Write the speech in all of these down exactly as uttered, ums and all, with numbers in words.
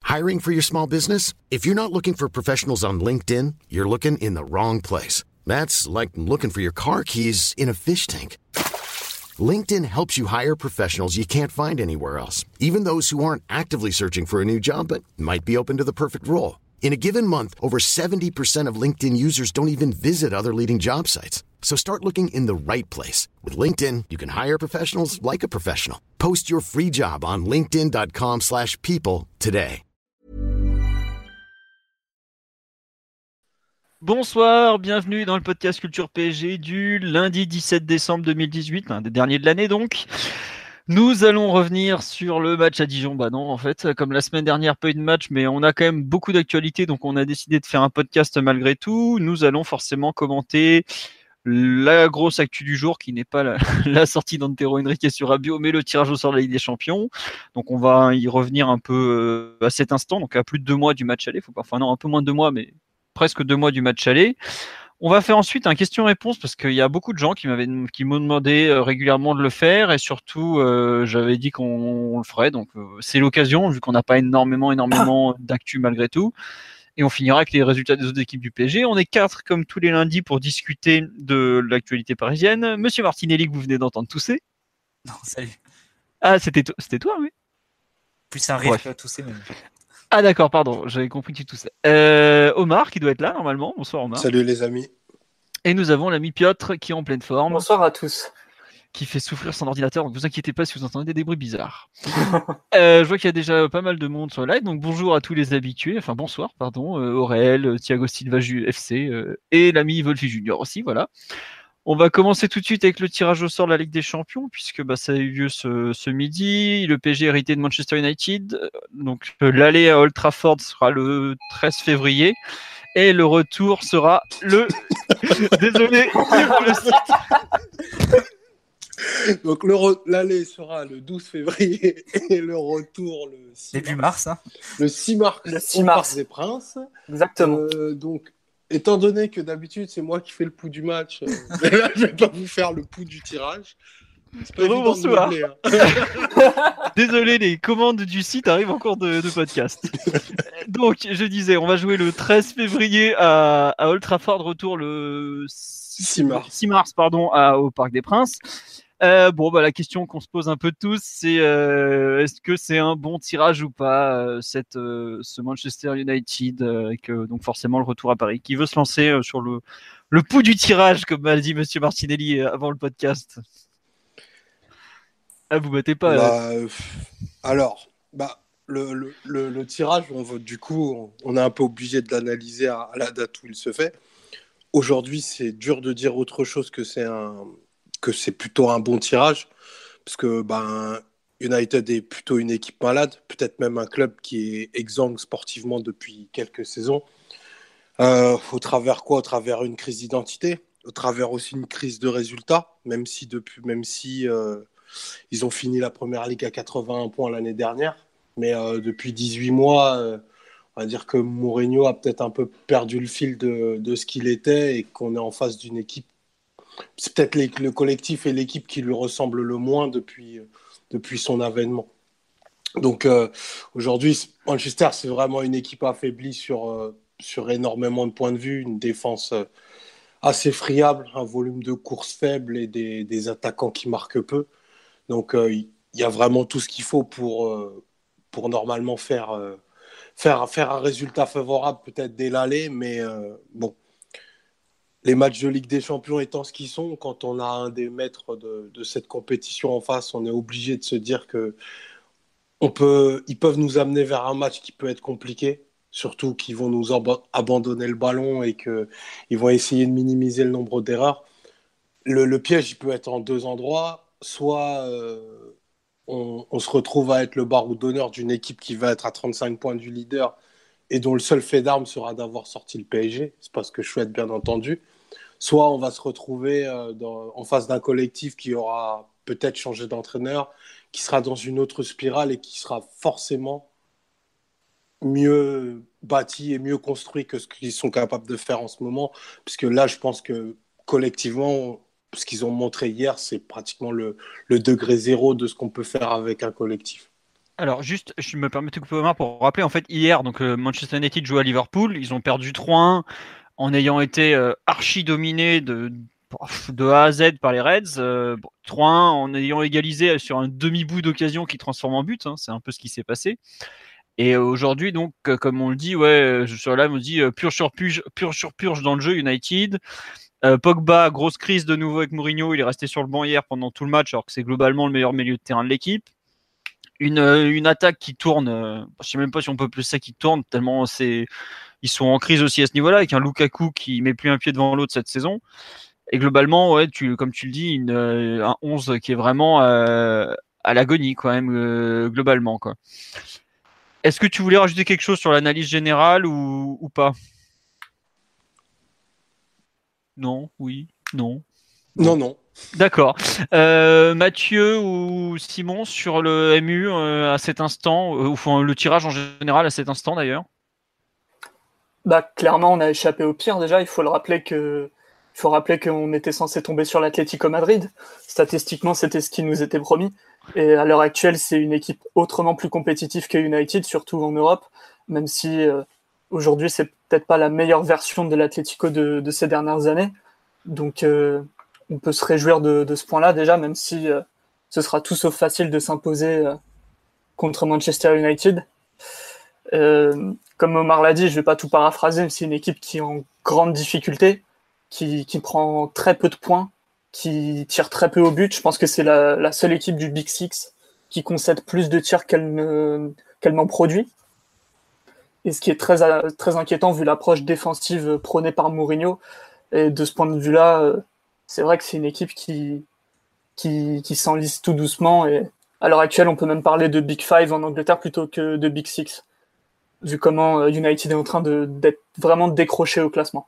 Hiring for your small business? If you're not looking for professionals on LinkedIn, you're looking in the wrong place. That's like looking for your car keys in a fish tank. LinkedIn helps you hire professionals you can't find anywhere else, even those who aren't actively searching for a new job but might be open to the perfect role. In a given month, over seventy percent of LinkedIn users don't even visit other leading job sites. So start looking in the right place. With LinkedIn, you can hire professionals like a professional. Post your free job on linkedin.com slash people today. Bonsoir, bienvenue dans le podcast Culture P S G du lundi dix-sept décembre deux mille dix-huit, l'un des derniers de l'année donc. Nous allons revenir sur le match à Dijon. Bah non, en fait, comme la semaine dernière, pas eu de match, mais on a quand même beaucoup d'actualités, donc on a décidé de faire un podcast malgré tout. Nous allons forcément commenter la grosse actu du jour, qui n'est pas la, la sortie d'Antero Henrique sur Rabiot, mais le tirage au sort de la Ligue des Champions. Donc on va y revenir un peu euh, à cet instant, donc à plus de deux mois du match aller. Faut pas, enfin non, un peu moins de deux mois, mais presque deux mois du match aller. On va faire ensuite un question-réponse parce qu'il y a beaucoup de gens qui m'avaient, qui m'ont demandé euh, régulièrement de le faire et surtout euh, j'avais dit qu'on on le ferait, donc euh, c'est l'occasion vu qu'on n'a pas énormément, énormément d'actu malgré tout. Et on finira avec les résultats des autres équipes du P S G. On est quatre comme tous les lundis pour discuter de l'actualité parisienne. Monsieur Martinelli que vous venez d'entendre tousser. Non, salut. Ah, c'était, to- c'était toi, oui. Plus un rire Bref. que tousser même. Ah d'accord, pardon, j'avais compris que tu toussais. Euh, Omar qui doit être là normalement. Bonsoir Omar. Salut les amis. Et nous avons l'ami Piotr qui est en pleine forme. Bonsoir à tous. Qui fait souffrir son ordinateur, donc vous inquiétez pas si vous entendez des bruits bizarres. euh, je vois qu'il y a déjà pas mal de monde sur le live, donc bonjour à tous les habitués, enfin bonsoir, pardon, euh, Aurel, Thiago Silva F C euh, et l'ami Wolfi Junior aussi, voilà. On va commencer tout de suite avec le tirage au sort de la Ligue des Champions, puisque bah, ça a eu lieu ce, ce midi. Le P S G hérité de Manchester United, donc euh, l'aller à Old Trafford sera le treize février, et le retour sera le... Désolé pour le site. Donc le re... l'aller sera le douze février et le retour le six Début mars. mars. Hein. Le six mars, Le six au mars. Parc des Princes. Exactement. Euh, donc, étant donné que d'habitude c'est moi qui fais le pouls du match, euh, mais là je vais pas vous faire le pouls du tirage. C'est pas Bonjour, évident de bonsoir. meubler, hein. Désolé, les commandes du site arrivent en cours de, de podcast. Donc, je disais, on va jouer le treize février à, à Old Trafford, retour le six mars. six mars pardon, à- au Parc des Princes. Euh, bon, bah, la question qu'on se pose un peu tous, c'est euh, est-ce que c'est un bon tirage ou pas, euh, cette, euh, ce Manchester United, euh, avec euh, donc forcément le retour à Paris. Qui veut se lancer euh, sur le, le pouls du tirage, comme m'a dit Monsieur Martinelli euh, avant le podcast? Ah, vous battez pas. euh, Bah, euh, alors, bah, le, le, le, le tirage, on va, du coup, on, on est un peu obligé de l'analyser à, à la date où il se fait. Aujourd'hui, c'est dur de dire autre chose que c'est un, que c'est plutôt un bon tirage, parce que ben, United est plutôt une équipe malade, peut-être même un club qui est exsangue sportivement depuis quelques saisons. Euh, au travers quoi? Au travers une crise d'identité, au travers aussi une crise de résultats, même si depuis, même si euh, ils ont fini la première ligue à quatre-vingt-un points l'année dernière, mais euh, depuis dix-huit mois, euh, on va dire que Mourinho a peut-être un peu perdu le fil de, de ce qu'il était et qu'on est en face d'une équipe. C'est peut-être les- le collectif et l'équipe qui lui ressemble le moins depuis, depuis son avènement. Donc euh, aujourd'hui, Manchester, c'est vraiment une équipe affaiblie sur, euh, sur énormément de points de vue, une défense euh, assez friable, un volume de course faible et des, des attaquants qui marquent peu. Donc euh, il y a vraiment tout ce qu'il faut pour, euh, pour normalement faire, euh, faire, faire un résultat favorable, peut-être dès l'aller, mais euh, bon. Les matchs de Ligue des Champions étant ce qu'ils sont, quand on a un des maîtres de, de cette compétition en face, on est obligé de se dire que on peut, ils peuvent nous amener vers un match qui peut être compliqué, surtout qu'ils vont nous ab- abandonner le ballon et qu'ils vont essayer de minimiser le nombre d'erreurs. Le, le piège, il peut être en deux endroits. Soit euh, on, on se retrouve à être le baroud d'honneur d'une équipe qui va être à trente-cinq points du leader et dont le seul fait d'arme sera d'avoir sorti le P S G. C'est pas ce que je souhaite, bien entendu. Soit on va se retrouver euh, dans- en face d'un collectif qui aura peut-être changé d'entraîneur, qui sera dans une autre spirale et qui sera forcément mieux bâti et mieux construit que ce qu'ils sont capables de faire en ce moment. Puisque là, je pense que collectivement, ce qu'ils ont montré hier, c'est pratiquement le, le degré zéro de ce qu'on peut faire avec un collectif. Alors juste, je me permets de te couper Omar pour rappeler, en fait, hier, donc euh, Manchester United joue à Liverpool, ils ont perdu trois un en ayant été euh, archi dominés de, de A à Z par les Reds, euh, trois un en ayant égalisé sur un demi-bout d'occasion qui transforme en but, hein, c'est un peu ce qui s'est passé. Et aujourd'hui, donc, euh, comme on le dit, ouais, sur là, on dit euh, purge sur purge, purge sur purge dans le jeu United. Euh, Pogba, grosse crise de nouveau avec Mourinho, il est resté sur le banc hier pendant tout le match, alors que c'est globalement le meilleur milieu de terrain de l'équipe. Une, une attaque qui tourne, euh, je sais même pas si on peut plus ça qui tourne, tellement c'est, ils sont en crise aussi à ce niveau-là, avec un Lukaku qui met plus un pied devant l'autre cette saison. Et globalement, ouais, tu, comme tu le dis, une, un onze qui est vraiment euh, à l'agonie, quand même, euh, globalement, quoi. Est-ce que tu voulais rajouter quelque chose sur l'analyse générale ou, ou pas? Non, oui, non. Non, non. D'accord. Euh, Mathieu ou Simon sur le M U euh, à cet instant, euh, ou enfin, le tirage en général à cet instant d'ailleurs? Bah, clairement, on a échappé au pire déjà. Il faut le rappeler que, il faut rappeler qu'on était censé tomber sur l'Atlético Madrid. Statistiquement, c'était ce qui nous était promis. Et à l'heure actuelle, c'est une équipe autrement plus compétitive que United, surtout en Europe, même si euh, aujourd'hui, c'est peut-être pas la meilleure version de l'Atlético de, de ces dernières années. Donc, euh, on peut se réjouir de, de ce point-là déjà, même si euh, ce sera tout sauf facile de s'imposer euh, contre Manchester United. Euh, comme Omar l'a dit, je vais pas tout paraphraser, mais c'est une équipe qui est en grande difficulté, qui, qui prend très peu de points, qui tire très peu au but. Je pense que c'est la, la seule équipe du Big Six qui concède plus de tirs qu'elle, ne, qu'elle n'en produit. Et ce qui est très, très inquiétant vu l'approche défensive prônée par Mourinho. Et de ce point de vue-là, c'est vrai que c'est une équipe qui, qui, qui s'enlise tout doucement. Et à l'heure actuelle, on peut même parler de Big Five en Angleterre plutôt que de Big Six, vu comment United est en train de, d'être vraiment décroché au classement.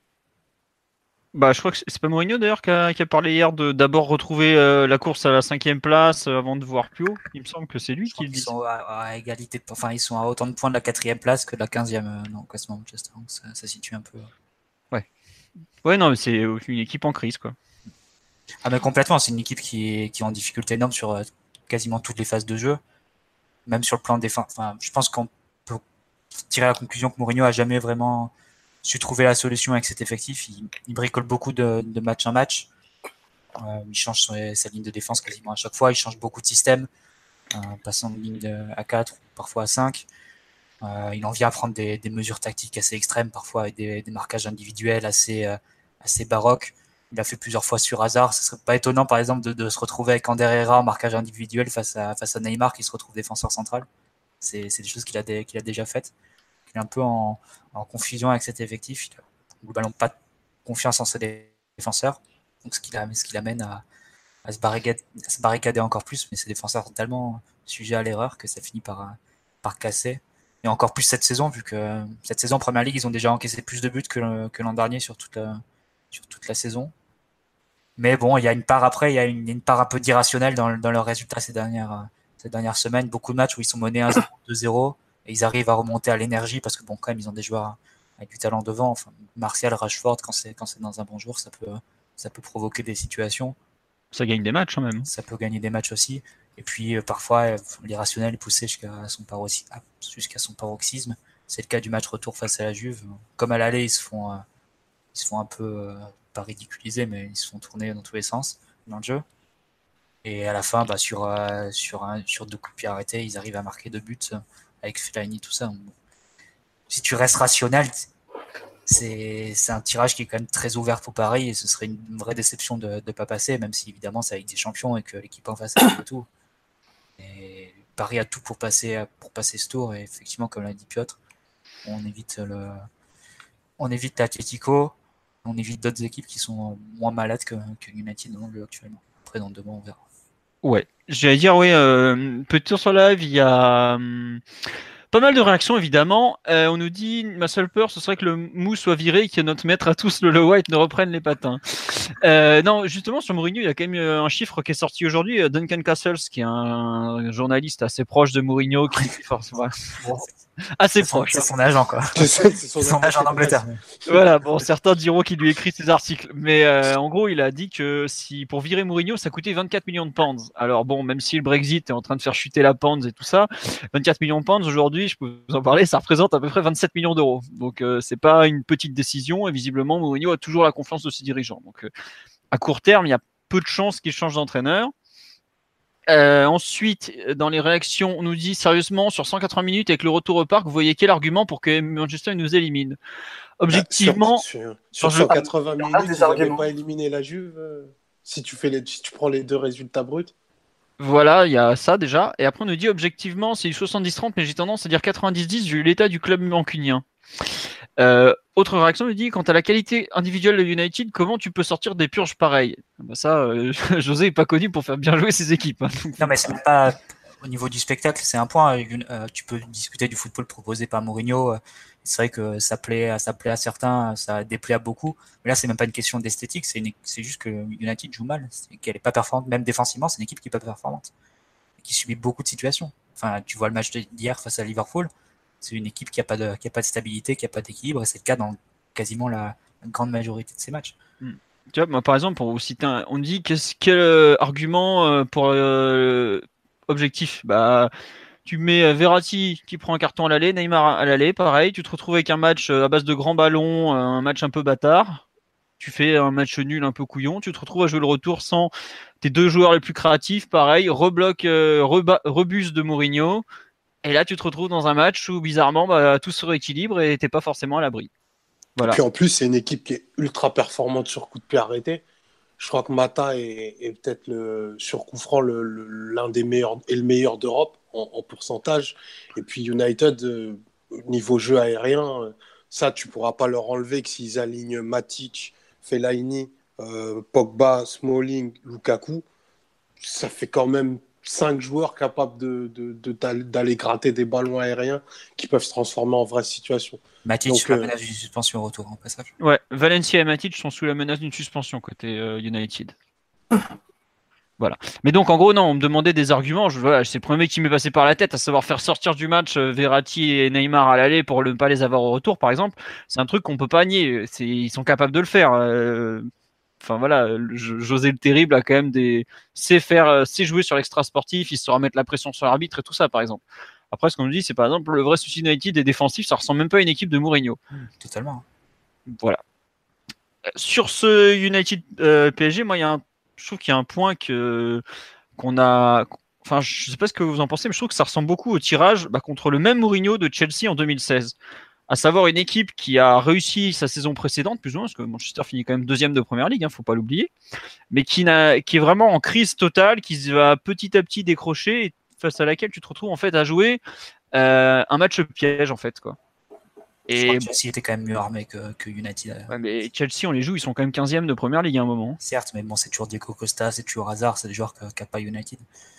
Bah, je crois que c'est pas Mourinho d'ailleurs qui a, qui a parlé hier de d'abord retrouver euh, la course à la cinquième place euh, avant de voir plus haut. Il me semble que c'est lui Je qui crois le qu'ils dit. sont à, à égalité, de- enfin ils sont à autant de points de la quatrième place que de la quinzième euh, dans le classement Manchester. Donc ça, ça situe un peu. Ouais. Ouais, non, mais c'est une équipe en crise, quoi. Ah mais complètement, c'est une équipe qui est, qui est en difficulté énorme sur euh, quasiment toutes les phases de jeu, même sur le plan défense. Enfin, je pense qu'on peut tirer la conclusion que Mourinho a jamais vraiment su trouver la solution avec cet effectif. Il, il bricole beaucoup de, de match en match. Euh, il change son- sa ligne de défense quasiment à chaque fois. Il change beaucoup de système, euh, passant de ligne de, à quatre, parfois à cinq. Euh, il en vient à prendre des, des mesures tactiques assez extrêmes, parfois avec des, des marquages individuels assez, euh, assez baroques. Il a fait plusieurs fois sur hasard. Ce serait pas étonnant, par exemple, de, de se retrouver avec Ander Herrera en marquage individuel face à, face à Neymar qui se retrouve défenseur central. C'est, c'est des choses qu'il a, dé, qu'il a déjà faites. Il est un peu en, en confusion avec cet effectif. Il a globalement pas de confiance en ses défenseurs. Donc, ce qui, la, ce qui l'amène à, à, se barricader, à se barricader encore plus. Mais ses défenseurs sont tellement sujets à l'erreur que ça finit par, par casser. Et encore plus cette saison, vu que cette saison en Première Ligue, ils ont déjà encaissé plus de buts que, que l'an dernier sur toute la, sur toute la saison. Mais bon, il y a une part après, il y a une, une part un peu d'irrationnel dans, dans leurs résultats ces dernières, ces dernières semaines. Beaucoup de matchs où ils sont menés un zéro, deux zéro et ils arrivent à remonter à l'énergie parce que bon, quand même, ils ont des joueurs avec du talent devant. Enfin, Martial, Rashford, quand c'est, quand c'est dans un bon jour, ça peut, ça peut provoquer des situations. Ça gagne des matchs, quand même. Ça peut gagner des matchs aussi. Et puis, euh, parfois, l'irrationnel est poussé jusqu'à son, paroxy- jusqu'à son paroxysme. C'est le cas du match retour face à la Juve. Comme à l'aller, ils se font, euh, ils se font un peu, euh, pas ridiculiser, mais ils se font tourner dans tous les sens dans le jeu. Et à la fin, bah, sur, euh, sur, un, sur deux coups de pied arrêtés, ils arrivent à marquer deux buts euh, avec Fellaini, tout ça. Donc, bon. Si tu restes rationnel, c'est, c'est un tirage qui est quand même très ouvert pour Paris et ce serait une vraie déception de ne pas passer, même si évidemment c'est avec des champions et que l'équipe en face a tout. Et Paris a tout pour passer, pour passer ce tour et effectivement, comme l'a dit Piotr, on évite le, on évite l'Atlético, on évite d'autres équipes qui sont moins malades que, que United dans le jeu actuellement. Après, dans deux mois, on verra. Ouais, j'allais dire, oui, euh, petit tour sur live, il y a hum, Pas mal de réactions évidemment. Euh, on nous dit ma seule peur ce serait que le mou soit viré et que notre maître à tous le Low White ne reprenne les patins. Euh, non, justement sur Mourinho, il y a quand même un chiffre qui est sorti aujourd'hui. Duncan Castles, qui est un journaliste assez proche de Mourinho, qui forcément assez c'est son, proche. C'est son agent quoi. C'est son, c'est son, son agent en Angleterre. Voilà, bon, certains diront qu'il lui écrit ses articles, mais euh, en gros, il a dit que si pour virer Mourinho, ça coûtait vingt-quatre millions de pounds. Alors bon, même si le Brexit est en train de faire chuter la pounds et tout ça, vingt-quatre millions de pounds aujourd'hui, je peux vous en parler, ça représente à peu près vingt-sept millions d'euros. Donc euh, c'est pas une petite décision et visiblement Mourinho a toujours la confiance de ses dirigeants. Donc euh, à court terme, il y a peu de chances qu'il change d'entraîneur. Euh, ensuite, dans les réactions, on nous dit sérieusement, sur cent quatre-vingts minutes avec le retour au parc, vous voyez quel argument pour que Manchester nous élimine? Objectivement, sur, sur, sur cent quatre-vingts minutes, ils n'avaient pas éliminé la Juve euh, si, tu fais les, si tu prends les deux résultats bruts. Voilà, il y a ça déjà. Et après, on nous dit objectivement, c'est du soixante-dix trente, mais j'ai tendance à dire quatre-vingt-dix dix vu l'état du club mancunien. Euh, autre réaction, on nous dit quant à la qualité individuelle de United, comment tu peux sortir des purges pareilles? Bah ça, euh, José n'est pas connu pour faire bien jouer ses équipes. Hein. Non, mais c'est pas au niveau du spectacle, c'est un point. Euh, tu peux discuter du football proposé par Mourinho. Euh, c'est vrai que ça plaît, ça plaît à certains, ça déplaît à beaucoup. Mais là, c'est même pas une question d'esthétique, c'est, une, c'est juste que United joue mal, c'est qu'elle est pas performante, même défensivement, c'est une équipe qui est pas performante, qui subit beaucoup de situations. Enfin, tu vois le match d'hier face à Liverpool, c'est une équipe qui a pas de, qui a pas de stabilité, qui a pas d'équilibre, et c'est le cas dans quasiment la, la grande majorité de ces matchs. Hmm. Tu vois, moi, par exemple, pour vous citer un, on dit qu'est-ce, quel euh, argument euh, pour euh, objectif? Bah, tu mets Verratti qui prend un carton à l'aller, Neymar à l'aller, pareil. Tu te retrouves avec un match à base de grands ballons, un match un peu bâtard. Tu fais un match nul un peu couillon. Tu te retrouves à jouer le retour sans tes deux joueurs les plus créatifs, pareil. Rebloc, euh, reba- rebus de Mourinho. Et là, tu te retrouves dans un match où bizarrement, bah, tout se rééquilibre et t'es pas forcément à l'abri. Voilà. Et puis en plus, c'est une équipe qui est ultra performante sur coup de pied arrêté. Je crois que Mata est, est peut-être le, sur coup franc le, le, l'un des meilleurs et le meilleur d'Europe en, en pourcentage. Et puis United, euh, niveau jeu aérien, euh, ça, tu ne pourras pas leur enlever que s'ils alignent Matic, Fellaini, euh, Pogba, Smalling, Lukaku. Ça fait quand même cinq joueurs capables de, de, de, d'aller gratter des ballons aériens qui peuvent se transformer en vraie situation. Matic sous euh... la menace d'une suspension au retour en passage. Ouais, Valencia et Matic sont sous la menace d'une suspension côté euh, United. Voilà. Mais donc en gros non, on me demandait des arguments. Je, voilà, c'est le premier qui m'est passé par la tête, à savoir faire sortir du match euh, Verratti et Neymar à l'aller pour ne pas les avoir au retour, par exemple. C'est un truc qu'on peut pas nier. C'est, ils sont capables de le faire. Euh... Enfin voilà, José le Terrible a quand même des, sait faire, sait jouer sur l'extra sportif, il saura mettre la pression sur l'arbitre et tout ça, par exemple. Après, ce qu'on nous dit, c'est par exemple le vrai souci United est défensif, ça ressemble même pas à une équipe de Mourinho. Mmh, totalement. Voilà. Sur ce United euh, P S G, moi, il y a un, je trouve qu'il y a un point que qu'on a. Enfin, je sais pas ce que vous en pensez, mais je trouve que ça ressemble beaucoup au tirage bah, contre le même Mourinho de Chelsea en deux mille seize. À savoir une équipe qui a réussi sa saison précédente, plus ou moins, parce que Manchester finit quand même deuxième de première ligue, hein, faut pas l'oublier, mais qui, n'a, qui est vraiment en crise totale, qui va petit à petit décrocher, et face à laquelle tu te retrouves en fait à jouer euh, un match piège en fait, quoi. Et je crois que Chelsea était quand même mieux armé que, que United. Ouais, mais Chelsea, on les joue, ils sont quand même quinzième de première ligue à un moment. Certes, mais bon, c'est toujours Diego Costa, c'est toujours Hazard, c'est des joueurs qu'a, qu'a pas United.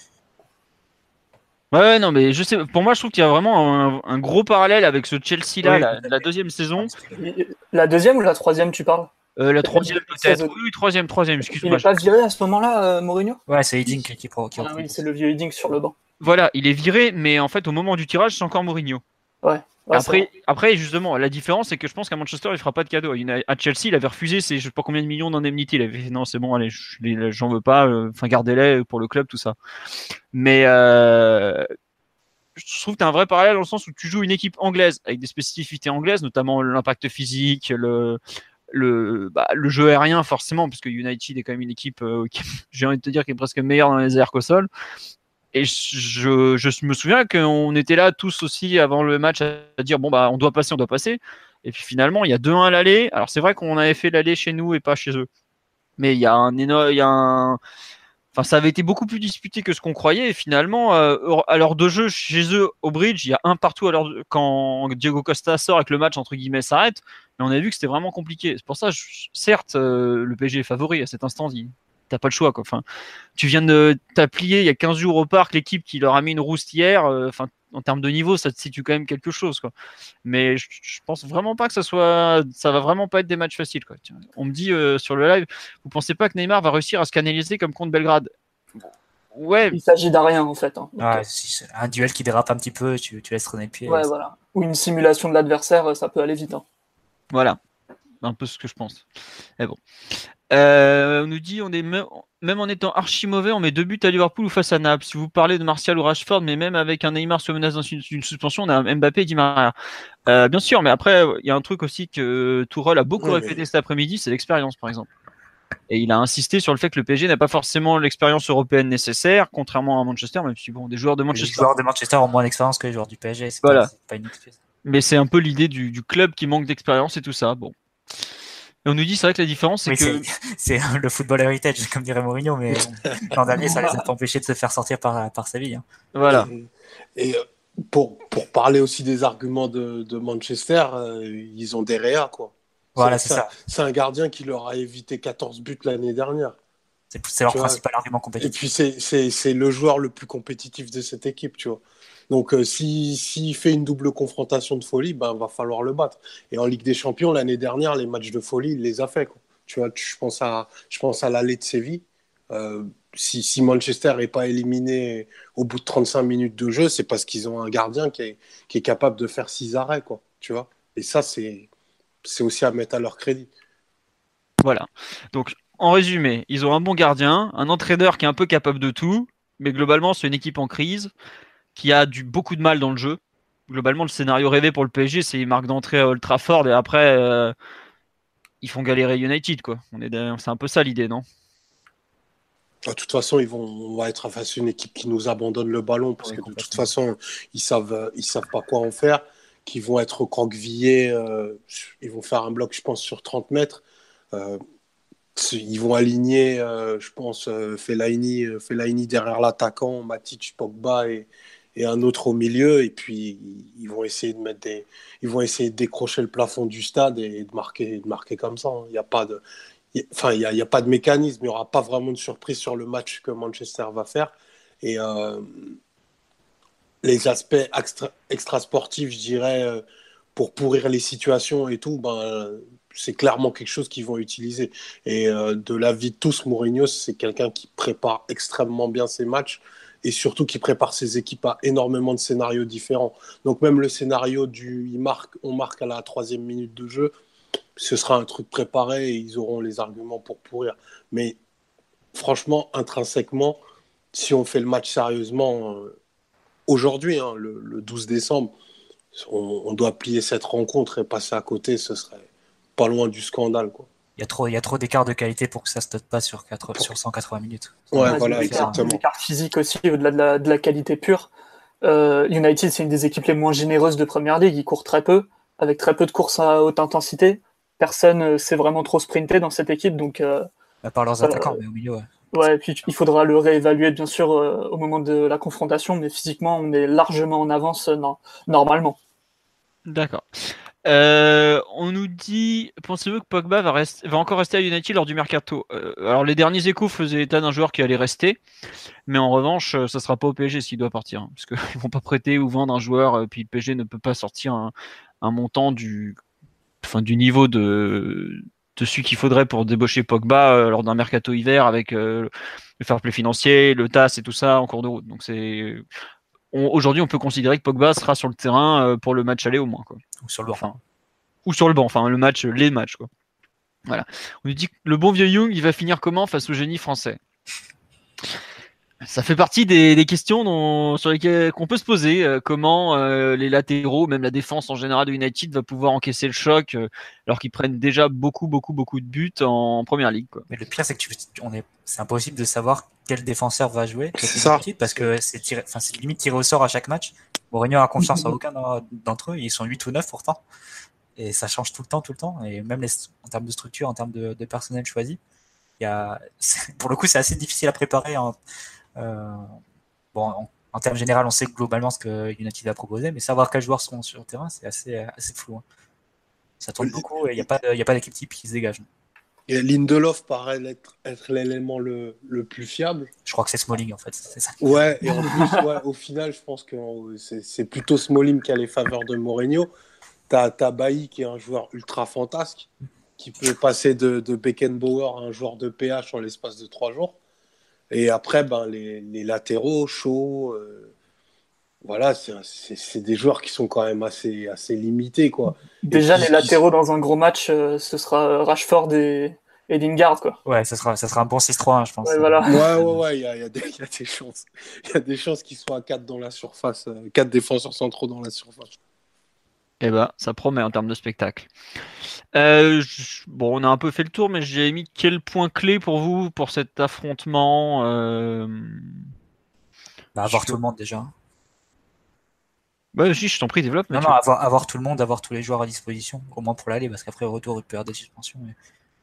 Ouais, non, mais je sais, pour moi, je trouve qu'il y a vraiment un, un gros parallèle avec ce Chelsea-là, oui, la, la deuxième saison. La deuxième ou la troisième, tu parles? euh, La troisième, peut-être. Oui, oui, troisième, troisième, excuse-moi. Il n'est pas viré à ce moment-là, euh, Mourinho? Ouais, c'est Hiddink qui, qui, qui ah, oui, c'est le vieux Hiddink sur le banc. Voilà, il est viré, mais en fait, au moment du tirage, c'est encore Mourinho. Ouais. Ouais, après, après, justement, la différence, c'est que je pense qu'à Manchester, il fera pas de cadeau. À Chelsea, il avait refusé, c'est je sais pas combien de millions d'indemnités. Il avait fait non, c'est bon, allez, j'en veux pas, enfin, euh, gardez-les pour le club, tout ça. Mais euh, je trouve que tu as un vrai parallèle dans le sens où tu joues une équipe anglaise avec des spécificités anglaises, notamment l'impact physique, le, le, bah, le jeu aérien, forcément, parce que United est quand même une équipe, euh, qui, j'ai envie de te dire, qui est presque meilleure dans les airs qu'au sol. Et je, je me souviens qu'on était là tous aussi avant le match à dire bon bah on doit passer, on doit passer. Et puis finalement il y a deux un à l'aller. Alors c'est vrai qu'on avait fait l'aller chez nous et pas chez eux. Mais il y a un énorme, il y a un, enfin ça avait été beaucoup plus disputé que ce qu'on croyait. Et finalement euh, à l'heure de jeu chez eux au bridge, il y a un partout à l'heure de... quand Diego Costa sort et que le match entre guillemets s'arrête. Mais on a vu que c'était vraiment compliqué. C'est pour ça, je, certes, euh, le P S G est favori à cet instant. Il... T'as pas le choix, quoi. Enfin, tu viens de t'as plié il y a quinze jours au parc l'équipe qui leur a mis une rouste hier. Enfin, en termes de niveau, ça te situe quand même quelque chose, quoi. Mais je, je pense vraiment pas que ça soit, ça va vraiment pas être des matchs faciles, quoi. Tiens, on me dit euh, sur le live, vous pensez pas que Neymar va réussir à se canaliser comme contre Belgrade? Ouais. Il s'agit d'un rien en fait. Hein. Donc, Ouais, euh, si c'est un duel qui dérape un petit peu, tu, tu laisses traîner le pied. ouais, voilà. Ou une simulation de l'adversaire, ça peut aller vite. Hein. Voilà, un peu ce que je pense. Mais bon. Euh, on nous dit, on est même, même en étant archi mauvais, on met deux buts à Liverpool ou face à Naples. Si vous parlez de Martial ou Rashford, mais même avec un Neymar se menace d'une suspension, on a Mbappé et Di Maria. Euh, bien sûr, mais après, il y a un truc aussi que Tourelle a beaucoup Ouais, répété mais... cet après-midi, c'est l'expérience, par exemple. Et il a insisté sur le fait que le P S G n'a pas forcément l'expérience européenne nécessaire, contrairement à Manchester, même si bon, des joueurs de Manchester. Les joueurs de Manchester ont moins d'expérience que les joueurs du P S G, c'est voilà. pas, pas une excuse. Mais c'est un peu l'idée du, du club qui manque d'expérience et tout ça. Bon. Et on nous dit, c'est vrai que la différence, c'est oui, que. C'est, c'est le football heritage, comme dirait Mourinho, mais l'an dernier, ça les a pas empêchés de se faire sortir par, par Séville. Hein. Voilà. Et, et pour, pour parler aussi des arguments de, de Manchester, euh, ils ont des réas, quoi. Voilà, c'est, c'est ça. C'est un gardien qui leur a évité quatorze buts l'année dernière. C'est, c'est leur tu principal vois. argument compétitif. Et puis, c'est, c'est, c'est le joueur le plus compétitif de cette équipe, tu vois. Donc, euh, s'il si, si fait une double confrontation de folie, ben, va falloir le battre. Et en Ligue des Champions, l'année dernière, les matchs de folie, il les a fait, quoi. Tu vois, je pense à, je pense à l'aller de Séville. Euh, si, si Manchester n'est pas éliminé au bout de trente-cinq minutes de jeu, c'est parce qu'ils ont un gardien qui est, qui est capable de faire six arrêts, quoi. Tu vois. Et ça, c'est, c'est aussi à mettre à leur crédit. Voilà. Donc, en résumé, ils ont un bon gardien, un entraîneur qui est un peu capable de tout, mais globalement, c'est une équipe en crise qui a du, beaucoup de mal dans le jeu. Globalement, le scénario rêvé pour le P S G, c'est ils marquent d'entrée à Old Trafford et après, euh, ils font galérer United, quoi. On est, c'est un peu ça l'idée, non? De toute façon, ils vont, on va être face à une équipe qui nous abandonne le ballon parce oui, que de toute façon, ils savent, ils savent pas quoi en faire, qu'ils vont être croquevillés, euh, ils vont faire un bloc, je pense, sur trente mètres. Euh, ils vont aligner, euh, je pense, euh, Fellaini, euh, Fellaini derrière l'attaquant, Matic, Pogba et, et un autre au milieu. Et puis, ils vont essayer de mettre des, ils vont essayer de décrocher le plafond du stade et de marquer, de marquer comme ça. Il n'y a pas de, enfin, il n'y a, y a pas de mécanisme. Il n'y aura pas vraiment de surprise sur le match que Manchester va faire. Et euh, les aspects extra, extra sportifs, je dirais, euh, pour pourrir les situations et tout, ben, c'est clairement quelque chose qu'ils vont utiliser. Et euh, de l'avis de tous, Mourinho, c'est quelqu'un qui prépare extrêmement bien ses matchs et surtout qui prépare ses équipes à énormément de scénarios différents. Donc même le scénario du il marque, on marque à la troisième minute de jeu, ce sera un truc préparé et ils auront les arguments pour pourrir. Mais franchement, intrinsèquement, si on fait le match sérieusement, euh, aujourd'hui, hein, le, le douze décembre, on, on doit plier cette rencontre et passer à côté, ce serait pas loin du scandale, quoi. Il y a trop, il y a trop d'écart de qualité pour que ça se note pas sur, quatre, sur cent quatre-vingts minutes. Ouais, ouais, voilà, l'écart, exactement. L'écart physique aussi, au-delà de la, de la qualité pure. Euh, United, c'est une des équipes les moins généreuses de Première Ligue. Ils courent très peu, avec très peu de courses à haute intensité. Personne ne sait vraiment trop sprinter dans cette équipe, donc. Euh, à part leurs attaquants, euh, mais au milieu, ouais. Ouais, et puis il faudra le réévaluer bien sûr euh, au moment de la confrontation, mais physiquement, on est largement en avance euh, non, normalement. D'accord. Euh, on nous dit, pensez-vous que Pogba va, rester, va encore rester à United lors du mercato? euh, Alors les derniers échos faisaient état d'un joueur qui allait rester, mais en revanche, ça sera pas au P S G s'il doit partir, hein, parce qu'ils vont pas prêter ou vendre un joueur, euh, puis le P S G ne peut pas sortir un, un montant du, enfin du niveau de, de celui qu'il faudrait pour débaucher Pogba euh, lors d'un mercato hiver avec euh, le fair play financier, le T A S et tout ça en cours de route. Donc c'est On, aujourd'hui, on peut considérer que Pogba sera sur le terrain euh, pour le match aller au moins, quoi. Ou sur le banc. Enfin, ou sur le banc, enfin le match, les matchs, quoi. Voilà. On nous dit que le bon vieux Young, il va finir comment face au génie français? Ça fait partie des, des questions dont, sur lesquelles qu'on peut se poser. Euh, comment euh, les latéraux, même la défense en général de United, va pouvoir encaisser le choc euh, alors qu'ils prennent déjà beaucoup, beaucoup, beaucoup de buts en, en première ligue, quoi. Mais le pire, c'est que tu, on est, c'est impossible de savoir quel défenseur va jouer. C'est ça. United, parce que c'est, tiré, enfin, c'est limite tiré au sort à chaque match. Mourinho a confiance en aucun d'entre eux. Ils sont huit ou neuf pourtant. Et ça change tout le temps, tout le temps. Et même les, en termes de structure, en termes de, de personnel choisi, il y a, pour le coup, c'est assez difficile à préparer. En, euh, bon, en, en termes généraux, on sait globalement ce que United va proposer, mais savoir quels joueurs seront sur le terrain, c'est assez, assez flou. Hein. Ça tourne beaucoup et il n'y a pas, il y a pas d'équipe type qui se dégage. Et Lindelof paraît être, être l'élément le, le plus fiable. Je crois que c'est Smalling en fait. C'est ça. Ouais, et en plus, ouais, au final, je pense que c'est, c'est plutôt Smalling qui a les faveurs de Mourinho. T'as, t'as Bailly qui est un joueur ultra fantasque, qui peut passer de, de Beckenbauer à un joueur de P H en l'espace de trois jours. Et après, ben, les, les latéraux, Shaw, euh, voilà, c'est, c'est, c'est des joueurs qui sont quand même assez, assez limités, quoi. Déjà, qui, les qui... latéraux dans un gros match, euh, ce sera Rashford et, et Lingard, quoi. Ouais, ça sera, ça sera un bon six trois un, je pense. Ouais, voilà. Ouais, ouais, ouais, il y a, y, a y a des chances. Il y a des chances qu'ils soient à quatre dans la surface, euh, quatre défenseurs centraux dans la surface. Eh ben, ça promet en termes de spectacle. Euh, je... Bon, on a un peu fait le tour, mais j'ai mis quel point clé pour vous pour cet affrontement euh... Bah, avoir je... tout le monde déjà. Bah, si, je t'en prie, développe. Non, non, avoir, avoir tout le monde, avoir tous les joueurs à disposition, au moins pour l'aller, parce qu'après, au retour, il peut y avoir des suspensions. Mais...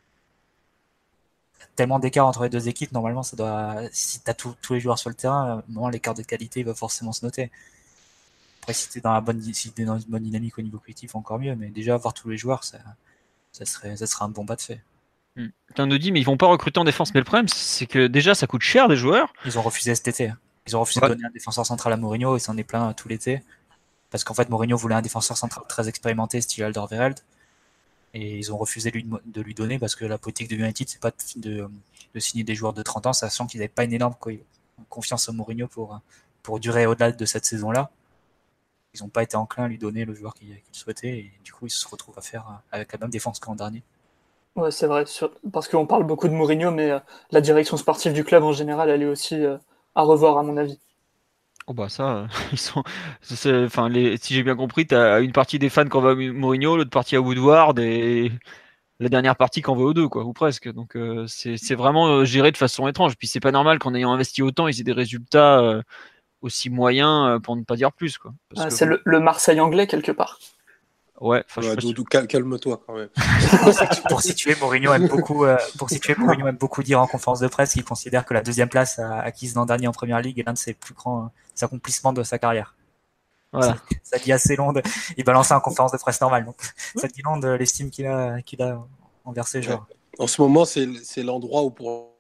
tellement d'écart entre les deux équipes, normalement, ça doit. Si tu as tous les joueurs sur le terrain, moment, l'écart de qualité il va forcément se noter. Après, si tu es dans la bonne, si t'es dans une bonne dynamique au niveau collectif, encore mieux. Mais déjà, avoir tous les joueurs, ça, ça, serait, ça serait un bon pas de fait. Hmm. On nous dit, mais ils vont pas recruter en défense. Mais le problème, c'est que déjà, ça coûte cher des joueurs. Ils ont refusé cet été. Ils ont refusé ouais. de donner un défenseur central à Mourinho et s'en est plein tout l'été. Parce qu'en fait, Mourinho voulait un défenseur central très expérimenté, style Alderweireld. Et ils ont refusé lui, de lui donner parce que la politique de United, c'est pas de, de, de signer des joueurs de trente ans, sachant qu'ils n'avaient pas une énorme confiance en Mourinho pour, pour durer au-delà de cette saison-là. Ils n'ont pas été enclins à lui donner le joueur qu'il, qu'il souhaitait. Et du coup, ils se retrouvent à faire avec la même défense qu'en dernier. Ouais, c'est vrai. Sur... Parce qu'on parle beaucoup de Mourinho, mais euh, la direction sportive du club en général, elle est aussi euh, à revoir, à mon avis. Oh bah ça, euh, ils sont, c'est, enfin les, si j'ai bien compris, t'as une partie des fans qui en veut à Mourinho, l'autre partie à Woodward et la dernière partie qui en veut aux deux, quoi, ou presque. Donc euh, c'est, c'est vraiment euh, géré de façon étrange. Puis c'est pas normal qu'en ayant investi autant, ils aient des résultats euh, aussi moyens, euh, pour ne pas dire plus, quoi. Parce Ah, que, c'est bon, le, le Marseille anglais quelque part. ouais, ouais Doudou, calme-toi quand même. Pour situer, Mourinho aime beaucoup, euh, pour situer, Mourinho aime beaucoup dire en conférence de presse qu'il considère que la deuxième place acquise l'an dernier en Première Ligue est l'un de ses plus grands euh, accomplissements de sa carrière. voilà. Ça, ça dit assez long. De... Il balance ça en conférence de presse normale, donc ça dit long de l'estime qu'il a, qu'il a envers ses joueurs. Ouais. En ce moment, c'est, c'est l'endroit où pour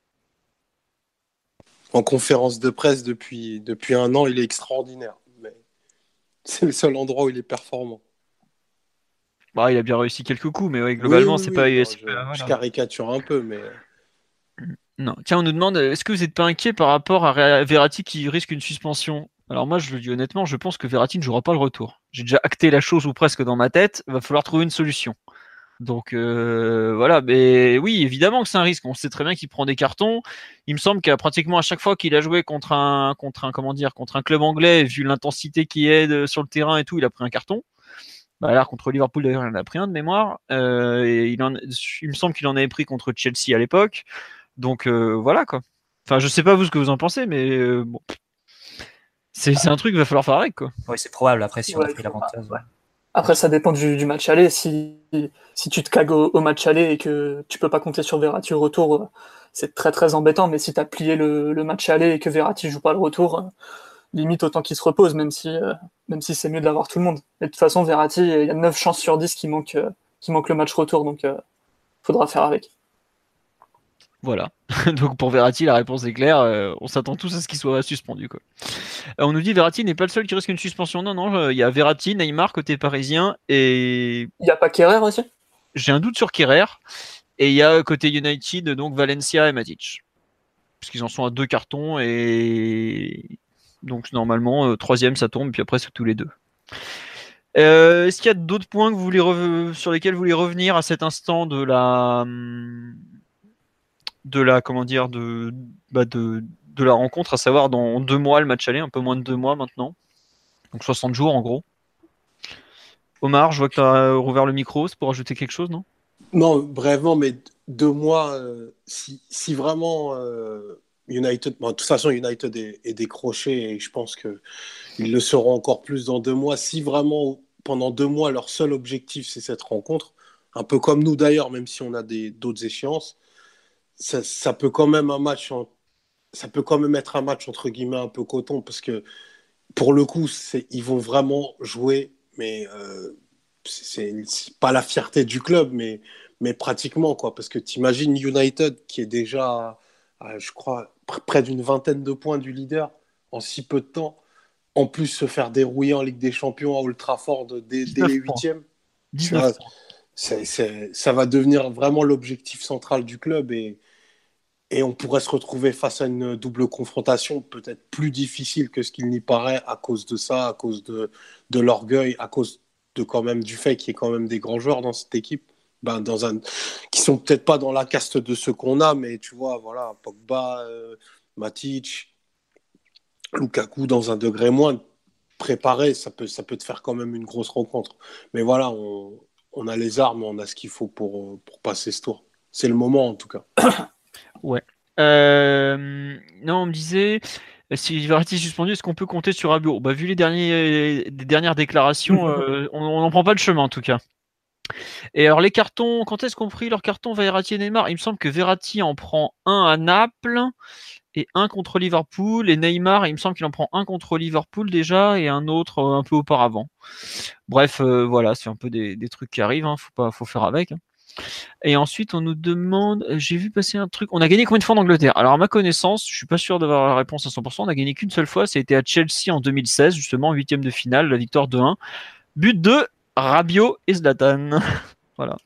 en conférence de presse depuis depuis un an, il est extraordinaire. Mais c'est le seul endroit où il est performant. Bah, il a bien réussi quelques coups, mais ouais, globalement, oui, oui, c'est oui, pas. non, c'est je, pas voilà. je caricature un peu, mais. Non. Tiens, on nous demande, est-ce que vous n'êtes pas inquiet par rapport à Verratti qui risque une suspension? Alors moi, je le dis honnêtement, je pense que Verratti ne jouera pas le retour. J'ai déjà acté la chose ou presque dans ma tête. Il va falloir trouver une solution. Donc euh, voilà, mais oui, évidemment que c'est un risque. On sait très bien qu'il prend des cartons. Il me semble qu'à pratiquement à chaque fois qu'il a joué contre un, contre un, comment dire, contre un club anglais, vu l'intensité qui est de, sur le terrain et tout, il a pris un carton. Bah là, contre Liverpool, d'ailleurs, il en a pris un de mémoire. Euh, et il, en, il me semble qu'il en avait pris contre Chelsea à l'époque. Donc euh, voilà quoi. Enfin, je sais pas vous ce que vous en pensez, mais euh, bon. C'est, c'est un truc qu'il va falloir faire avec, quoi. Oui, c'est probable. Après, si Ouais, on a pris l'avantage. ouais. Après, ça dépend du, du match aller. Si, si tu te cagues au, au match aller et que tu peux pas compter sur Verratti au retour, c'est très très embêtant. Mais si tu as plié le, le match aller et que Verratti joue pas le retour, limite autant qu'il se repose, même si, euh, même si c'est mieux de l'avoir tout le monde. Et de toute façon, Verratti, il y a neuf chances sur dix qu'il manque, euh, qu'il manque le match retour, donc il euh, faudra faire avec. Voilà. Donc pour Verratti, la réponse est claire. Euh, on s'attend tous à ce qu'il soit suspendu, quoi. Euh, on nous dit Verratti n'est pas le seul qui risque une suspension. Non, non, il y a Verratti, Neymar côté parisien et. Il n'y a pas Kerrer aussi? J'ai un doute sur Kerrer. Et il y a côté United, donc Valencia et Matic. Parce qu'ils en sont à deux cartons et. Donc normalement, euh, troisième ça tombe, puis après c'est tous les deux. Euh, est-ce qu'il y a d'autres points que vous voulez re- sur lesquels vous voulez revenir à cet instant de la. de la comment dire de bah de de la rencontre, à savoir dans deux mois le match aller, un peu moins de deux mois maintenant, donc soixante jours en gros. Omar, je vois que tu as rouvert le micro, c'est pour ajouter quelque chose, non? Non, brièvement, mais deux mois, euh, si, si vraiment euh, United, bon, de toute façon United est, est décroché et je pense qu'ils le seront encore plus dans deux mois, si vraiment pendant deux mois leur seul objectif c'est cette rencontre, un peu comme nous d'ailleurs, même si on a des, d'autres échéances, ça, ça peut quand même un match en, ça peut quand même être un match entre guillemets un peu coton parce que pour le coup c'est, ils vont vraiment jouer, mais euh, c'est, c'est pas la fierté du club, mais mais pratiquement, quoi. Parce que t'imagines United, qui est déjà, euh, je crois, pr- près d'une vingtaine de points du leader en si peu de temps, en plus se faire dérouiller en Ligue des Champions à Old Trafford dès, dès les dix-neuf points. huitièmes. Tu dix-neuf vois, points. c'est, c'est, ça va devenir vraiment l'objectif central du club et, et on pourrait se retrouver face à une double confrontation peut-être plus difficile que ce qu'il n'y paraît à cause de ça, à cause de, de l'orgueil, à cause de quand même du fait qu'il y ait quand même des grands joueurs dans cette équipe, ben, dans un, qui sont peut-être pas dans la caste de ceux qu'on a, mais tu vois, voilà, Pogba, euh, Matic, Lukaku dans un degré moindre, préparé, ça peut, ça peut te faire quand même une grosse rencontre. Mais voilà, on, on a les armes, on a ce qu'il faut pour, pour passer ce tour. C'est le moment en tout cas. Ouais. Euh, non, on me disait, si Verratti est suspendu, est-ce qu'on peut compter sur Rabiot? Bah, vu les, derniers, les dernières déclarations, euh, on n'en prend pas le chemin en tout cas. Et alors les cartons, quand est-ce qu'on pris leurs cartons Verratti et Neymar? Il me semble que Verratti en prend un à Naples et un contre Liverpool. Et Neymar, il me semble qu'il en prend un contre Liverpool déjà et un autre euh, un peu auparavant. Bref, euh, voilà, c'est un peu des, des trucs qui arrivent, hein, faut pas, faut faire avec. Hein. Et ensuite, on nous demande, j'ai vu passer un truc, on a gagné combien de fois en Angleterre? Alors à ma connaissance, je suis pas sûr d'avoir la réponse à cent pour cent, on a gagné qu'une seule fois, c'était à Chelsea en deux mille seize, justement, en huitième de finale, la victoire deux un. But de Rabiot et Zlatan. Voilà.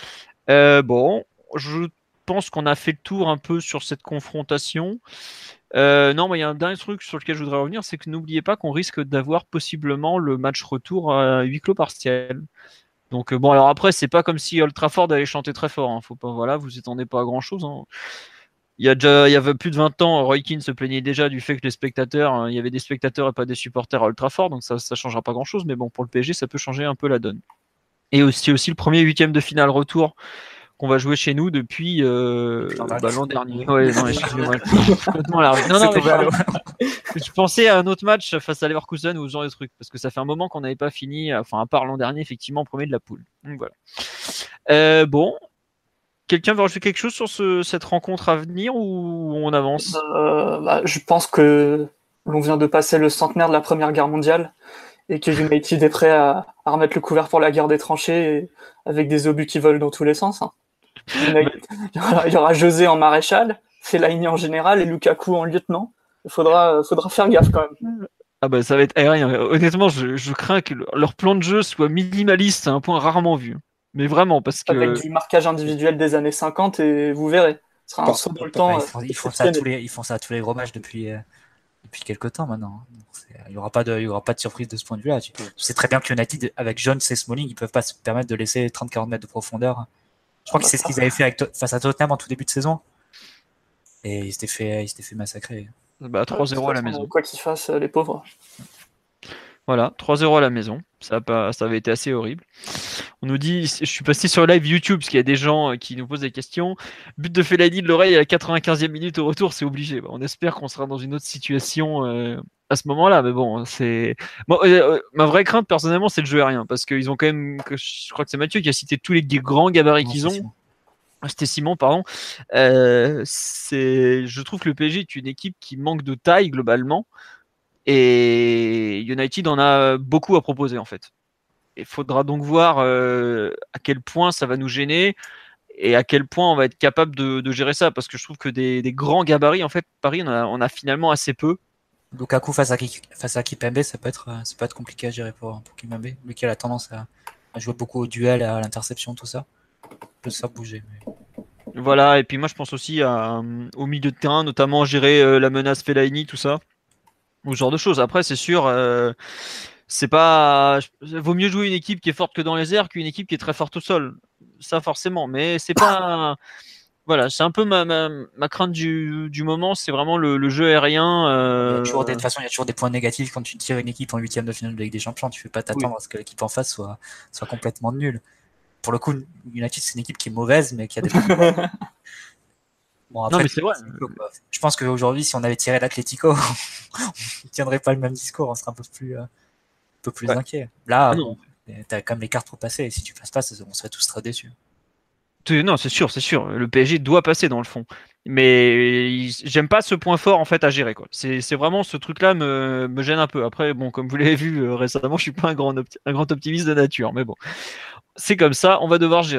Euh, bon, je pense qu'on a fait le tour un peu sur cette confrontation. Euh, non, mais il y a un dernier truc sur lequel je voudrais revenir, c'est que n'oubliez pas qu'on risque d'avoir possiblement le match retour à huis clos partiel. Donc bon, alors après, c'est pas comme si Old Trafford allait chanter très fort. Hein. Faut pas, voilà, vous attendez pas à grand chose. Hein. Il y a déjà, il y avait plus de vingt ans, Roy Keane se plaignait déjà du fait que les spectateurs, il y avait des spectateurs et pas des supporters à Old Trafford, donc ça, ça changera pas grand chose. Mais bon, pour le P S G, ça peut changer un peu la donne. Et aussi, aussi le premier huitième de finale retour qu'on va jouer chez nous depuis euh, bah, l'an dernier. Ouais, non, excusez-moi. non, non, mais je, je pensais à un autre match face à Leverkusen ou ce genre de trucs, parce que ça fait un moment qu'on n'avait pas fini, enfin à part l'an dernier, effectivement, premier de la poule. Donc voilà. Euh, bon, quelqu'un veut rajouter quelque chose sur ce, cette rencontre à venir ou on avance? euh, bah, Je pense que l'on vient de passer le centenaire de la Première Guerre mondiale et que United est prêt à, à remettre le couvert pour la guerre des tranchées et, avec des obus qui volent dans tous les sens. Hein. Il y aura, il y aura José en maréchal, Fellaini en général et Lukaku en lieutenant. Il faudra, faudra faire gaffe quand même. Ah bah ça va être aérien. Honnêtement, je, je crains que leur plan de jeu soit minimaliste à un point rarement vu. Mais vraiment, parce que... Avec du marquage individuel des années cinquante et vous verrez. Ce sera un saut dans le temps. Ils font, ils, font ça à tous les, ils font ça à tous les gros matchs depuis, euh, depuis quelques temps maintenant. Il n'y aura pas de, il y aura pas de surprise de ce point de vue-là. Tu, tu sais très bien que United, avec Jones et Smalling, ils peuvent pas se permettre de laisser trente à quarante mètres de profondeur. Je crois que c'est ce qu'ils avaient fait avec, face à Tottenham en tout début de saison. Et ils s'étaient fait, ils s'étaient fait massacrer. Bah, trois zéro à la maison. Quoi qu'ils fassent, les pauvres. Voilà, trois zéro à la maison. Ça, a pas, ça avait été assez horrible. On nous dit, je suis passé sur live YouTube parce qu'il y a des gens qui nous posent des questions. But de Fellaini de l'oreille à la quatre-vingt-quinzième minute au retour, c'est obligé. On espère qu'on sera dans une autre situation euh, à ce moment-là. Mais bon, c'est. Bon, euh, ma vraie crainte, personnellement, c'est le jeu aérien. Parce qu'ils ont quand même. Je crois que c'est Mathieu qui a cité tous les grands gabarits non, qu'ils ont. Simon. C'était Simon, pardon. Euh, c'est... Je trouve que le P S G est une équipe qui manque de taille globalement. Et United en a beaucoup à proposer en fait. Il faudra donc voir euh, à quel point ça va nous gêner et à quel point on va être capable de, de gérer ça, parce que je trouve que des, des grands gabarits, en fait, Paris, on a, on a finalement assez peu. Lukaku face à, face à Kipembe, ça peut être, ça peut être compliqué à gérer pour, pour Kipembe, lui qui a la tendance à, à jouer beaucoup au duel, à l'interception, tout ça. Peut ça bouger. Mais... Voilà, et puis moi je pense aussi à, au milieu de terrain, notamment gérer euh, la menace Fellaini, tout ça. Ou ce genre de choses. Après, c'est sûr, euh, c'est pas. Vaut mieux jouer une équipe qui est forte que dans les airs qu'une équipe qui est très forte au sol. Ça, forcément. Mais c'est pas. Voilà, c'est un peu ma, ma, ma crainte du, du moment, c'est vraiment le, le jeu aérien. Euh... Il y a toujours des, de toute façon, il y a toujours des points négatifs quand tu tires une équipe en huitième de finale de Ligue des Champions. Tu ne fais pas t'attendre oui. à ce que l'équipe en face soit, soit complètement nulle. Pour le coup, United, c'est une équipe qui est mauvaise, mais qui a des points. Bon, après, non, mais c'est vrai. Je pense qu'aujourd'hui, si on avait tiré l'Atlético, on ne tiendrait pas le même discours, on serait un peu plus, euh, un peu plus ouais. inquiet. Là, bon, tu as quand même les cartes pour passer, et si tu passes pas, on serait tous très déçus. Non, c'est sûr, c'est sûr. Le P S G doit passer dans le fond. Mais j'aime pas ce point fort en fait à gérer. Quoi. C'est, c'est vraiment ce truc-là me, me gêne un peu. Après, bon, comme vous l'avez vu euh, récemment, je suis pas un grand, opti- un grand optimiste de nature. Mais bon, c'est comme ça, on va devoir gérer.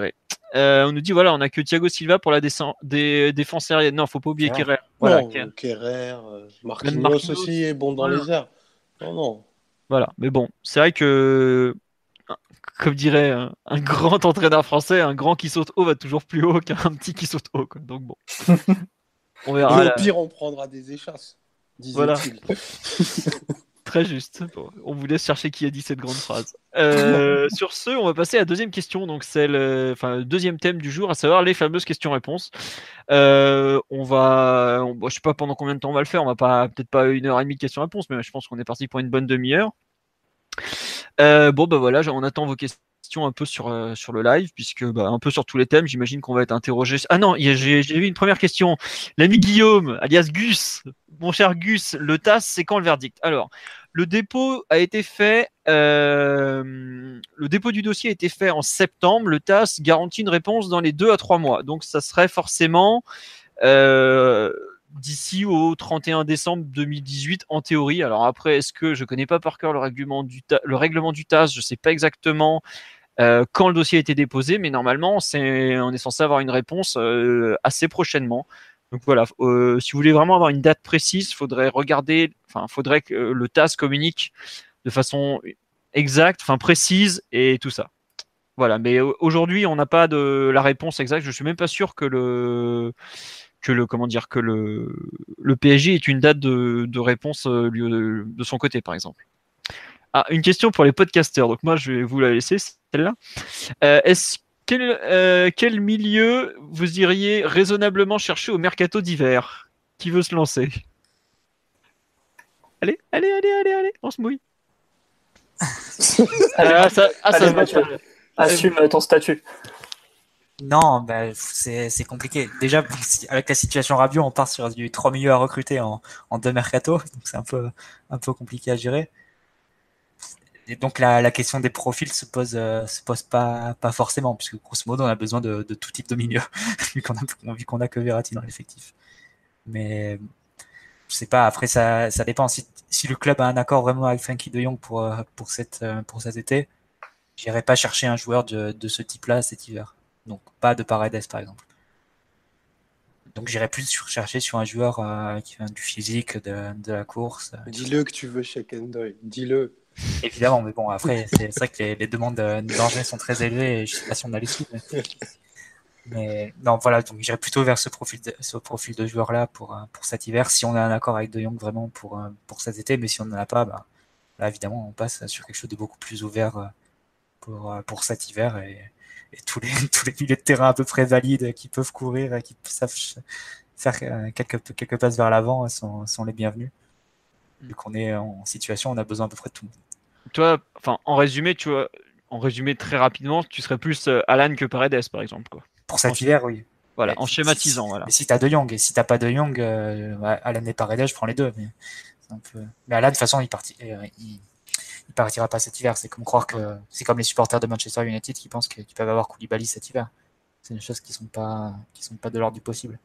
Euh, on nous dit voilà, on a que Thiago Silva pour la descen- des défense aérienne. Non, faut pas oublier Kerrer. Kerrer. Voilà, non, Kerrer. Kerrer, euh, Marquinhos, Marquinhos, aussi est bon dans voilà. les airs. Non, non. Voilà, mais bon, c'est vrai que, comme dirait un, un grand entraîneur français, un grand qui saute haut va toujours plus haut qu'un petit qui saute haut, quoi. Donc bon, on Et verra. au là. pire, on prendra des échasses, disait-il. Très juste. Bon, on vous laisse chercher qui a dit cette grande phrase. Euh, sur ce, on va passer à la deuxième question, donc celle, euh, enfin, le deuxième thème du jour, à savoir les fameuses questions-réponses. Euh, on va, on, bon, je sais pas pendant combien de temps on va le faire. On va pas, peut-être pas une heure et demie de questions-réponses, mais je pense qu'on est parti pour une bonne demi-heure. Euh, bon, bah voilà, on attend vos questions un peu sur, euh, sur le live, puisque bah, un peu sur tous les thèmes, j'imagine qu'on va être interrogé. Ah non, y a- j'ai j'ai vu une première question. L'ami Guillaume, alias Gus, mon cher Gus, le T A S, c'est quand le verdict? Alors, le dépôt a été fait, euh, le dépôt du dossier a été fait en septembre. Le T A S garantit une réponse dans les deux à trois mois. Donc, ça serait forcément euh, d'ici au trente et un décembre deux mille dix-huit en théorie. Alors après, est-ce que je connais pas par cœur le règlement du, ta- le règlement du T A S? Je sais pas exactement euh, quand le dossier a été déposé, mais normalement, c'est, on est censé avoir une réponse euh, assez prochainement. Donc voilà, euh, si vous voulez vraiment avoir une date précise, faudrait regarder, enfin, faudrait que le T A S communique de façon exacte, enfin précise et tout ça. Voilà, mais aujourd'hui, on n'a pas de la réponse exacte. Je suis même pas sûr que le que le comment dire que le le P S G ait une date de, de réponse euh, de, de son côté, par exemple. Ah, une question pour les podcasteurs. Donc moi, je vais vous la laisser celle-là. Euh, est-ce quel euh, quel milieu vous iriez raisonnablement chercher au mercato d'hiver? Qui veut se lancer? Allez, allez, allez, allez, allez, on se mouille. Allez, Ah, ça, ah, ça allez, se Mathieu, voit. assume ton statut. Non, bah, c'est c'est compliqué. Déjà, si- avec la situation Rabiot, on part sur du trois milieux à recruter en, en deux mercato, donc c'est un peu un peu compliqué à gérer. Et donc la, la question des profils se pose euh, se pose pas pas forcément, puisque grosso modo on a besoin de, de tout type de milieu vu qu'on a vu qu'on a que Verratti dans l'effectif. Mais je sais pas. Après ça ça dépend. Si si le club a un accord vraiment avec Frenkie de Jong pour euh, pour cette euh, pour cet été, j'irai pas chercher un joueur de de ce type-là cet hiver. Donc pas de Paredes par exemple. Donc j'irai plus sur, chercher sur un joueur euh, qui a du physique, de, de la course. euh, Dis-le que tu veux chez Kendoy, dis-le. Évidemment, mais bon, après, c'est c'est vrai que les, les demandes de- d'engrais sont très élevées et je sais pas si on a les sous. Mais, mais non, voilà, donc j'irai plutôt vers ce profil de, ce profil de joueur-là pour, euh, pour cet hiver, si on a un accord avec De Jong vraiment pour, euh, pour cet été, mais si on n'en a pas, bah, là, évidemment, on passe sur quelque chose de beaucoup plus ouvert euh, pour, euh, pour cet hiver et, et tous les, tous les milieux de terrain à peu près valides qui peuvent courir et qui savent faire euh, quelques, quelques passes vers l'avant sont, sont les bienvenus. Vu qu'on est en situation, on a besoin à peu près de tout. Toi, enfin, en résumé, tu vois, en résumé très rapidement, tu serais plus euh, Alan que Paredes, par exemple, quoi. Pour cet hiver, oui. Voilà, Et en si- schématisant, si, voilà. Mais si t'as De Jong, et si t'as pas De Jong, euh, ouais, Alan et Paredes, je prends les deux. Mais, c'est un peu... mais Alan, de toute façon, il, parti... euh, il... il partira pas cet hiver. C'est comme croire que c'est comme les supporters de Manchester United qui pensent qu'ils peuvent avoir Koulibaly cet hiver. C'est des choses qui sont pas qui sont pas de l'ordre du possible.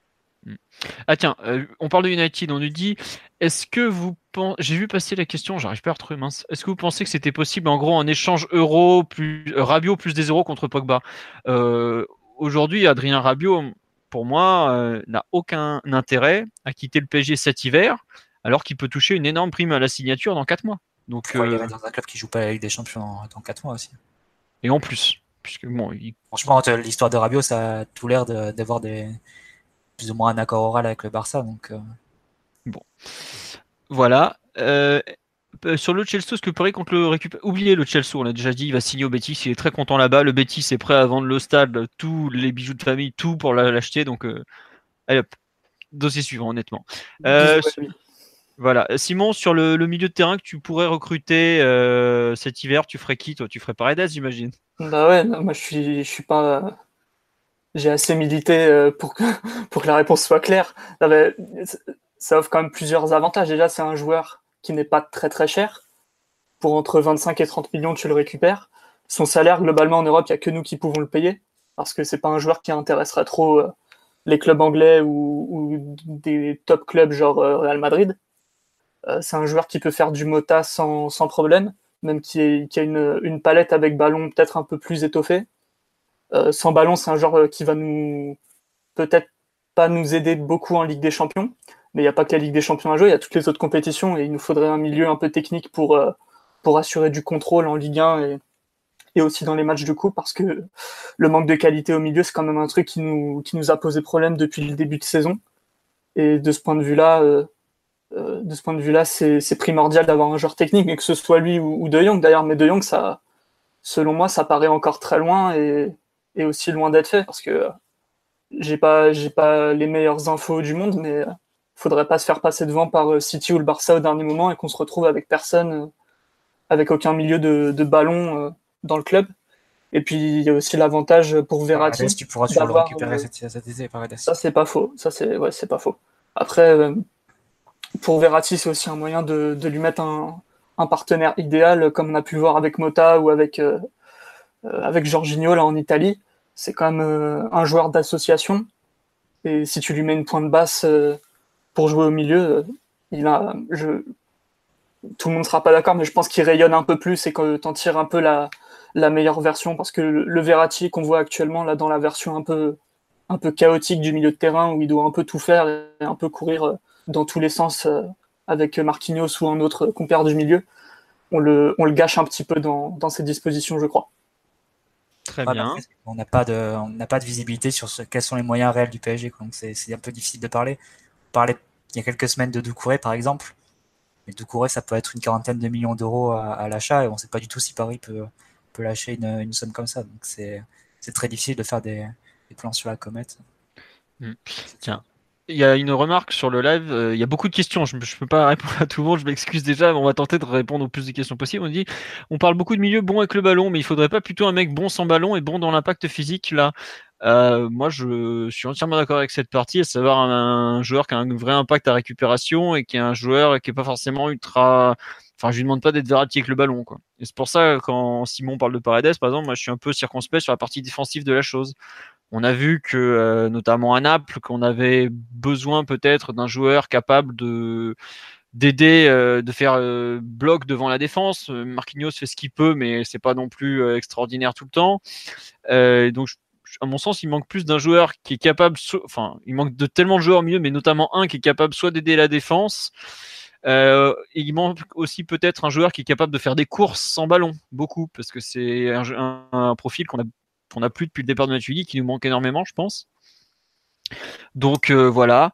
Ah tiens, euh, on parle de United, on nous dit, est-ce que vous pensez, j'ai vu passer la question, j'arrive pas à retrouver, mince, est-ce que vous pensez que c'était possible en gros en échange euro plus euh, Rabiot plus des euros contre Pogba? euh, Aujourd'hui, Adrien Rabiot, pour moi, euh, n'a aucun intérêt à quitter le P S G cet hiver, alors qu'il peut toucher une énorme prime à la signature dans quatre mois. Donc, Pourquoi euh, il irait dans un club qui joue pas la Ligue des Champions dans, dans quatre mois aussi? et en plus, puisque bon, il... Franchement, l'histoire de Rabiot, ça a tout l'air de, d'avoir des plus ou moins un accord oral avec le Barça, donc. Euh... Bon, voilà. Euh, sur le Chelsea, est-ce que Paris contre le récupère? Oubliez le Chelsea, on l'a déjà dit, il va signer au Betis, il est très content là-bas. Le Betis est prêt à vendre le stade, tous les bijoux de famille, tout pour l'acheter. Donc, euh, allez hop, dossier suivant, honnêtement. Euh, Bisous à lui. voilà. Simon, sur le, le, milieu de terrain que tu pourrais recruter euh, cet hiver, tu ferais qui, toi? Tu ferais Paredes, j'imagine? Bah ouais, non, moi je suis, je suis pas. J'ai assez milité pour que, pour que la réponse soit claire. Non, mais ça offre quand même plusieurs avantages. Déjà, c'est un joueur qui n'est pas très très cher. Pour entre vingt-cinq et trente millions, tu le récupères. Son salaire, globalement, en Europe, il n'y a que nous qui pouvons le payer. Parce que c'est pas un joueur qui intéresserait trop les clubs anglais ou, ou des top clubs genre Real Madrid. C'est un joueur qui peut faire du Mota sans, sans problème, même qui, est, qui a une, une palette avec ballon peut-être un peu plus étoffée. Euh, sans ballon, c'est un joueur qui va nous peut-être pas nous aider beaucoup en Ligue des Champions, mais il n'y a pas que la Ligue des Champions à jouer, il y a toutes les autres compétitions et il nous faudrait un milieu un peu technique pour, euh, pour assurer du contrôle en Ligue un et, et aussi dans les matchs de coupe, parce que le manque de qualité au milieu, c'est quand même un truc qui nous, qui nous a posé problème depuis le début de saison. Et de ce point de vue-là, euh, euh, de ce point de vue-là, c'est, c'est primordial d'avoir un joueur technique, mais que ce soit lui ou, ou De Jong d'ailleurs. Mais De Jong, ça, selon moi, ça paraît encore très loin et, et aussi loin d'être fait, parce que j'ai pas, j'ai pas les meilleures infos du monde, mais euh, faudrait pas se faire passer devant par euh, City ou le Barça au dernier moment et qu'on se retrouve avec personne, euh, avec aucun milieu de, de ballon euh, dans le club. Et puis il y a aussi l'avantage pour Verratti. Paredes, tu pourras toujours le d'avoir, récupérer euh, cet, cet été, Paredes. Ça c'est pas faux. Ça c'est, ouais, c'est pas faux. Après, euh, pour Verratti, c'est aussi un moyen de, de lui mettre un, un partenaire idéal, comme on a pu le voir avec Motta ou avec euh, euh, avec Jorginho là en Italie. C'est quand même euh, un joueur d'association. Et si tu lui mets une pointe basse euh, pour jouer au milieu, euh, il a, je, tout le monde ne sera pas d'accord, mais je pense qu'il rayonne un peu plus et que t'en tires un peu la, la meilleure version, parce que le, le Verratti qu'on voit actuellement là dans la version un peu, un peu chaotique du milieu de terrain, où il doit un peu tout faire et un peu courir euh, dans tous les sens euh, avec Marquinhos ou un autre compère du milieu, on le, on le gâche un petit peu dans, dans ses dispositions, je crois. Très Ouais, bien. après, on n'a pas de, on n'a pas de visibilité sur ce, quels sont les moyens réels du P S G, quoi. Donc c'est, c'est un peu difficile de parler. On parlait il y a quelques semaines de Doucouré, par exemple. Mais Doucouré, ça peut être une quarantaine de millions d'euros à, à l'achat et on ne sait pas du tout si Paris peut, peut lâcher une, une somme comme ça. Donc c'est, c'est très difficile de faire des, des plans sur la comète. Hmm. Tiens, il y a une remarque sur le live. euh, Il y a beaucoup de questions. Je ne peux pas répondre à tout le monde. Je m'excuse déjà. Mais on va tenter de répondre au plus de questions possibles. On dit, on parle beaucoup de milieu bon avec le ballon, mais il faudrait pas plutôt un mec bon sans ballon et bon dans l'impact physique là. Euh, moi, je suis entièrement d'accord avec cette partie, à savoir un, un joueur qui a un vrai impact à récupération et qui est un joueur qui est pas forcément ultra. Enfin, je lui demande pas d'être Verratti avec le ballon, quoi. Et c'est pour ça, quand Simon parle de Paredes, par exemple, moi, je suis un peu circonspect sur la partie défensive de la chose. On a vu que, euh, notamment à Naples, qu'on avait besoin peut-être d'un joueur capable de d'aider, euh, de faire euh, bloc devant la défense. Marquinhos fait ce qu'il peut, mais c'est pas non plus euh, extraordinaire tout le temps. Euh, donc, je, à mon sens, il manque plus d'un joueur qui est capable, so- enfin, il manque de tellement de joueurs au milieu, mais notamment un qui est capable soit d'aider la défense. Euh, et il manque aussi peut-être un joueur qui est capable de faire des courses sans ballon, beaucoup, parce que c'est un, un, un profil qu'on a qu'on n'a plus depuis le départ de Matuidi, qui nous manque énormément, je pense. Donc euh, voilà.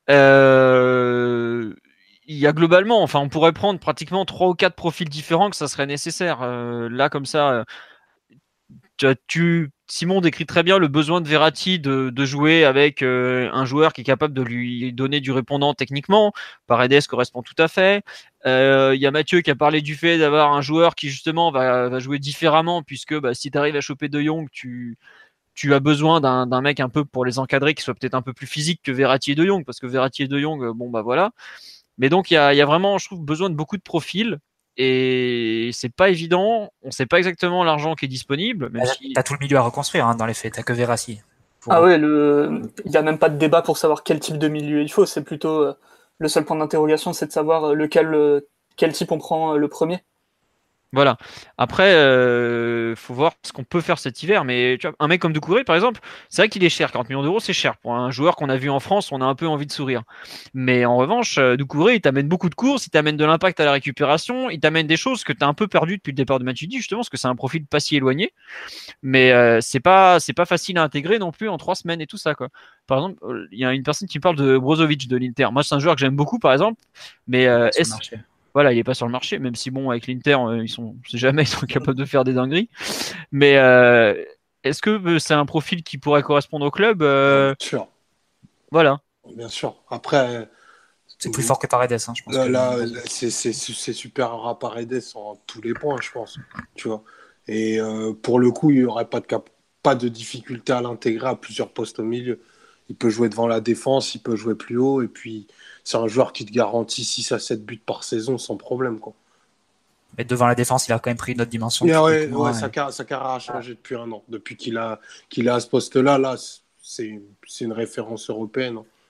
Euh, il y a globalement, enfin, on pourrait prendre pratiquement trois ou quatre profils différents que ça serait nécessaire. Euh, là, comme ça, tu, tu, Simon décrit très bien le besoin de Verratti de, de jouer avec euh, un joueur qui est capable de lui donner du répondant techniquement. Paredes correspond tout à fait. Il euh, y a Mathieu qui a parlé du fait d'avoir un joueur qui justement va, va jouer différemment, puisque bah, si tu arrives à choper De Jong, tu, tu as besoin d'un, d'un mec un peu pour les encadrer qui soit peut-être un peu plus physique que Verratti et De Jong, parce que Verratti et De Jong, bon bah voilà. Mais donc il y a, y a vraiment, je trouve, besoin de beaucoup de profils. Et c'est pas évident, on sait pas exactement l'argent qui est disponible. Même Bah, si... T'as tout le milieu à reconstruire, hein, dans les faits, t'as que Verratti. Pour... Ah ouais, le... il n'y a même pas de débat pour savoir quel type de milieu il faut, c'est plutôt euh, le seul point d'interrogation, c'est de savoir lequel, euh, quel type on prend euh, le premier. Voilà. Après, euh, faut voir ce qu'on peut faire cet hiver. Mais tu vois, un mec comme Doucouré, par exemple, c'est vrai qu'il est cher. quarante millions d'euros, c'est cher. Pour un joueur qu'on a vu en France, on a un peu envie de sourire. Mais en revanche, euh, Doucouré, il t'amène beaucoup de courses, il t'amène de l'impact à la récupération, il t'amène des choses que tu as un peu perdues depuis le départ de Matuidi, justement, parce que c'est un profil pas si éloigné. Mais euh, c'est pas c'est pas facile à intégrer non plus en trois semaines et tout ça, quoi. Par exemple, il y a une personne qui me parle de Brozovic de l'Inter. Moi, c'est un joueur que j'aime beaucoup, par exemple. Mais euh, est-ce voilà, il est pas sur le marché, même si bon, avec l'Inter, euh, ils sont, on sait jamais, ils sont capables de faire des dingueries. Mais euh, est-ce que c'est un profil qui pourrait correspondre au club euh... Bien sûr. Voilà. Bien sûr. Après, c'est plus fort que Paredes, hein, je pense. Là, que là c'est, c'est, c'est super à Paredes en tous les points, je pense. Tu vois. Et euh, pour le coup, il n'y aurait pas de, cap- pas de difficulté à l'intégrer à plusieurs postes au milieu. Il peut jouer devant la défense, il peut jouer plus haut, et puis c'est un joueur qui te garantit six à sept buts par saison sans problème, quoi. Mais devant la défense, il a quand même pris une autre dimension. Yeah, ouais, ouais, sa, car- sa carrière a changé depuis un an. Depuis qu'il, a, qu'il est à ce poste-là, là, c'est, c'est une référence européenne.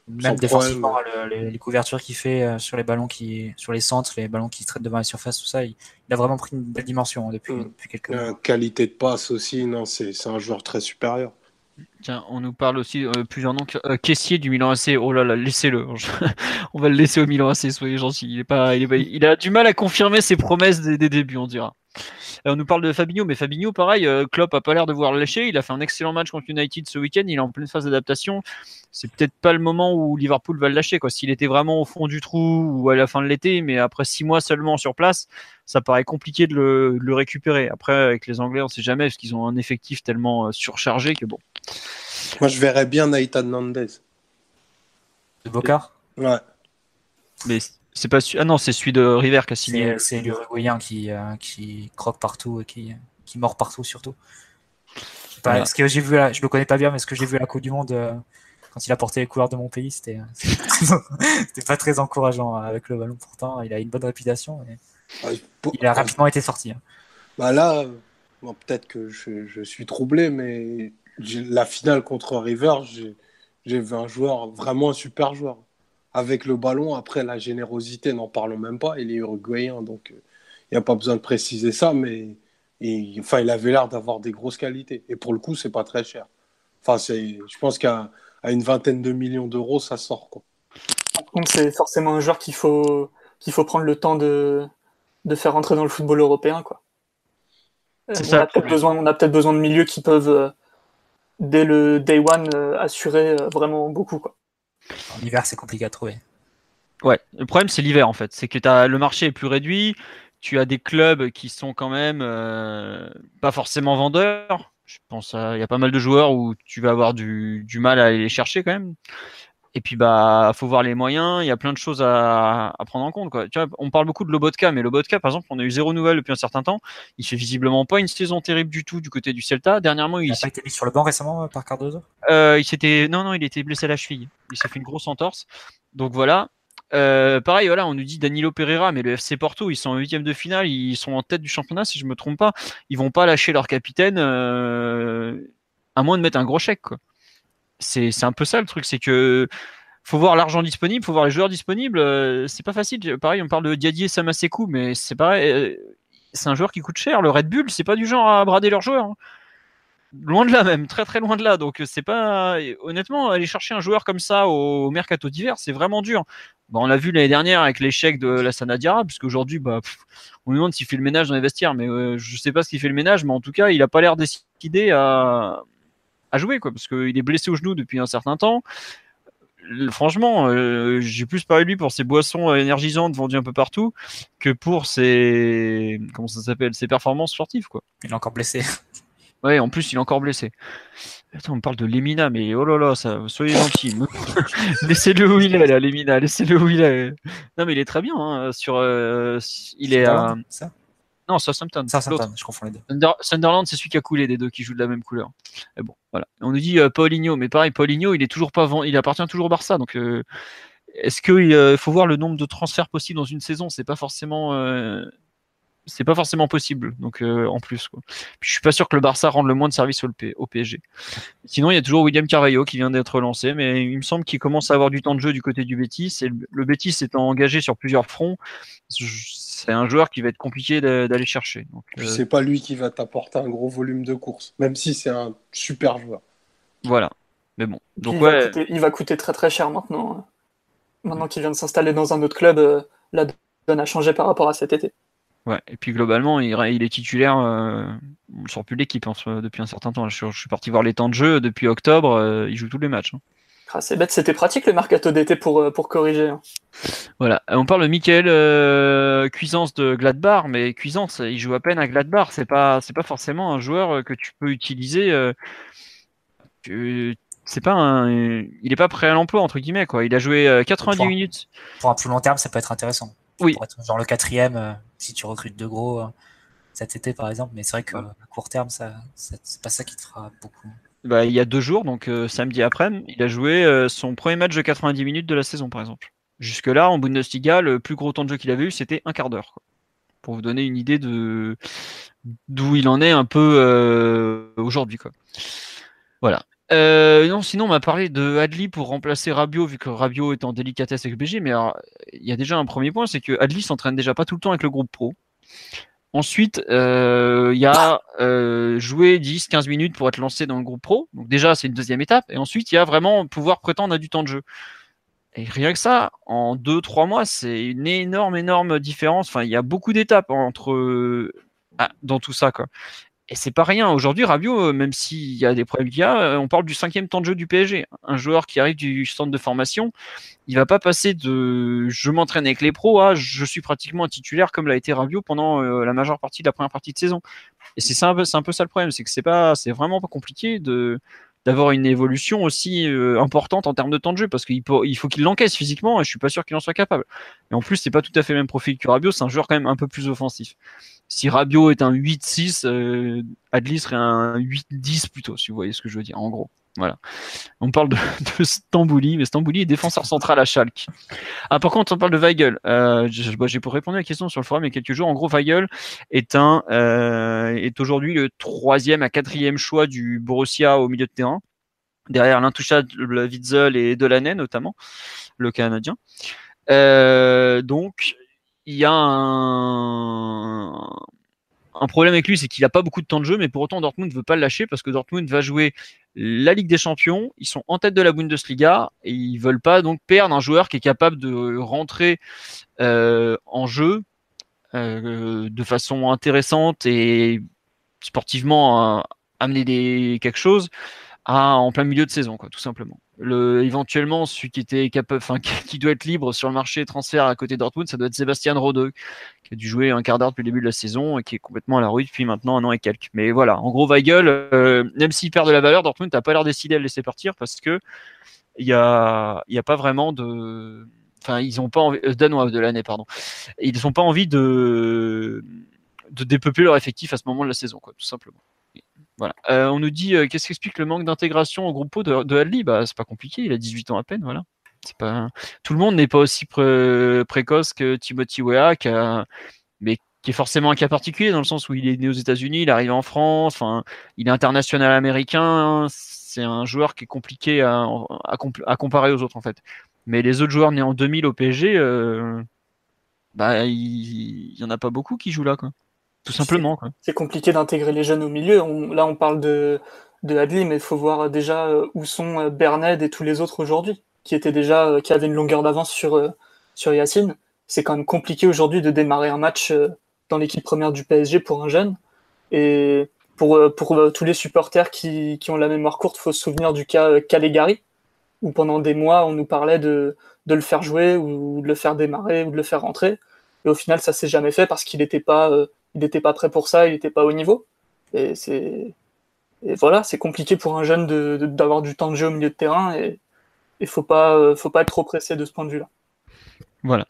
Même défensivement, le, les, les couvertures qu'il fait euh, sur les ballons qui, sur les centres, les ballons qui se traitent devant la surface, tout ça, il, il a vraiment pris une belle dimension hein, depuis, mmh. depuis quelques mois. Euh, qualité de passe aussi, non, c'est, c'est un joueur très supérieur. Tiens, on nous parle aussi euh, plusieurs noms. Euh, Caissier du Milan A C. Oh là là, laissez-le. On va le laisser au Milan A C. Soyez gentils. Il est pas, il est pas, il a du mal à confirmer ses promesses des, des débuts, on dira. Et on nous parle de Fabinho, mais Fabinho, pareil, euh, Klopp a pas l'air de vouloir le lâcher. Il a fait un excellent match contre United ce week-end. Il est en pleine phase d'adaptation. C'est peut-être pas le moment où Liverpool va le lâcher, quoi. S'il était vraiment au fond du trou ou à la fin de l'été, mais après six mois seulement sur place, ça paraît compliqué de le, de le récupérer. Après, avec les Anglais, on sait jamais parce qu'ils ont un effectif tellement surchargé que bon. Moi, je verrais bien Nathan Nandez. De Boca ? Ouais. Mais c'est pas su... Ah non, c'est celui de River qui a signé. C'est, c'est l'Uruguayen qui, euh, qui croque partout et qui, qui mord partout surtout. Pas, voilà. Ce que j'ai vu, à, je le connais pas bien, mais ce que j'ai vu à la Coupe du Monde euh, quand il a porté les couleurs de mon pays, c'était, c'était, c'était pas très encourageant avec le ballon. Pourtant, il a une bonne réputation. Et ah, pour... Il a rapidement ah, été sorti. Hein. Bah là, bon, peut-être que je, je suis troublé, mais la finale contre River, j'ai, j'ai vu un joueur, vraiment un super joueur. Avec le ballon, après la générosité, n'en parlons même pas, il est uruguayen, donc il euh, n'y a pas besoin de préciser ça, mais et, enfin, il avait l'air d'avoir des grosses qualités. Et pour le coup, c'est pas très cher. Enfin, c'est, je pense qu'à à une vingtaine de millions d'euros, ça sort, quoi. Par contre, c'est forcément un joueur qu'il faut, qu'il faut prendre le temps de, de faire rentrer dans le football européen, quoi. C'est on, ça, a peut-être besoin, on a peut-être besoin de milieux qui peuvent, euh, dès le day one, euh, assurer euh, vraiment beaucoup, quoi. En hiver, c'est compliqué à trouver. Ouais, le problème, c'est l'hiver, en fait. C'est que t'as, le marché est plus réduit. Tu as des clubs qui sont quand même euh, pas forcément vendeurs. Je pense il y a pas mal de joueurs où tu vas avoir du, du mal à aller les chercher quand même. Et puis bah faut voir les moyens. Il y a plein de choses à, à prendre en compte, quoi. Tu vois, on parle beaucoup de Lobotka, mais Lobotka, par exemple, on a eu zéro nouvelle depuis un certain temps. Il fait visiblement pas une saison terrible du tout du côté du Celta. Dernièrement, il, il a pas été mis sur le banc récemment par Cardozo. Euh, il s'était non non, il était blessé à la cheville. Il s'est fait une grosse entorse. Donc voilà. Euh, pareil, voilà, on nous dit Danilo Pereira, mais le F C Porto, ils sont en huitième de finale, ils sont en tête du championnat, si je me trompe pas. Ils vont pas lâcher leur capitaine, euh, à moins de mettre un gros chèque, quoi. C'est, c'est un peu ça le truc, c'est que faut voir l'argent disponible, faut voir les joueurs disponibles. Euh, c'est pas facile. Pareil, on parle de Diadier Samasekou, mais c'est pareil, euh, c'est un joueur qui coûte cher. Le Red Bull, c'est pas du genre à brader leurs joueurs. Hein. Loin de là même, très très loin de là. Donc c'est pas, honnêtement, aller chercher un joueur comme ça au mercato d'hiver, c'est vraiment dur. Bah, on l'a vu l'année dernière avec l'échec de Lassana Diarra, parce qu'aujourd'hui, bah, pff, on nous demande s'il fait le ménage dans les vestiaires, mais euh, je sais pas s'il fait le ménage, mais en tout cas, il a pas l'air décidé à, à jouer, quoi, parce qu'il est blessé au genou depuis un certain temps. Franchement, euh, j'ai plus parlé de lui pour ses boissons énergisantes vendues un peu partout que pour ses, comment ça s'appelle, ses performances sportives, quoi. Il est encore blessé. Ouais, en plus, il est encore blessé. Attends, on parle de Lemina, mais oh là là, ça, soyez gentils. laissez-le où il est, là, Lemina, laissez-le où il est. Non, mais il est très bien. Hein, sur, euh, il est à. Euh... Ça non, Southampton. Southampton, je confonds les deux. Thunder... Sunderland, c'est celui qui a coulé des deux qui jouent de la même couleur. Et bon, voilà. On nous dit euh, Paulinho, mais pareil, Paulinho, il est toujours pas vend... il appartient toujours au Barça. Donc, euh, est-ce qu'il euh, faut voir le nombre de transferts possibles dans une saison? C'est pas forcément. Euh... C'est pas forcément possible, donc euh, en plus. Quoi. Puis je suis pas sûr que le Barça rende le moins de service au, P- au P S G. Sinon, il y a toujours William Carvalho qui vient d'être lancé, mais il me semble qu'il commence à avoir du temps de jeu du côté du Betis. Et le Betis étant engagé sur plusieurs fronts, c'est un joueur qui va être compliqué d'aller chercher. Donc, euh... c'est pas lui qui va t'apporter un gros volume de course, même si c'est un super joueur. Voilà. Mais bon. Donc il, ouais. va coûter, il va coûter très très cher maintenant. Maintenant qu'il vient de s'installer dans un autre club, euh, la donne a changé par rapport à cet été. Ouais, et puis globalement, il, il est titulaire, euh, on ne sort plus de l'équipe hein, depuis un certain temps. Je, je suis parti voir les temps de jeu depuis octobre, euh, il joue tous les matchs. Hein. Ah, c'est bête, c'était pratique le mercato d'été pour, pour corriger. Hein. Voilà, on parle de Michael euh, Cuisance de Gladbach, mais Cuisance, il joue à peine à Gladbach, c'est pas, c'est pas forcément un joueur que tu peux utiliser. Euh, que, c'est pas un, il est pas prêt à l'emploi entre guillemets quoi. Il a joué euh, quatre-vingt-dix pour, minutes. Pour un plus long terme, ça peut être intéressant. Oui. Pour être genre le quatrième, euh, si tu recrutes de gros euh, cet été par exemple, mais c'est vrai que ouais. euh, à court terme, ça, ça, c'est pas ça qui te fera beaucoup. Bah, il y a deux jours, donc euh, samedi après, il a joué euh, son premier match de quatre-vingt-dix minutes de la saison par exemple. Jusque-là, en Bundesliga, le plus gros temps de jeu qu'il avait eu, c'était un quart d'heure. Quoi. Pour vous donner une idée de d'où il en est un peu euh, aujourd'hui, quoi. Voilà. Euh, non, sinon on m'a parlé de Adli pour remplacer Rabiot, vu que Rabiot est en délicatesse avec le P S G, mais il y a déjà un premier point, c'est que Adli s'entraîne déjà pas tout le temps avec le groupe pro. Ensuite, il euh, y a euh, jouer dix quinze minutes pour être lancé dans le groupe pro. Donc déjà, c'est une deuxième étape. Et ensuite, il y a vraiment pouvoir prétendre à du temps de jeu. Et rien que ça, en deux trois mois, c'est une énorme, énorme différence. Enfin, il y a beaucoup d'étapes entre ah, dans tout ça, quoi. Et c'est pas rien. Aujourd'hui, Rabiot, même s'il y a des problèmes qu'il y a, on parle du cinquième temps de jeu du P S G. Un joueur qui arrive du centre de formation, il va pas passer de je m'entraîne avec les pros à je suis pratiquement un titulaire comme l'a été Rabiot pendant euh, la majeure partie de la première partie de saison. Et c'est ça, c'est un peu ça le problème, c'est que c'est pas, c'est vraiment pas compliqué de d'avoir une évolution aussi euh, importante en termes de temps de jeu parce qu'il faut, il faut qu'il l'encaisse physiquement et je suis pas sûr qu'il en soit capable. Et en plus, c'est pas tout à fait le même profil que Rabiot, c'est un joueur quand même un peu plus offensif. Si Rabiot est un huit six, euh, Adli serait un huit dix plutôt, si vous voyez ce que je veux dire, en gros. Voilà. On parle de, de Stambouli, mais Stambouli est défenseur central à Schalke. Ah, par contre, on parle de Weigl. Euh, j'ai bah, pour répondre à la question sur le forum il y a quelques jours. En gros, Weigl est un euh, est aujourd'hui le troisième à quatrième choix du Borussia au milieu de terrain, derrière l'intouchable Witzel et Delaney notamment, le Canadien. Euh, donc, il y a un un problème avec lui, c'est qu'il n'a pas beaucoup de temps de jeu, mais pour autant Dortmund ne veut pas le lâcher parce que Dortmund va jouer la Ligue des Champions, ils sont en tête de la Bundesliga et ils veulent pas donc perdre un joueur qui est capable de rentrer euh, en jeu euh, de façon intéressante et sportivement euh, amener des, quelque chose à, en plein milieu de saison, quoi, tout simplement. Le, éventuellement, celui qui était capable, enfin, qui doit être libre sur le marché transfert à côté de Dortmund, ça doit être Sébastien Rode, qui a dû jouer un quart d'heure depuis le début de la saison et qui est complètement à la rue depuis maintenant un an et quelques. Mais voilà, en gros, Weigl, euh, même s'il perd de la valeur, Dortmund n'a pas l'air décidé à le laisser partir parce que il y a, il y a pas vraiment de, enfin, ils ont pas envie, euh, danois de l'année, pardon, ils n'ont pas envie de, de dépeupler leur effectif à ce moment de la saison, quoi, tout simplement. Voilà. Euh, on nous dit euh, qu'est-ce qui explique le manque d'intégration au groupe pro de, de Adli. Bah, c'est pas compliqué, il a dix-huit ans à peine, voilà. C'est pas tout le monde n'est pas aussi pré- précoce que Timothy Weah, qui a... mais qui est forcément un cas particulier dans le sens où il est né aux États-Unis, il arrive en France, enfin, il est international américain. C'est un joueur qui est compliqué à, à, à comparer aux autres en fait. Mais les autres joueurs nés en deux mille au P S G, euh, bah, il... il y en a pas beaucoup qui jouent là, quoi. Tout simplement. Quoi. C'est compliqué d'intégrer les jeunes au milieu. On, là, on parle de, de Adli, mais il faut voir déjà où sont Berned et tous les autres aujourd'hui, qui étaient déjà, qui avaient une longueur d'avance sur, sur Yacine. C'est quand même compliqué aujourd'hui de démarrer un match dans l'équipe première du P S G pour un jeune. Et pour, pour tous les supporters qui, qui ont la mémoire courte, il faut se souvenir du cas Calegari, où pendant des mois, on nous parlait de, de le faire jouer ou de le faire démarrer ou de le faire rentrer. Et au final, ça s'est jamais fait parce qu'il n'était pas, euh, il n'était pas prêt pour ça, il n'était pas au niveau. Et c'est, et voilà, c'est compliqué pour un jeune de, de, d'avoir du temps de jeu au milieu de terrain et il faut pas, euh, faut pas être trop pressé de ce point de vue-là. Voilà.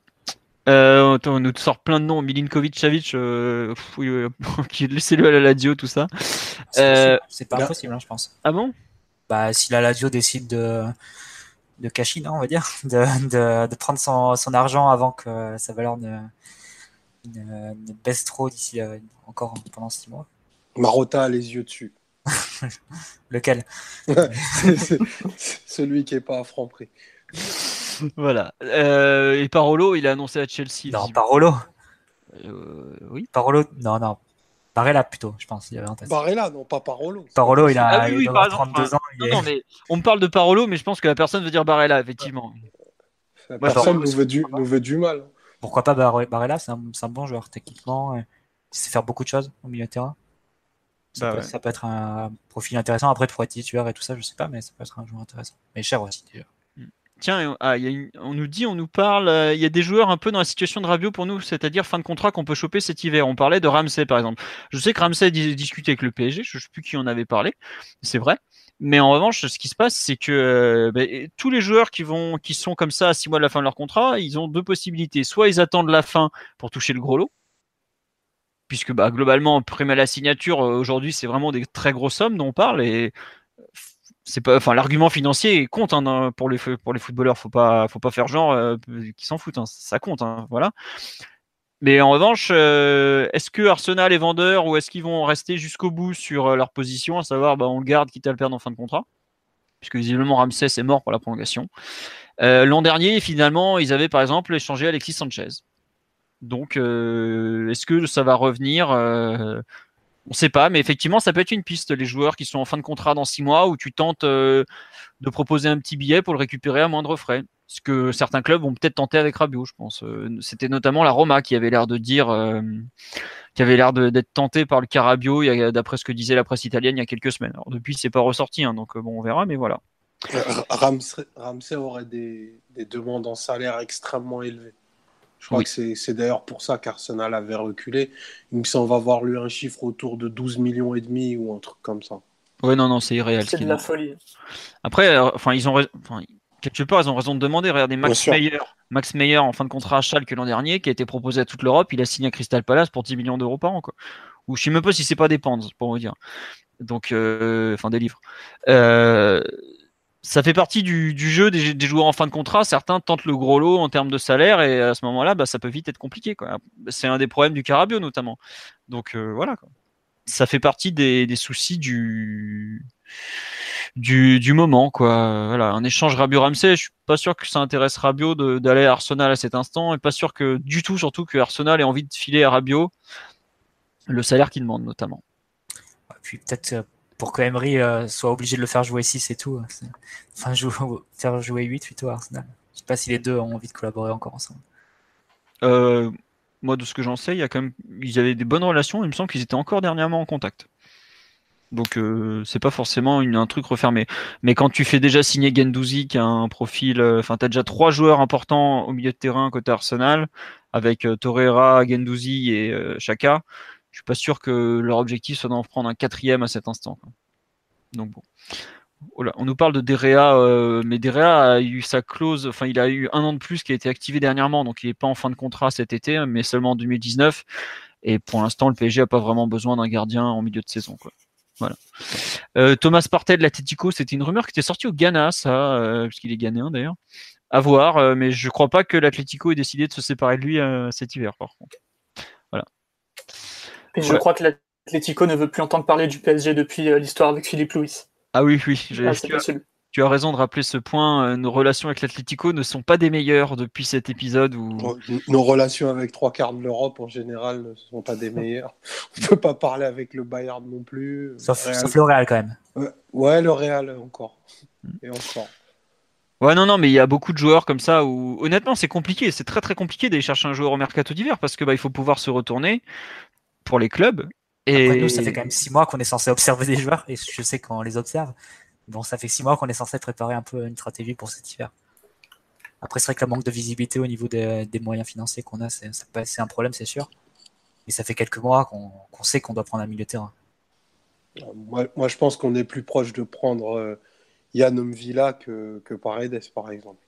Euh, on nous sort plein de noms, Milinkovic-Savic, euh, oui, euh, laissez-le à la Lazio, tout ça. C'est, euh, c'est pas impossible, hein, je pense. Ah bon? Bah, si la Lazio décide de, de cash in, on va dire, de, de, de prendre son, son argent avant que sa valeur ne, ne, ne baisse trop d'ici euh, encore pendant six mois. Marotta a les yeux dessus. Lequel? c'est, c'est, c'est celui qui est pas à franc prix. Voilà. Euh, et Parolo, il a annoncé à Chelsea. Non, Parolo. Euh, oui. Parolo, non, non. Barella plutôt, je pense. Il y avait un test. Barella, non, pas Parolo. Parolo, il a, ah, oui, oui, il a trente-deux ans. Non, est... non, mais on me parle de Parolo, mais je pense que la personne veut dire Barella, effectivement. La Moi, personne nous veut, du, nous veut du mal. Pourquoi pas Barella? C'est un, c'est un bon joueur, techniquement. Il sait faire beaucoup de choses au milieu de terrain. Ça, bah peut, ouais. ça peut être un profil intéressant. Après, pour être titulaire et tout ça, je sais pas, mais ça peut être un joueur intéressant. Mais cher aussi, déjà. Tiens, ah, y a une, on nous dit, on nous parle, il euh, y a des joueurs un peu dans la situation de Rabiot pour nous, c'est-à-dire fin de contrat qu'on peut choper cet hiver. On parlait de Ramsey, par exemple. Je sais que Ramsey dis, discutait avec le P S G, je ne sais plus qui en avait parlé, c'est vrai. Mais en revanche, ce qui se passe, c'est que euh, bah, tous les joueurs qui vont, qui sont comme ça à six mois de la fin de leur contrat, ils ont deux possibilités. Soit ils attendent la fin pour toucher le gros lot, puisque bah, globalement, prime à la signature, aujourd'hui, c'est vraiment des très grosses sommes dont on parle, et c'est pas, enfin, l'argument financier compte hein, pour les pour les footballeurs. Faut pas, faut pas faire genre euh, qui s'en foutent. Hein, ça compte, hein, voilà. Mais en revanche, euh, est-ce que Arsenal est vendeur ou est-ce qu'ils vont rester jusqu'au bout sur leur position, à savoir, bah, on le garde quitte à le perdre en fin de contrat? puisque visiblement Ramsey est mort pour la prolongation. Euh, l'an dernier, finalement, ils avaient par exemple échangé Alexis Sanchez. Donc, euh, est-ce que ça va revenir euh, on ne sait pas, mais effectivement, ça peut être une piste, les joueurs qui sont en fin de contrat dans six mois, où tu tentes euh, de proposer un petit billet pour le récupérer à moindre frais. Ce que certains clubs vont peut-être tenter avec Rabiot, je pense. Euh, c'était notamment la Roma qui avait l'air de dire, euh, qui avait l'air de, d'être tenté par le cas Rabiot, il y a, d'après ce que disait la presse italienne il y a quelques semaines. Alors depuis, c'est pas ressorti, hein, donc bon, on verra, mais voilà. Ramsey, Ramsey aurait des, des demandes en salaire extrêmement élevées. Je crois oui. que c'est, c'est d'ailleurs pour ça qu'Arsenal avait reculé. Il me semble avoir lu un chiffre autour de douze millions et demi ou un truc comme ça. Ouais, non, non, c'est irréel. C'est de la folie. Après, euh, enfin, ils ont, enfin, quelque part, ils ont raison de demander. Regardez Max Meyer, Max Meyer en fin de contrat à Schalke l'an dernier, qui a été proposé à toute l'Europe. Il a signé à Crystal Palace pour dix millions d'euros par an, quoi. Ou je sais même pas si c'est pas des pounds, pour vous dire. Donc, euh, enfin, des livres. Euh, Ça fait partie du, du jeu des, des joueurs en fin de contrat. Certains tentent le gros lot en termes de salaire et à ce moment-là, bah, ça peut vite être compliqué, quoi. C'est un des problèmes du cas Rabiot notamment. Donc euh, voilà, quoi. Ça fait partie des, des soucis du, du, du moment, quoi. Voilà, un échange Rabiot-Ramsey, je suis pas sûr que ça intéresse Rabiot de, d'aller à Arsenal à cet instant, et pas sûr que du tout, surtout que Arsenal ait envie de filer à Rabiot le salaire qu'il demande notamment. Et puis peut-être euh... pour que Emery euh, soit obligé de le faire jouer six et tout. C'est... Enfin, jouer, faire jouer huit plutôt à Arsenal. Je sais pas si les deux ont envie de collaborer encore ensemble. Euh, moi, de ce que j'en sais, il y a quand même, ils avaient des bonnes relations. Il me semble qu'ils étaient encore dernièrement en contact. Donc, euh, c'est pas forcément une, un truc refermé. Mais quand tu fais déjà signer Guendouzi, qui a un profil, enfin, euh, t'as déjà trois joueurs importants au milieu de terrain côté Arsenal, avec euh, Torreira, Guendouzi et euh, Xhaka. Je suis pas sûr que leur objectif soit d'en prendre un quatrième à cet instant, quoi. Donc bon. Oh là, on nous parle de Derea, euh, mais Derea a eu sa clause, enfin il a eu un an de plus qui a été activé dernièrement, donc il n'est pas en fin de contrat cet été, mais seulement en deux mille dix-neuf. Et pour l'instant, le P S G n'a pas vraiment besoin d'un gardien en milieu de saison, quoi. Voilà. Euh, Thomas Partey de l'Atlético, c'était une rumeur qui était sortie au Ghana, ça, euh, parce qu'il est ghanéen d'ailleurs. À voir, euh, mais je crois pas que l'Atlético ait décidé de se séparer de lui euh, cet hiver, par contre. Voilà. Et je ouais. crois que l'Atlético ne veut plus entendre parler du P S G depuis euh, l'histoire avec Philippe Louis. Ah oui, oui. Ah, c'est tu, possible. as, tu as raison de rappeler ce point. Euh, nos relations avec l'Atlético ne sont pas des meilleures depuis cet épisode. Où... Nos relations avec trois quarts de l'Europe, en général, ne sont pas des meilleures. On ne peut pas parler avec le Bayern non plus. Sauf, sauf le Real, quand même. Ouais, ouais, le Real, encore. Et encore. Ouais, non, non, mais il y a beaucoup de joueurs comme ça où, honnêtement, c'est compliqué. C'est très, très compliqué d'aller chercher un joueur au mercato d'hiver parce que bah, il faut pouvoir se retourner pour les clubs. Et... Après, nous, ça fait quand même six mois qu'on est censé observer des joueurs, et je sais qu'on les observe. Bon, ça fait six mois qu'on est censé préparer un peu une stratégie pour cet hiver. Après, c'est vrai que le manque de visibilité au niveau des, des moyens financiers qu'on a, c'est, c'est un problème, c'est sûr. Et ça fait quelques mois qu'on, qu'on sait qu'on doit prendre un milieu de terrain. Moi, moi, je pense qu'on est plus proche de prendre euh, Yann M'Vila que, que Paredes, par exemple.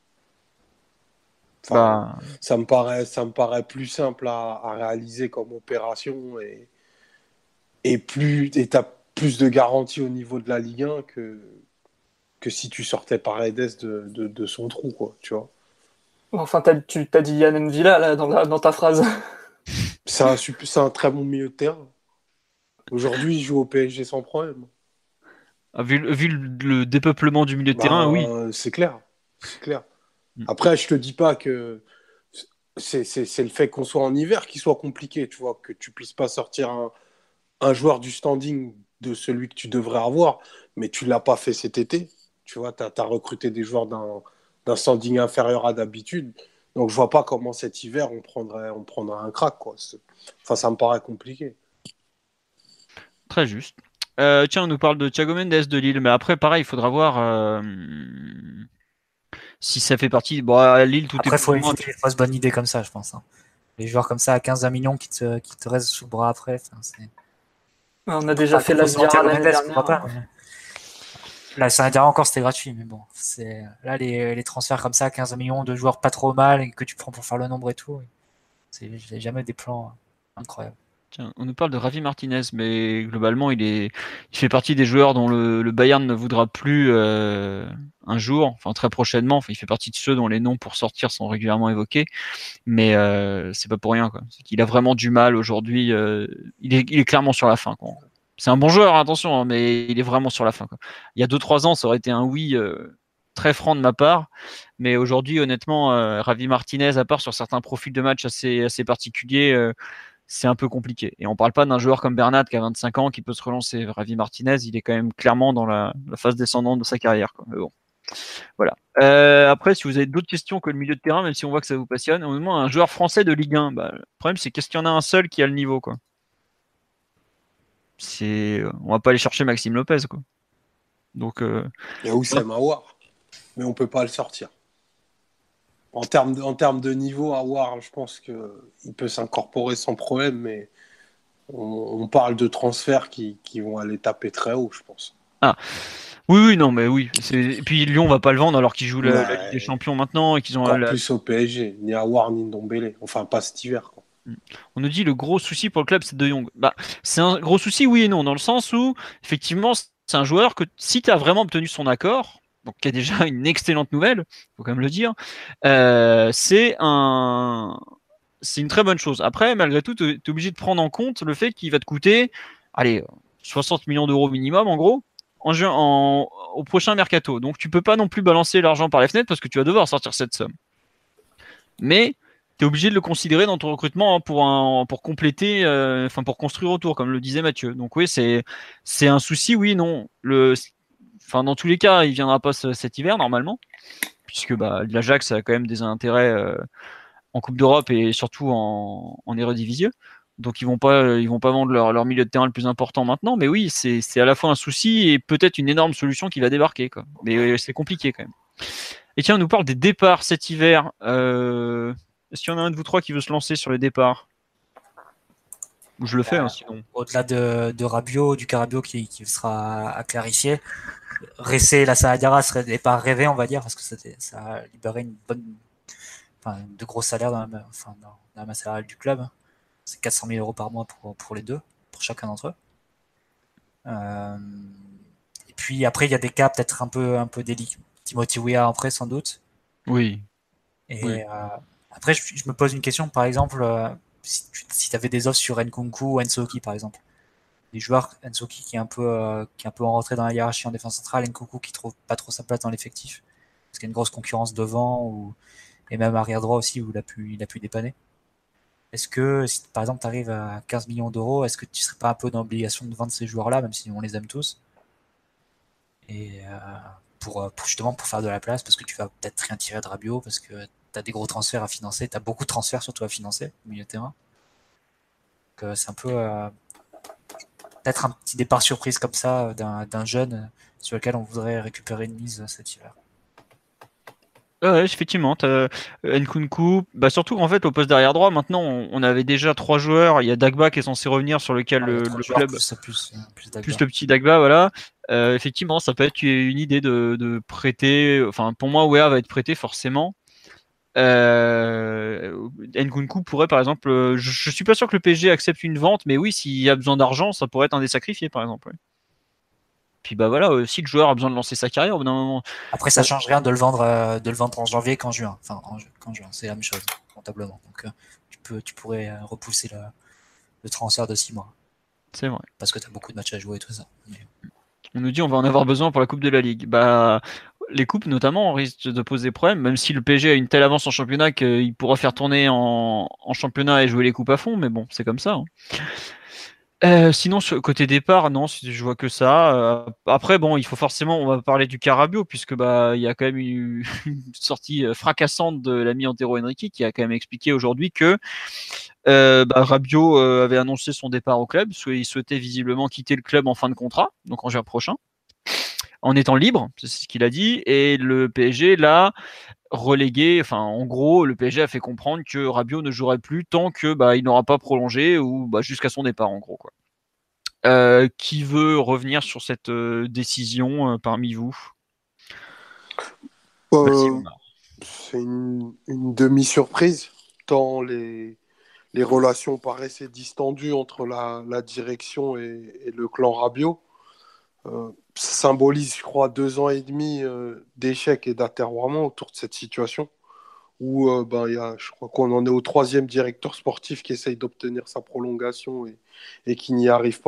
Enfin, bah... ça, me paraît, ça me paraît plus simple à, à réaliser comme opération et, et plus et t'as plus de garanties au niveau de la Ligue un que, que si tu sortais Paredes de, de, de son trou, quoi, tu vois. Enfin, t'as, tu t'as dit Yann M'Vila là, dans, la, dans ta phrase. C'est un, c'est un très bon milieu de terrain. Aujourd'hui, il joue au P S G sans problème. Ah, vu, vu le, le dépeuplement du milieu de bah, terrain, oui. C'est clair. C'est clair. Après, je te dis pas que c'est, c'est, c'est le fait qu'on soit en hiver qui soit compliqué, tu vois, que tu puisses pas sortir un, un joueur du standing de celui que tu devrais avoir, mais tu l'as pas fait cet été. Tu vois, tu as recruté des joueurs d'un, d'un standing inférieur à d'habitude. Donc, je vois pas comment cet hiver, on prendrait, on prendrait un crack, quoi. C'est... Enfin, ça me paraît compliqué. Très juste. Euh, tiens, on nous parle de Thiago Mendes de Lille, mais après, pareil, il faudra voir... Euh... si ça fait partie. Bon, à Lille, tout après, est. Après, il faut éviter les fausses bonnes idées comme ça, je pense. Hein. Les joueurs comme ça à quinze vingt millions qui te, qui te restent sous le bras après. C'est... On a déjà ah, fait la Sierra l'année dernière. Pas, mais... Là, ça dernière encore, c'était gratuit, mais bon. C'est... Là, les, les transferts comme ça à quinze millions de joueurs pas trop mal et que tu prends pour faire le nombre et tout, c'est jamais des plans incroyables. Tiens, on nous parle de Javi Martinez, mais globalement, il est, il fait partie des joueurs dont le, le Bayern ne voudra plus euh, un jour, enfin très prochainement. Enfin, il fait partie de ceux dont les noms pour sortir sont régulièrement évoqués, mais euh, c'est pas pour rien, quoi. C'est qu'il a vraiment du mal aujourd'hui. Euh, il est, il est clairement sur la fin, quoi. C'est un bon joueur, attention, hein, mais il est vraiment sur la fin, quoi. Il y a deux trois ans, ça aurait été un oui euh, très franc de ma part. Mais aujourd'hui, honnêtement, euh, Ravi Martinez, à part sur certains profils de match assez, assez particuliers, euh, c'est un peu compliqué. Et on parle pas d'un joueur comme Bernat qui a vingt-cinq ans, qui peut se relancer. Ravi Martinez, il est quand même clairement dans la, la phase descendante de sa carrière, quoi. Mais bon, voilà. Euh, après, si vous avez d'autres questions que le milieu de terrain, même si on voit que ça vous passionne, au moins un joueur français de Ligue un, bah, le problème c'est qu'est-ce qu'il y en a un seul qui a le niveau, quoi. C'est, on va pas aller chercher Maxime Lopez, quoi. Donc, euh... il y a Oussem Aouar, mais on peut pas le sortir. En termes de, en termes de niveau, Aouar, je pense qu'il peut s'incorporer sans problème, mais on, on parle de transferts qui, qui vont aller taper très haut, je pense. Ah, oui, oui, non, mais oui. C'est... Et puis Lyon va pas le vendre alors qu'ils jouent la, ouais, la Ligue des Champions maintenant et qu'ils ont encore la... plus au P S G, ni Aouar ni Ndombele. Enfin, pas cet hiver, quoi. On nous dit le gros souci pour le club, c'est De Jong. Bah, c'est un gros souci, oui et non, dans le sens où, effectivement, c'est un joueur que si tu as vraiment obtenu son accord, donc qui est déjà une excellente nouvelle, faut quand même le dire, euh, c'est un, c'est une très bonne chose. Après, malgré tout, tu es obligé de prendre en compte le fait qu'il va te coûter, allez, soixante millions d'euros minimum, en gros, en, en, au prochain mercato. Donc, tu peux pas non plus balancer l'argent par les fenêtres parce que tu vas devoir sortir cette somme. Mais tu es obligé de le considérer dans ton recrutement pour, un, pour compléter, euh, enfin pour construire autour, comme le disait Mathieu. Donc oui, c'est, c'est un souci, oui, non. Le, enfin, dans tous les cas, il viendra pas ce, cet hiver, normalement, puisque bah, l'Ajax a quand même des intérêts euh, en Coupe d'Europe et surtout en, en Eredivisie. Donc ils vont pas, ils vont pas vendre leur, leur milieu de terrain le plus important maintenant. Mais oui, c'est, c'est à la fois un souci et peut-être une énorme solution qui va débarquer, quoi. Mais euh, c'est compliqué quand même. Et tiens, on nous parle des départs cet hiver. Euh... Est-ce qu'il y en a un de vous trois qui veut se lancer sur les départs? Je le fais, hein, sinon. Au-delà de, de Rabiot, du Carabio qui, qui sera à clarifier, Ressé et la Saadiara serait des départs rêvés, on va dire, parce que ça, ça a libéré une bonne, enfin, de gros salaires dans la, enfin, dans la masse salariale du club. C'est quatre cent mille euros par mois pour, pour les deux, pour chacun d'entre eux. Euh, et puis après, il y a des cas peut-être un peu, un peu délicats. Timothy Weah en prêt, sans doute. Oui. Et oui. Euh, après, je, je me pose une question, par exemple, euh, si tu si avais des offres sur Nkunku ou Ensoki, par exemple. Des joueurs, Ensoki qui est un peu, euh, qui est un peu en retrait dans la hiérarchie en défense centrale, Nkunku qui trouve pas trop sa place dans l'effectif, parce qu'il y a une grosse concurrence devant, ou, et même arrière droit aussi, où il a pu, il a pu dépanner. Est-ce que, si par exemple tu arrives à quinze millions d'euros, est-ce que tu serais pas un peu dans l'obligation de vendre ces joueurs-là, même si on les aime tous, et euh, pour, pour justement pour faire de la place, parce que tu vas peut-être rien tirer de Rabiot, parce que tu as des gros transferts à financer, tu as beaucoup de transferts surtout à financer au milieu de terrain. Donc, c'est un peu euh, peut-être un petit départ surprise comme ça d'un, d'un jeune sur lequel on voudrait récupérer une mise cet hiver. Ouais, effectivement, t'as Nkunku, bah surtout en fait au poste d'arrière droit, maintenant on, on avait déjà trois joueurs, il y a Dagba qui est censé revenir sur lequel ouais, le, le club, plus, plus, plus, plus le petit Dagba, voilà. Euh, effectivement, ça peut être une idée de, de prêter, enfin pour moi Weah va être prêté forcément. Euh, Nkunku pourrait par exemple, je, je suis pas sûr que le P S G accepte une vente, mais oui, s'il y a besoin d'argent, ça pourrait être un des sacrifiés par exemple. Ouais. Puis bah voilà, euh, si le joueur a besoin de lancer sa carrière, au bout d'un moment. Après, ça change rien de le vendre, euh, de le vendre en janvier qu'en juin. Enfin, en, qu'en juin, c'est la même chose comptablement. Donc, euh, tu peux, tu pourrais euh, repousser le, le transfert de six mois. C'est vrai. Parce que tu as beaucoup de matchs à jouer et tout ça. Mais... On nous dit on va en avoir besoin pour la Coupe de la Ligue. Bah, les coupes notamment risquent de poser problème, même si le P S G a une telle avance en championnat qu'il pourra faire tourner en, en championnat et jouer les coupes à fond, mais bon, c'est comme ça. Hein. Euh, sinon, côté départ, non, je vois que ça. Euh, après, bon, il faut forcément, on va parler du Carabio, puisque bah, il y a quand même eu une sortie fracassante de l'ami Antero Henrique qui a quand même expliqué aujourd'hui que euh, bah, Rabiot euh, avait annoncé son départ au club, il souhaitait visiblement quitter le club en fin de contrat, donc en juin prochain, en étant libre, c'est ce qu'il a dit, et le P S G l'a relégué, enfin en gros le P S G a fait comprendre que Rabiot ne jouerait plus tant que bah, il n'aura pas prolongé ou bah, jusqu'à son départ en gros quoi. Euh, qui veut revenir sur cette euh, décision euh, parmi vous? euh, C'est une, une demi-surprise, tant les, les relations paraissaient distendues entre la, la direction et, et le clan Rabiot. Euh, ça symbolise, je crois, deux ans et demi euh, d'échec et d'aterroirement autour de cette situation, où euh, ben, y a, je crois qu'on en est au troisième directeur sportif qui essaye d'obtenir sa prolongation et, et qui n'y arrive pas.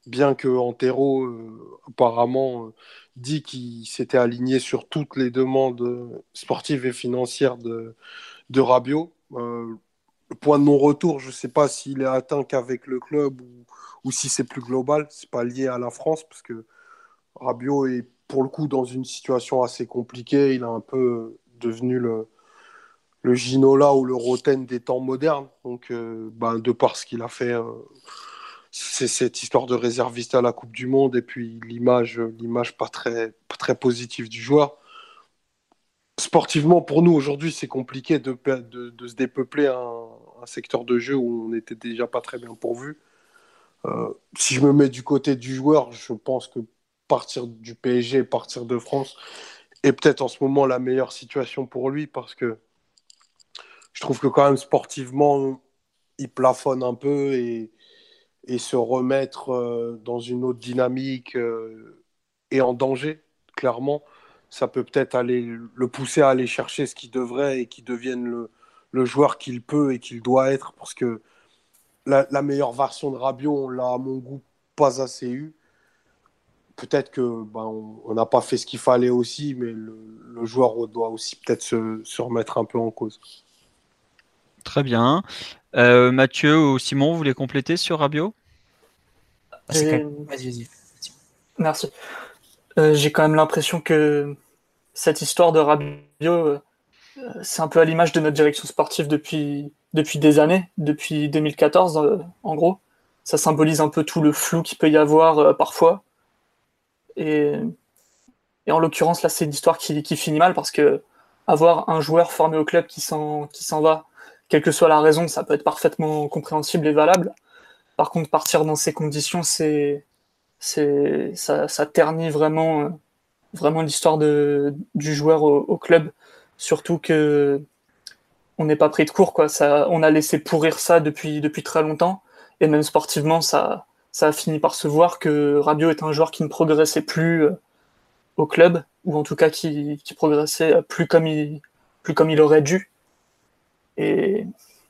bien que Antero euh, apparemment euh, dit qu'il s'était aligné sur toutes les demandes euh, sportives et financières de, de Rabiot. Euh, le point de non-retour, je ne sais pas s'il est atteint qu'avec le club ou, ou si c'est plus global. C'est pas lié à la France parce que Rabiot est pour le coup dans une situation assez compliquée. Il est un peu devenu le, le Ginola ou le Roten des temps modernes. Donc, euh, ben, de par ce qu'il a fait, euh, c'est cette histoire de réserviste à la Coupe du Monde et puis l'image, l'image pas très, pas très positive du joueur. Sportivement, pour nous, aujourd'hui, c'est compliqué de, de, de se dépeupler un, un secteur de jeu où on n'était déjà pas très bien pourvu. Euh, si je me mets du côté du joueur, je pense que partir du P S G, partir de France est peut-être en ce moment la meilleure situation pour lui parce que je trouve que quand même sportivement, il plafonne un peu et, et se remettre euh, dans une autre dynamique euh, et en danger, clairement, ça peut peut-être aller le pousser à aller chercher ce qu'il devrait et qu'il devienne le, le joueur qu'il peut et qu'il doit être parce que la, la meilleure version de Rabiot, on l'a à mon goût pas assez eu. Peut-être que ben, on n'a pas fait ce qu'il fallait aussi, mais le, le joueur doit aussi peut-être se, se remettre un peu en cause. Très bien. Euh, Mathieu ou Simon, vous voulez compléter sur Rabiot? Ah, c'est Et- quand même... Vas-y, vas-y. Merci. Euh, j'ai quand même l'impression que cette histoire de Rabiot, euh, c'est un peu à l'image de notre direction sportive depuis, depuis des années, depuis deux mille quatorze euh, en gros. Ça symbolise un peu tout le flou qu'il peut y avoir euh, parfois. Et, et en l'occurrence, là, c'est une histoire qui, qui finit mal parce que avoir un joueur formé au club qui s'en, qui s'en va, quelle que soit la raison, ça peut être parfaitement compréhensible et valable. Par contre, partir dans ces conditions, c'est, c'est, ça, ça ternit vraiment, euh, vraiment l'histoire de, du joueur au, au club. Surtout que on n'est pas pris de court, quoi. Ça, on a laissé pourrir ça depuis, depuis très longtemps. Et même sportivement, ça, ça a fini par se voir que Rabiot est un joueur qui ne progressait plus euh, au club, ou en tout cas qui, qui progressait plus comme il, plus comme il aurait dû. Et,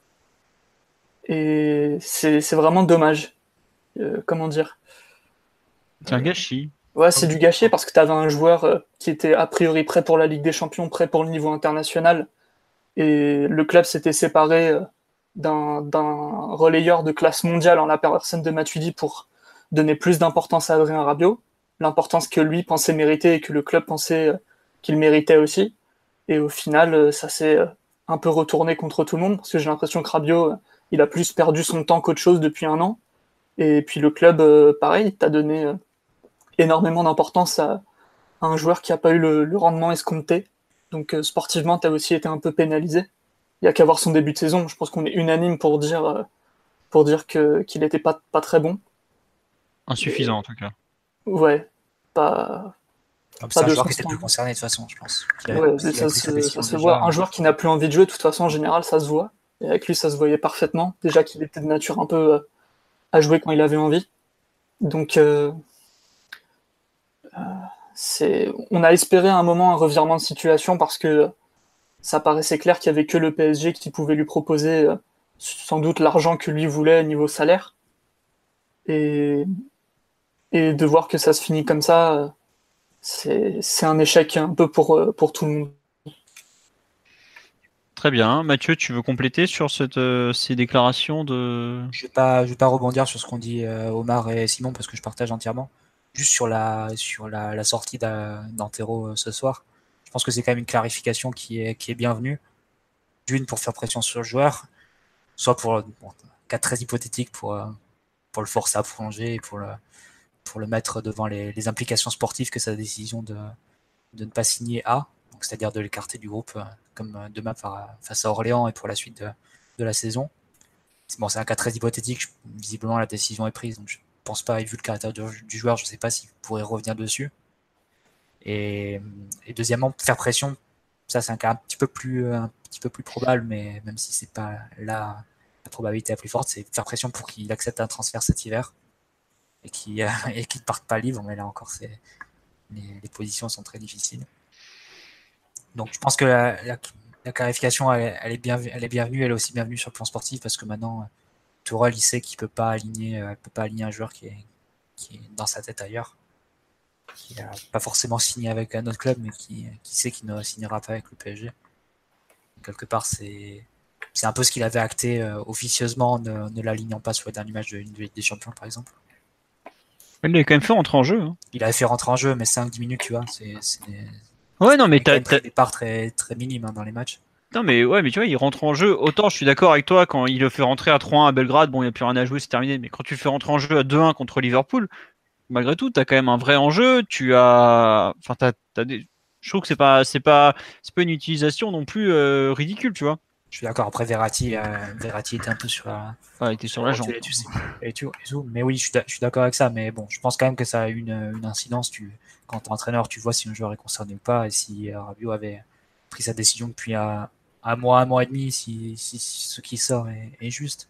et c'est, c'est vraiment dommage. Euh, comment dire? C'est un gâchis. Ouais, c'est du gâchis parce que tu avais un joueur euh, qui était a priori prêt pour la Ligue des Champions, prêt pour le niveau international, et le club s'était séparé euh, d'un, d'un relayeur de classe mondiale en la personne de Matuidi pour donner plus d'importance à Adrien Rabiot, l'importance que lui pensait mériter et que le club pensait euh, qu'il méritait aussi. Et au final, euh, ça s'est euh, un peu retourné contre tout le monde parce que j'ai l'impression que Rabiot, euh, il a plus perdu son temps qu'autre chose depuis un an. Et puis le club, euh, pareil, t'a donné euh, énormément d'importance à, à un joueur qui n'a pas eu le, le rendement escompté. Donc euh, sportivement, tu as aussi été un peu pénalisé. Il n'y a qu'à voir son début de saison. Je pense qu'on est unanime pour dire, euh, pour dire que, qu'il n'était pas, pas très bon. Insuffisant Et, en tout cas. Ouais, pas, Comme pas c'est un de joueur son qui était plus stand. concerné de toute façon, je pense. Il avait, Ouais, il avait ça, pris sa se, décision ça se déjà. voit. Un joueur qui n'a plus envie de jouer, de toute façon, en général, ça se voit. Et avec lui, ça se voyait parfaitement. Déjà qu'il était de nature un peu euh, à jouer quand il avait envie. Donc, euh, c'est, on a espéré à un moment un revirement de situation parce que ça paraissait clair qu'il y avait que le P S G qui pouvait lui proposer euh, sans doute l'argent que lui voulait niveau salaire. Et, et de voir que ça se finit comme ça, euh, c'est, c'est un échec un peu pour, euh, pour tout le monde. Très bien. Mathieu, tu veux compléter sur cette, euh, ces déclarations de... Je vais pas, je vais pas rebondir sur ce qu'ont dit euh, Omar et Simon parce que je partage entièrement. Juste sur la, sur la, la sortie d'A- d'Antero euh, ce soir. Je pense que c'est quand même une clarification qui est, qui est bienvenue. D'une, pour faire pression sur le joueur, soit pour, bon, cas très hypothétique, pour, euh, pour le forcer à prolonger et pour le, pour le mettre devant les, les implications sportives que sa décision de, de ne pas signer a, donc c'est-à-dire de l'écarter du groupe, euh, comme euh, demain par- face à Orléans et pour la suite de, de la saison. C'est- Bon, c'est un cas très hypothétique. Je- visiblement, la décision est prise, donc je pense pas, et vu le caractère du, du joueur, je sais pas s'il pourrait revenir dessus. Et, et deuxièmement, faire pression, ça c'est un cas un petit peu plus, un petit peu plus probable, mais même si c'est pas là la probabilité la plus forte, c'est faire pression pour qu'il accepte un transfert cet hiver et qu'il euh, et qu'il ne parte pas libre. Mais là encore, c'est les, les positions sont très difficiles. Donc je pense que la, la, la clarification, elle, elle, est bien, elle est bienvenue, elle est aussi bienvenue sur le plan sportif parce que maintenant, Tourelle, il sait qu'il peut pas aligner, euh, peut pas aligner un joueur qui est, qui est dans sa tête ailleurs, qui n'a pas forcément signé avec un autre club, mais qui, qui sait qu'il ne signera pas avec le P S G. Quelque part, c'est, c'est un peu ce qu'il avait acté euh, officieusement en ne, ne l'alignant pas sur le dernier match de, de Ligue des Champions, par exemple. Il l'avait quand même fait rentrer en jeu. Hein. Il avait fait rentrer en jeu, mais cinq dix minutes, tu vois. C'est, c'est, ouais, non, mais t'as, t'as. un départ très, très minime hein, dans les matchs. Non, mais ouais, mais tu vois, il rentre en jeu. Autant je suis d'accord avec toi, quand il le fait rentrer à trois un à Belgrade, bon, il n'y a plus rien à jouer, c'est terminé. Mais quand tu le fais rentrer en jeu à deux un contre Liverpool, malgré tout, t'as quand même un vrai enjeu. Tu as. Enfin, t'as, t'as des. Je trouve que c'est pas, c'est pas, c'est pas une utilisation non plus euh, ridicule, tu vois. Je suis d'accord. Après, Verratti, euh, Verratti était un peu sur la. Ah, il était sur la jambe. Et, tu sais, et, tout, et tout. Mais oui, je suis, je suis d'accord avec ça. Mais bon, je pense quand même que ça a une, une incidence. Tu, quand tu es entraîneur, tu vois si un joueur est concerné ou pas. Et si euh, Rabiot avait pris sa décision depuis un, un mois, un mois et demi, si, si, si ce qui sort est, est juste,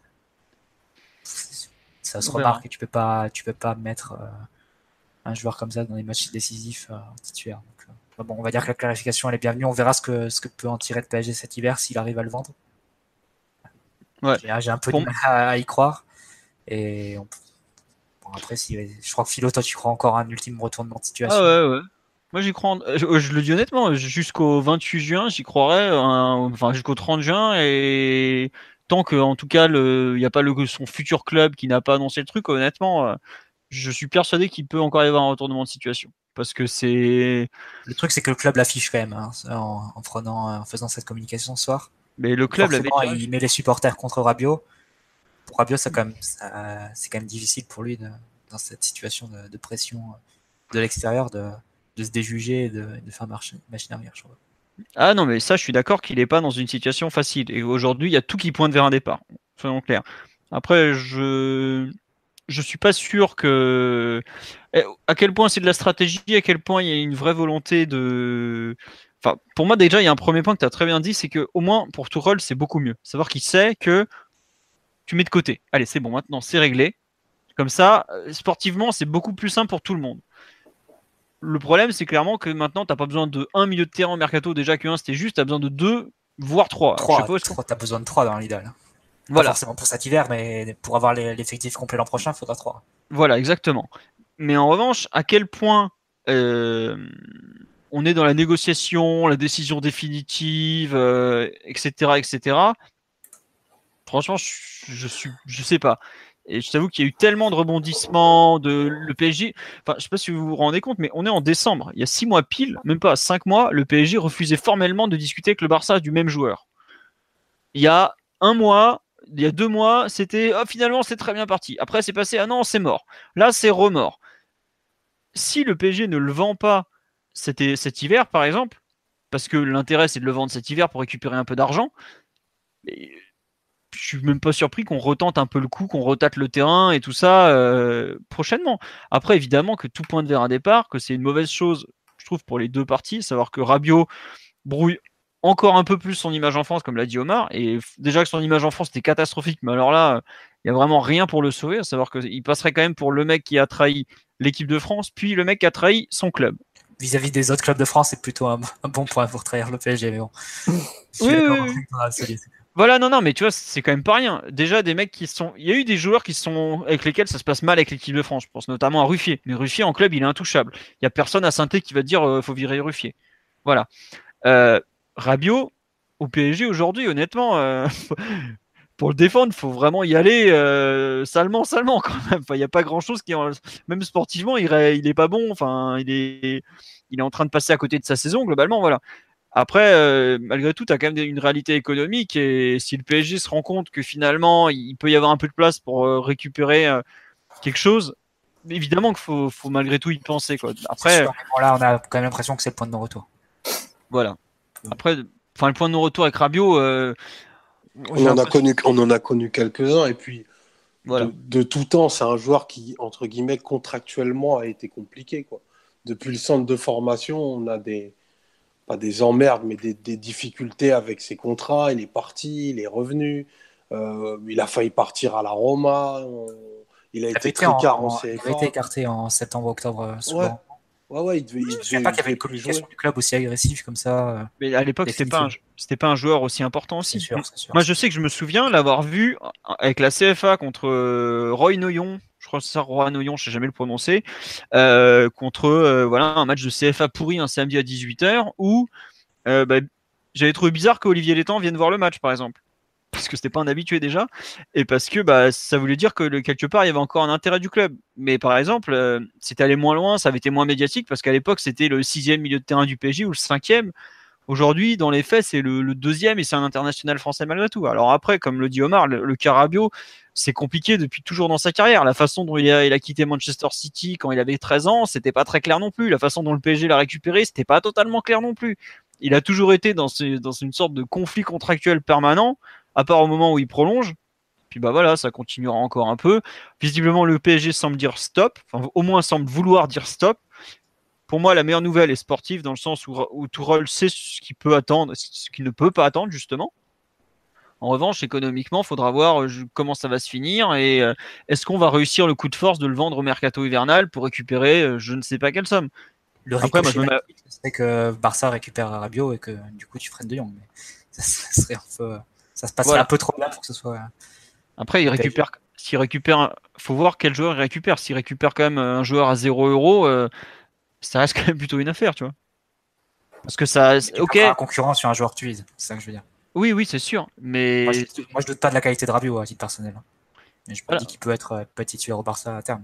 ça se remarque et tu peux pas, tu peux pas mettre euh, un joueur comme ça dans les matchs décisifs euh, titulaire. Donc, euh, bon, on va dire que la clarification elle est bienvenue. On verra ce que, ce que peut en tirer de P S G cet hiver s'il arrive à le vendre. Ouais. J'ai, j'ai un peu bon. de mal à, à y croire. Et on... bon, après, si, je crois que Philo, toi, tu crois encore à un ultime retournement de situation. Ah ouais, ouais. Moi, j'y crois. En... Je, je le dis honnêtement, jusqu'au vingt-huit juin, j'y croirais. Un... Enfin, jusqu'au trente juin. Et tant que, en tout cas, il n'y a pas le... son futur club qui n'a pas annoncé le truc, honnêtement, je suis persuadé qu'il peut encore y avoir un retournement de situation. Parce que c'est. Le truc, c'est que le club l'affiche quand même hein, en, en, prenant, en faisant cette communication ce soir. Mais le club l'avait déjà... il met les supporters contre Rabiot. Pour Rabiot, ça, quand même, ça, c'est quand même difficile pour lui de, dans cette situation de, de pression de l'extérieur de, de se déjuger et de, de faire marcher, machine arrière, je crois. Ah non, mais ça, je suis d'accord qu'il n'est pas dans une situation facile. Et aujourd'hui, il y a tout qui pointe vers un départ. Soyons clairs. Après, je je suis pas sûr que à quel point c'est de la stratégie, à quel point il y a une vraie volonté de. Enfin, pour moi, déjà, il y a un premier point que tu as très bien dit, c'est que au moins pour Tuchel, c'est beaucoup mieux. Savoir qu'il sait que tu mets de côté. Allez, c'est bon, maintenant, c'est réglé. Comme ça, sportivement, c'est beaucoup plus simple pour tout le monde. Le problème, c'est clairement que maintenant, tu n'as pas besoin de un milieu de terrain en mercato. Déjà que un, c'était juste, tu as besoin de deux, voire trois. Trois, tu as besoin de trois dans l'idéal. Voilà. Pas forcément pour cet hiver, mais pour avoir l'effectif complet l'an prochain, il faudra trois. Voilà, exactement. Mais en revanche, à quel point euh, on est dans la négociation, la décision définitive, euh, et cetera, et cetera. Franchement, je, je suis, je sais pas. Et je t'avoue qu'il y a eu tellement de rebondissements de le P S G. Enfin, je sais pas si vous vous rendez compte, mais on est en décembre. Il y a six mois pile, même pas cinq mois, le P S G refusait formellement de discuter avec le Barça du même joueur. Il y a un mois, il y a deux mois, c'était oh, finalement c'est très bien parti. Après c'est passé ah non c'est mort. Là c'est remort. Si le P S G ne le vend pas cet, cet hiver par exemple, parce que l'intérêt c'est de le vendre cet hiver pour récupérer un peu d'argent, mais je suis même pas surpris qu'on retente un peu le coup, qu'on retâte le terrain et tout ça euh, prochainement. Après évidemment que tout pointe vers un départ, que c'est une mauvaise chose, je trouve pour les deux parties, savoir que Rabiot brouille encore un peu plus son image en France, comme l'a dit Omar, et déjà que son image en France était catastrophique, mais alors là, il n'y a vraiment rien pour le sauver, à savoir qu'il passerait quand même pour le mec qui a trahi l'équipe de France, puis le mec qui a trahi son club. Vis-à-vis des autres clubs de France, c'est plutôt un, un bon point pour trahir le P S G, mais bon. Oui, oui, oui. Voilà, non, non, mais tu vois, c'est quand même pas rien. Déjà, des mecs qui sont. Il y a eu des joueurs qui sont avec lesquels ça se passe mal avec l'équipe de France. Je pense notamment à Ruffier. Mais Ruffier en club, il est intouchable. Il n'y a personne à Saint-Étienne qui va te dire euh, faut virer Ruffier. Voilà. Euh, Rabiot, au P S G aujourd'hui, honnêtement, euh, pour le défendre, il faut vraiment y aller euh, salement, salement quand même. Il n'y a pas grand-chose qui, en... même sportivement, il est, il est pas bon. Enfin, il est, il est en train de passer à côté de sa saison globalement. Voilà. Après, euh, malgré tout, tu as quand même une réalité économique et si le P S G se rend compte que finalement, il peut y avoir un peu de place pour euh, récupérer euh, quelque chose, évidemment qu'il faut, faut malgré tout y penser, quoi. Après, sûr, bon, là, on a quand même l'impression que c'est le point de non-retour. Voilà. Après, enfin, le point de non-retour avec Rabiot, euh, on en a connu, on en a connu quelques-uns et puis voilà. de, de tout temps, c'est un joueur qui entre guillemets contractuellement a été compliqué, quoi. Depuis le centre de formation, on a des pas des emmerdes, mais des, des difficultés avec ses contrats. Il est parti, il est revenu. Euh, il a failli partir à la Roma. On... Il a il été très car en, en C F A. Il avait été écarté en septembre-octobre. Ouais. Ouais, ouais, il devait. Je ne sais pas qu'il y avait une communication du club aussi agressive comme ça. Mais à l'époque, c'était pas, un, c'était pas un joueur aussi important aussi. C'est sûr, c'est sûr. Moi, je sais que je me souviens l'avoir vu avec la C F A contre Roy Noyon. je crois que c'est ça, Rouen-Noyon, je sais jamais le prononcer, euh, contre euh, voilà, un match de C F A pourri un samedi à dix-huit heures où euh, bah, j'avais trouvé bizarre qu'Olivier Létang vienne voir le match, par exemple. Parce que c'était pas un habitué déjà, et parce que bah, ça voulait dire que quelque part il y avait encore un intérêt du club. Mais par exemple, euh, c'était allé moins loin, ça avait été moins médiatique, parce qu'à l'époque c'était le sixième milieu de terrain du P S G ou le cinquième. Aujourd'hui, dans les faits, c'est le, le deuxième et c'est un international français malgré tout. Alors après, comme le dit Omar, le, le cas Rabiot, c'est compliqué depuis toujours dans sa carrière. La façon dont il a, il a quitté Manchester City quand il avait treize ans, c'était pas très clair non plus. La façon dont le P S G l'a récupéré, c'était pas totalement clair non plus. Il a toujours été dans, ce, dans une sorte de conflit contractuel permanent, à part au moment où il prolonge. Puis bah voilà, ça continuera encore un peu. Visiblement, le P S G semble dire stop, enfin, au moins semble vouloir dire stop. Pour moi, la meilleure nouvelle est sportive dans le sens où, où Tourelle sait ce qu'il peut attendre, ce qu'il ne peut pas attendre justement. En revanche, économiquement, il faudra voir comment ça va se finir et euh, est-ce qu'on va réussir le coup de force de le vendre au mercato hivernal pour récupérer euh, je ne sais pas quelle somme. Le Après, moi, je me mets... c'est que Barça récupère Rabiot et que du coup tu freines De Jong. Mais ça, ça serait un peu, ça se passerait voilà. un peu trop bien pour que ce soit. Après, il récupère. S'il récupère, faut voir quel joueur il récupère. S'il récupère quand même un joueur à zéro euro, euh, ça reste quand même plutôt une affaire, tu vois. Parce que ça, tu ok. Un concurrent sur un joueur tu vises, c'est ça que je veux dire. Oui, oui, c'est sûr. Mais moi, je, moi, je doute pas de la qualité de Rabiot à titre personnel. Mais je me voilà. dis qu'il peut être peut être titulaire au Barça à terme.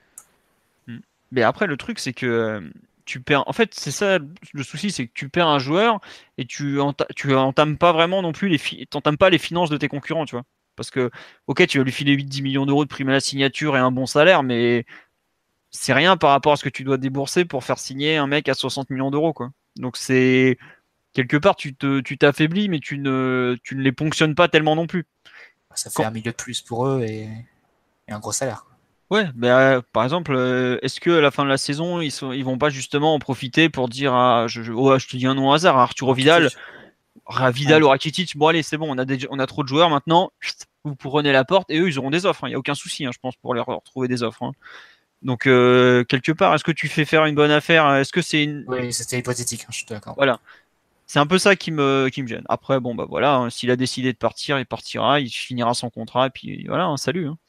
Mais, mais après, le truc, c'est que tu perds. En fait, c'est ça le souci, c'est que tu perds un joueur et tu enta... tu entames pas vraiment non plus les fi... t'entames pas les finances de tes concurrents, tu vois. Parce que, ok, tu vas lui filer huit dix millions d'euros de prime à la signature et un bon salaire, mais c'est rien par rapport à ce que tu dois débourser pour faire signer un mec à soixante millions d'euros, quoi. Donc c'est quelque part tu te tu t'affaiblis, mais tu ne tu ne les ponctionnes pas tellement non plus. Ça fait Quand... un milieu de plus pour eux et, et un gros salaire. Ouais, mais euh, par exemple, euh, est-ce que à la fin de la saison ils sont ils vont pas justement en profiter pour dire à je, je, oh, je te dis un nom au hasard, Arturo Vidal, Vidal ouais. ou Rakitic, bon allez c'est bon, on a des, on a trop de joueurs maintenant, vous prenez la porte et eux ils auront des offres, il hein, y a aucun souci, hein, je pense pour leur retrouver des offres. Hein. Donc euh, quelque part, est-ce que tu fais faire une bonne affaire? Est-ce que c'est une... Oui, c'était hypothétique, hein, je suis d'accord. Voilà, c'est un peu ça qui me qui me gêne. Après bon bah voilà, hein, s'il a décidé de partir, il partira, il finira son contrat et puis voilà, hein, salut. Hein.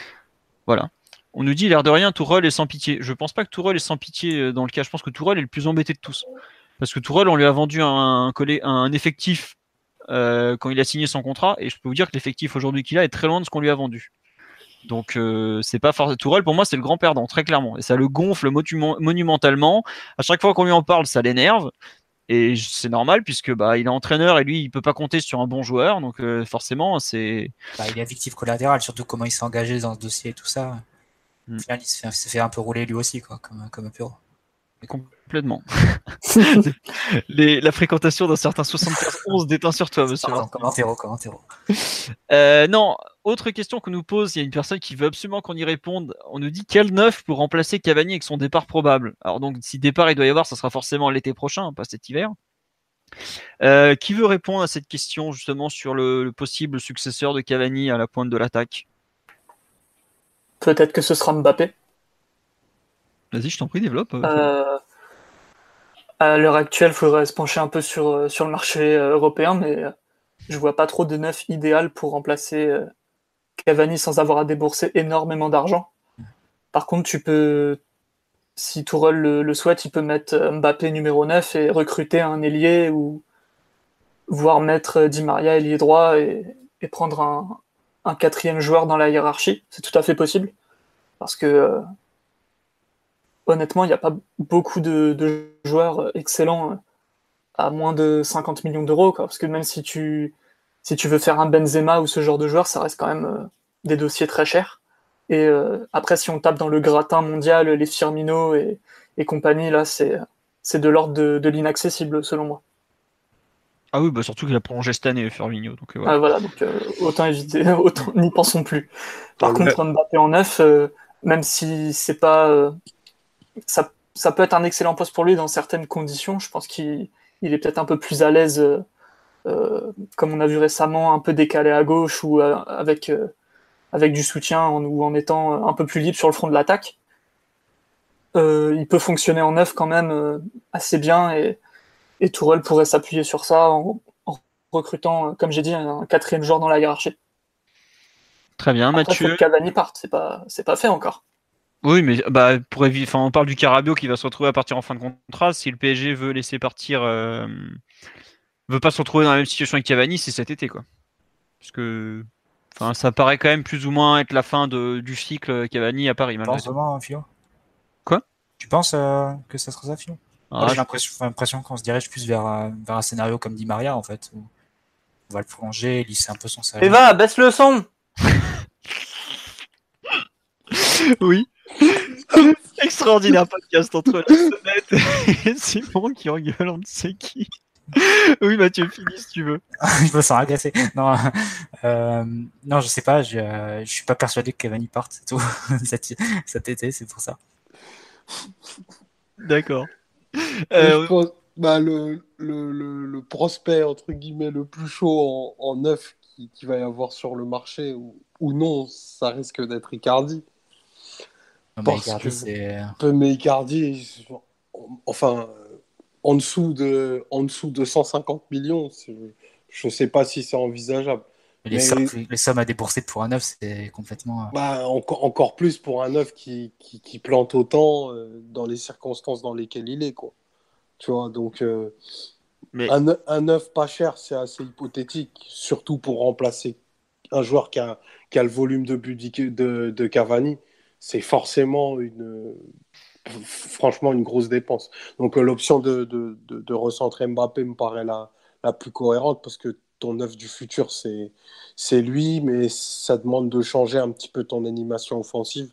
Voilà. On nous dit l'air de rien, Tourelle est sans pitié. Je pense pas que Tourelle est sans pitié dans le cas. Je pense que Tourelle est le plus embêté de tous, parce que Tourelle on lui a vendu un un, un effectif euh, quand il a signé son contrat et je peux vous dire que l'effectif aujourd'hui qu'il a est très loin de ce qu'on lui a vendu. Donc euh, c'est pas forcément Tourelle pour moi c'est le grand perdant très clairement et ça le gonfle monumentalement. À chaque fois qu'on lui en parle ça l'énerve et c'est normal puisque bah il est entraîneur et lui il peut pas compter sur un bon joueur donc euh, forcément c'est. Bah, il est victime collatérale surtout comment il s'est engagé dans ce dossier et tout ça. Hmm. Au final il se fait, se fait un peu rouler lui aussi quoi comme comme un pur. Complètement. Les, la fréquentation d'un certain soixante-quinze onze déteint sur toi, monsieur. Pardon, comme un terreau, comme un terreau. Euh, non, autre question qu'on nous pose, il y a une personne qui veut absolument qu'on y réponde. On nous dit quel neuf pour remplacer Cavani avec son départ probable. Alors donc, si départ il doit y avoir, ça sera forcément l'été prochain, pas cet hiver. Euh, qui veut répondre à cette question justement sur le, le possible successeur de Cavani à la pointe de l'attaque? Peut-être que ce sera Mbappé. Vas-y, je t'en prie, développe. Euh, à l'heure actuelle, il faudrait se pencher un peu sur, sur le marché européen, mais je vois pas trop de neuf idéal pour remplacer Cavani sans avoir à débourser énormément d'argent. Par contre, tu peux, si Tourelle le, le souhaite, il peut mettre Mbappé numéro neuf et recruter un ailier ou voire mettre Di Maria ailier droit et, et prendre un, un quatrième joueur dans la hiérarchie. C'est tout à fait possible parce que euh, honnêtement, il n'y a pas beaucoup de, de joueurs excellents à moins de cinquante millions d'euros, quoi. Parce que même si tu, si tu veux faire un Benzema ou ce genre de joueur, ça reste quand même euh, des dossiers très chers. Et euh, après, si on tape dans le gratin mondial, les Firmino et, et compagnie, là, c'est, c'est de l'ordre de, de l'inaccessible, selon moi. Ah oui, bah surtout qu'il a prolongé cette année, Firmino. Donc, euh, voilà. Ah, voilà, donc euh, autant éviter, autant n'y pensons plus. Par ah, contre, ouais. Mbappé en neuf, euh, même si c'est pas... Euh, ça, ça peut être un excellent poste pour lui dans certaines conditions. Je pense qu'il il est peut-être un peu plus à l'aise, euh, comme on a vu récemment, un peu décalé à gauche ou euh, avec, euh, avec du soutien en, ou en étant un peu plus libre sur le front de l'attaque. Euh, il peut fonctionner en neuf quand même euh, assez bien et, et Tourelle pourrait s'appuyer sur ça en, en recrutant, comme j'ai dit, un quatrième joueur dans la hiérarchie. Très bien, Après, faut Mathieu. que Cavani parte, c'est pas, c'est pas fait encore. Oui, mais bah, pour évi- enfin, on parle du Carabio qui va se retrouver à partir en fin de contrat. Si le P S G veut laisser partir, euh, veut pas se retrouver dans la même situation que Cavani, c'est cet été, quoi. Parce que, enfin, ça paraît quand même plus ou moins être la fin de, du cycle Cavani à Paris, Tu malgré penses tout. vraiment, Philo? Quoi? Tu penses euh, que ça sera ça, Philo? Moi, Ah, j'ai je- l'impression, enfin, l'impression qu'on se dirige plus vers, euh, vers un scénario comme dit Maria, en fait, où on va le prolonger, lisser un peu son salaire. Eva, baisse le son. Oui. Extraordinaire podcast entre la sonnette et Simon qui engueule, on ne sait qui. Oui, Mathieu, finis si tu veux. Je me sens agacé. Non, euh, non, je sais pas. Je, euh, je suis pas persuadé que Cavani parte, c'est tout. cet, cet été, c'est pour ça. D'accord. Mais je Euh, pense, bah, le, le, le, le prospect, entre guillemets, le plus chaud en, en neuf qui, qui va y avoir sur le marché, ou, ou non, ça risque d'être Icardi. Non, mais Parce Icardi, que c'est. peu- mais Icardi, enfin, euh, en dessous de, en dessous de cent cinquante millions, c'est- je ne sais pas si c'est envisageable. Les sommes, Mais les sommes à débourser pour un neuf, c'est complètement. bah, encore, encore plus pour un neuf qui, qui, qui plante autant euh, dans les circonstances dans lesquelles il est, quoi. Tu vois, donc euh, mais un, ne- un neuf pas cher, c'est assez hypothétique, surtout pour remplacer un joueur qui a, qui a le volume de but d'I- de, de Cavani. C'est forcément une, franchement une grosse dépense. Donc euh, l'option de, de, de, de recentrer Mbappé me paraît la, la plus cohérente parce que ton neuf du futur, c'est, c'est lui, mais ça demande de changer un petit peu ton animation offensive.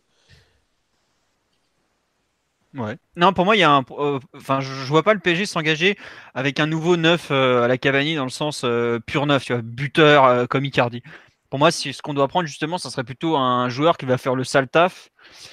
ouais. Non, pour moi, il y a un. euh, Enfin, je, je vois pas le P S G s'engager avec un nouveau neuf euh, à la Cavani dans le sens euh, pur neuf, tu vois, buteur euh, comme Icardi. Pour moi, si, ce qu'on doit prendre justement, ça serait plutôt un joueur qui va faire le sale taf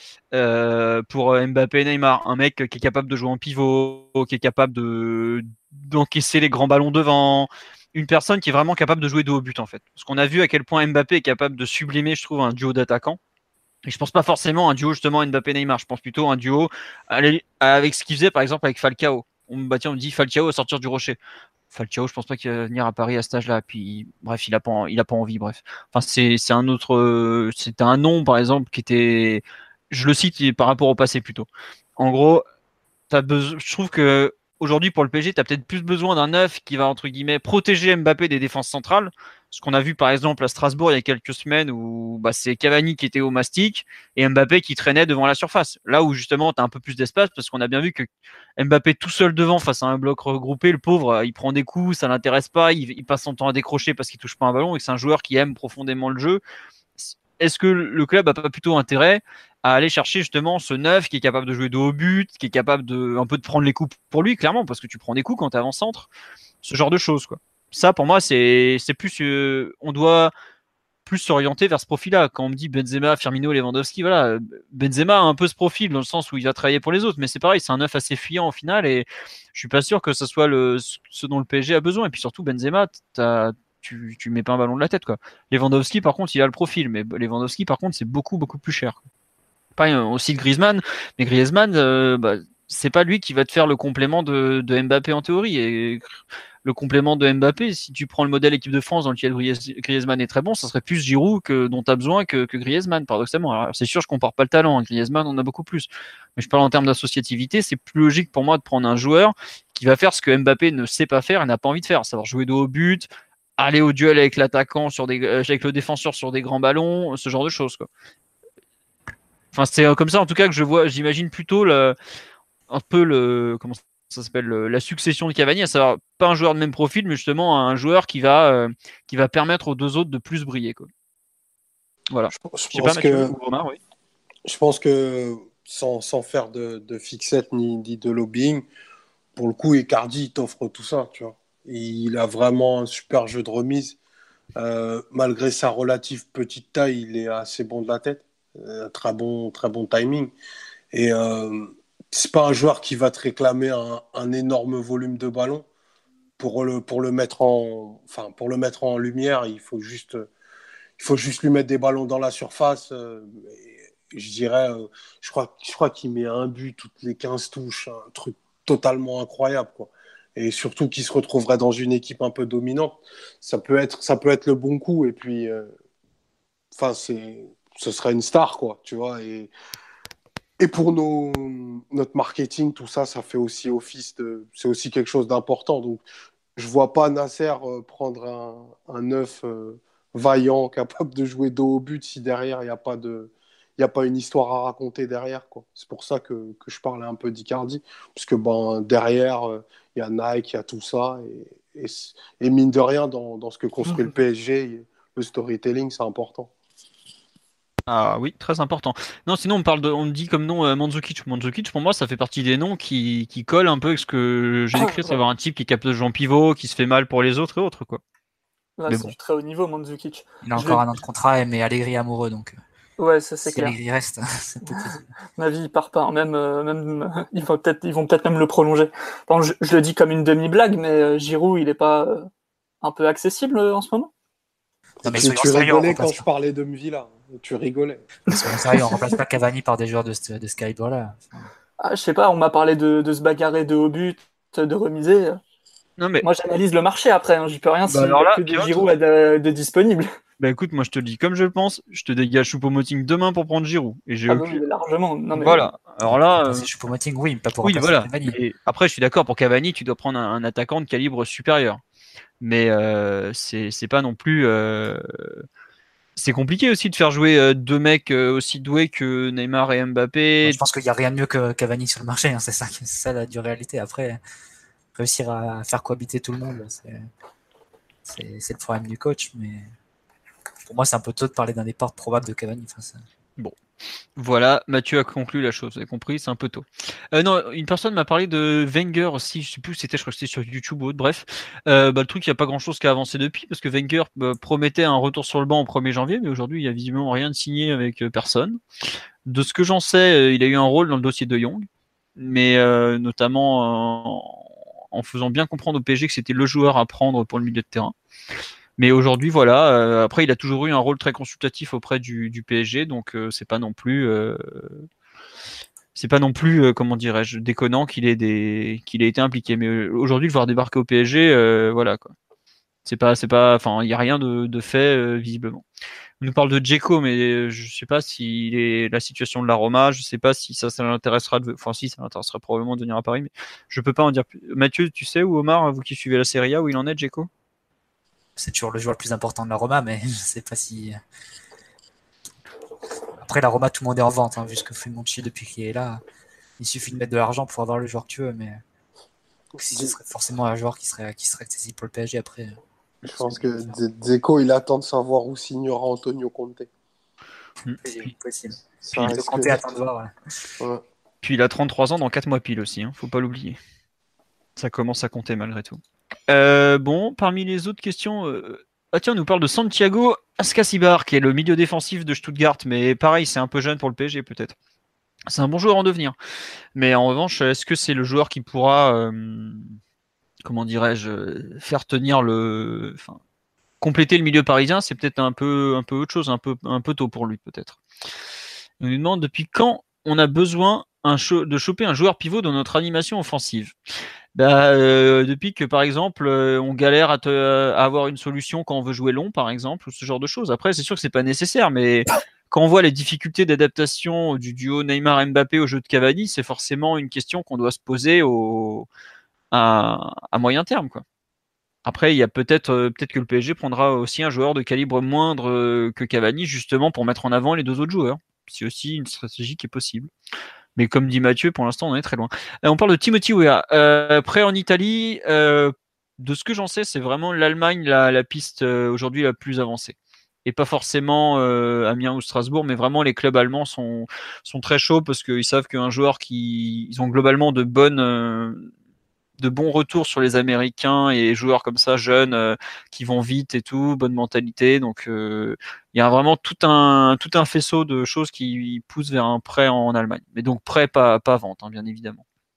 euh, pour euh, Mbappé et Neymar. Un mec qui est capable de jouer en pivot, qui est capable de d'encaisser les grands ballons devant. Une personne qui est vraiment capable de jouer dos au but, en fait. Parce qu'on a vu à quel point Mbappé est capable de sublimer, je trouve, un duo d'attaquants. Et je pense pas forcément à un duo justement Mbappé-Neymar. Je pense plutôt à un duo avec ce qu'il faisait par exemple avec Falcao. On, bah, tiens, on me dit Falcao à sortir du rocher. Falcao, je pense pas qu'il va venir à Paris à cet âge-là. Puis, bref, il a pas, il a pas envie. Bref, enfin, c'est, c'est un autre, c'était un nom par exemple qui était, je le cite par rapport au passé plutôt. En gros, t'as besoin, je trouve que aujourd'hui pour le P S G, tu as peut-être plus besoin d'un neuf qui va entre guillemets protéger Mbappé des défenses centrales. Ce qu'on a vu par exemple à Strasbourg il y a quelques semaines où bah, c'est Cavani qui était au mastic et Mbappé qui traînait devant la surface. Là où justement tu as un peu plus d'espace parce qu'on a bien vu que Mbappé tout seul devant face à un bloc regroupé, le pauvre, il prend des coups, ça l'intéresse pas, il, il passe son temps à décrocher parce qu'il touche pas un ballon et que c'est un joueur qui aime profondément le jeu. Est-ce que le club a pas plutôt intérêt à aller chercher justement ce neuf qui est capable de jouer de haut but, qui est capable de un peu de prendre les coups pour lui, clairement, parce que tu prends des coups quand tu es avant-centre, ce genre de choses, quoi. Ça, pour moi, c'est c'est plus euh, on doit plus s'orienter vers ce profil-là. Quand on me dit Benzema, Firmino, Lewandowski, voilà, Benzema a un peu ce profil dans le sens où il va travailler pour les autres, mais c'est pareil, c'est un neuf assez fuyant au final et je suis pas sûr que ce soit le ce dont le P S G a besoin. Et puis surtout Benzema, t'as tu, tu mets pas un ballon de la tête, quoi. Lewandowski, par contre, il a le profil, mais Lewandowski, par contre, c'est beaucoup, beaucoup plus cher. Pas euh, aussi de Griezmann, mais Griezmann, euh, bah, c'est pas lui qui va te faire le complément de, de Mbappé en théorie. Et le complément de Mbappé, si tu prends le modèle équipe de France dans lequel Griezmann est très bon, ça serait plus Giroud que, dont tu as besoin que, que Griezmann, paradoxalement. Alors, c'est sûr, je compare pas le talent. Hein. Griezmann, on a beaucoup plus. Mais je parle en termes d'associativité, c'est plus logique pour moi de prendre un joueur qui va faire ce que Mbappé ne sait pas faire et n'a pas envie de faire, savoir jouer de haut but, aller au duel avec l'attaquant sur des, avec le défenseur sur des grands ballons, ce genre de choses, quoi. Enfin, c'est comme ça, en tout cas, que je vois, j'imagine plutôt le, un peu le, comment ça s'appelle, le, la succession de Cavani, à savoir pas un joueur de même profil, mais justement un joueur qui va, euh, qui va permettre aux deux autres de plus briller, quoi. Voilà. Je, je Je sais pas, pense Mathieu que, ou Omar, oui. je pense que sans, sans faire de, de fixette ni, ni de lobbying, pour le coup, Icardi il t'offre tout ça, tu vois. Il a vraiment un super jeu de remise. Euh, malgré sa relative petite taille, il est assez bon de la tête. Euh, très bon, très bon timing. Et euh, c'est pas un joueur qui va te réclamer un, un énorme volume de ballon pour le, pour le mettre en, enfin, pour le mettre en lumière. Il faut juste, il faut juste lui mettre des ballons dans la surface. Euh, et je dirais, euh, je crois, je crois qu'il met un but toutes les quinze touches, un truc totalement incroyable, quoi. Et surtout qu'il se retrouverait dans une équipe un peu dominante, ça peut être, ça peut être le bon coup. Et puis, euh, enfin, c'est, ce serait une star, quoi, tu vois. Et, et pour nos, notre marketing, tout ça, ça fait aussi office de, c'est aussi quelque chose d'important. Donc, je vois pas Nasser euh, prendre un, un neuf euh, vaillant, capable de jouer dos au but si derrière, il n'y a pas de, il y a pas une histoire à raconter derrière, quoi. C'est pour ça que, que je parlais un peu d'Icardi, parce que ben, derrière, euh, il y a Nike, il y a tout ça. Et, et, et mine de rien, dans, dans ce que construit le P S G, le storytelling, c'est important. Ah oui, très important. Non, sinon on parle de, on dit comme nom euh, Mandzukic. Mandzukic, pour moi, ça fait partie des noms qui, qui collent un peu avec ce que j'ai décrit, savoir un type qui capte le jeu en pivot, qui se fait mal pour les autres et autres, quoi. Là, Mais c'est bon. du très haut niveau, Mandzukic. Il a Je encore le- un an de contrat, mais Allegri est amoureux, donc Ouais, ça c'est si clair. Allegri reste, c'est peut-être. Ma vie, il part pas. Même, euh, même, ils vont peut-être, ils vont peut-être même le prolonger. Bon, je, je le dis comme une demi-blague, mais euh, Giroud, il est pas euh, un peu accessible euh, en ce moment. Non, mais Tu, soyons tu sérieux, on rigolais quand remplace je pas. parlais de Mvila. Tu rigolais. Soyons sérieux, on remplace pas Cavani par des joueurs de ce, de ce calibre-là. Ah, je sais pas, on m'a parlé de, de se bagarrer de haut but, de remiser. Non mais, Moi, j'analyse le marché après. Hein. J'y peux rien bah s'il alors y a là, que des Pierrot, Giroud à de, de disponibles. bah écoute, moi je te le dis comme je le pense, je te dégage Choupo-Moting demain pour prendre Giroud. Et j'ai Ah bah oui, aucune. largement. Non mais Voilà. Alors là, euh, Remplacer Choupo-Moting, oui, mais pas pour oui, remplacer voilà. Cavani. Mais après, je suis d'accord, pour Cavani, tu dois prendre un, un attaquant de calibre supérieur. Mais euh, c'est c'est pas non plus. euh, C'est compliqué aussi de faire jouer euh, deux mecs euh, aussi doués que Neymar et Moi, Mbappé. je pense qu'il n'y a rien de mieux que Cavani sur le marché, hein, c'est ça, c'est ça la dure réalité. Après, réussir à faire cohabiter tout le monde, c'est, c'est, c'est le problème du coach. Mais pour moi, c'est un peu tôt de parler d'un départ probable de Cavani. Enfin, ça... Bon, voilà, Mathieu a conclu la chose, vous avez compris, c'est un peu tôt. Euh, non, une personne m'a parlé de Wenger aussi, je sais plus où c'était, je crois que c'était sur YouTube ou autre, bref. Euh, bah, le truc, il n'y a pas grand chose qui a avancé depuis, parce que Wenger bah, promettait un retour sur le banc au premier janvier, mais aujourd'hui, il n'y a visiblement rien de signé avec euh, personne. De ce que j'en sais, euh, il a eu un rôle dans le dossier de Young, mais euh, notamment euh, en faisant bien comprendre au P S G que c'était le joueur à prendre pour le milieu de terrain. Mais aujourd'hui, voilà. Euh, après, il a toujours eu un rôle très consultatif auprès du, du P S G, donc euh, c'est pas non plus, euh, c'est pas non plus, euh, comment dirais-je, déconnant qu'il ait des, qu'il ait été impliqué. Mais euh, aujourd'hui, le voir débarquer au P S G, euh, voilà quoi. C'est pas, c'est pas, enfin, il y a rien de, de fait euh, visiblement. On nous parle de Dzeko, mais je sais pas si est la situation de la Roma, je sais pas si ça, ça l'intéressera de, enfin si, ça l'intéressera probablement de venir à Paris, mais je peux pas en dire plus. Mathieu, tu sais ou Omar, vous qui suivez la Serie A, où il en est, Dzeko? C'est toujours le joueur le plus important de la Roma, mais je sais pas si. Après, la Roma, tout le monde est en vente, hein, vu ce que fait Monchi depuis qu'il est là. Il suffit de mettre de l'argent pour avoir le joueur que tu veux, mais si ce serait forcément un joueur qui serait, qui serait accessible pour le P S G après. Je pense que Dzeko, il attend de savoir où signera Antonio Conte. Mmh. C'est possible. Ça Puis, risque Conte d'être- attend de voir. Ouais. Ouais. Puis il a trente-trois ans dans quatre mois pile aussi, hein, faut pas l'oublier. Ça commence à compter malgré tout. Euh, bon, parmi les autres questions, euh... ah tiens, on nous parle de Santiago Ascasibar, qui est le milieu défensif de Stuttgart, mais pareil, c'est un peu jeune pour le P S G peut-être. C'est un bon joueur en devenir. Mais en revanche, est-ce que c'est le joueur qui pourra, euh, comment dirais-je, faire tenir le, enfin, compléter le milieu parisien? C'est peut-être un peu, un peu autre chose, un peu, un peu tôt pour lui peut-être. On nous demande depuis quand on a besoin un cho- de choper un joueur pivot dans notre animation offensive. Bah, euh, depuis que par exemple euh, on galère à, te, à avoir une solution quand on veut jouer long par exemple ou ce genre de choses. Après c'est sûr que c'est pas nécessaire, mais quand on voit les difficultés d'adaptation du duo Neymar-Mbappé au jeu de Cavani, c'est forcément une question qu'on doit se poser au, à, à moyen terme quoi. Après il y a peut-être euh, peut-être que le P S G prendra aussi un joueur de calibre moindre euh, que Cavani justement pour mettre en avant les deux autres joueurs. C'est aussi une stratégie qui est possible. Mais comme dit Mathieu, pour l'instant, on en est très loin. Euh, on parle de Timothy Weah. Euh, prêt en Italie, euh, de ce que j'en sais, c'est vraiment l'Allemagne la, la piste euh, aujourd'hui la plus avancée. Et pas forcément euh, Amiens ou Strasbourg, mais vraiment les clubs allemands sont, sont très chauds parce qu'ils savent qu'un joueur qui. Ils ont globalement de bonnes. Euh, de bons retours sur les Américains et joueurs comme ça jeunes euh, qui vont vite et tout, bonne mentalité. Donc euh, il y a vraiment tout un tout un faisceau de choses qui poussent vers un prêt en Allemagne. Mais donc prêt pas pas vente hein, bien évidemment.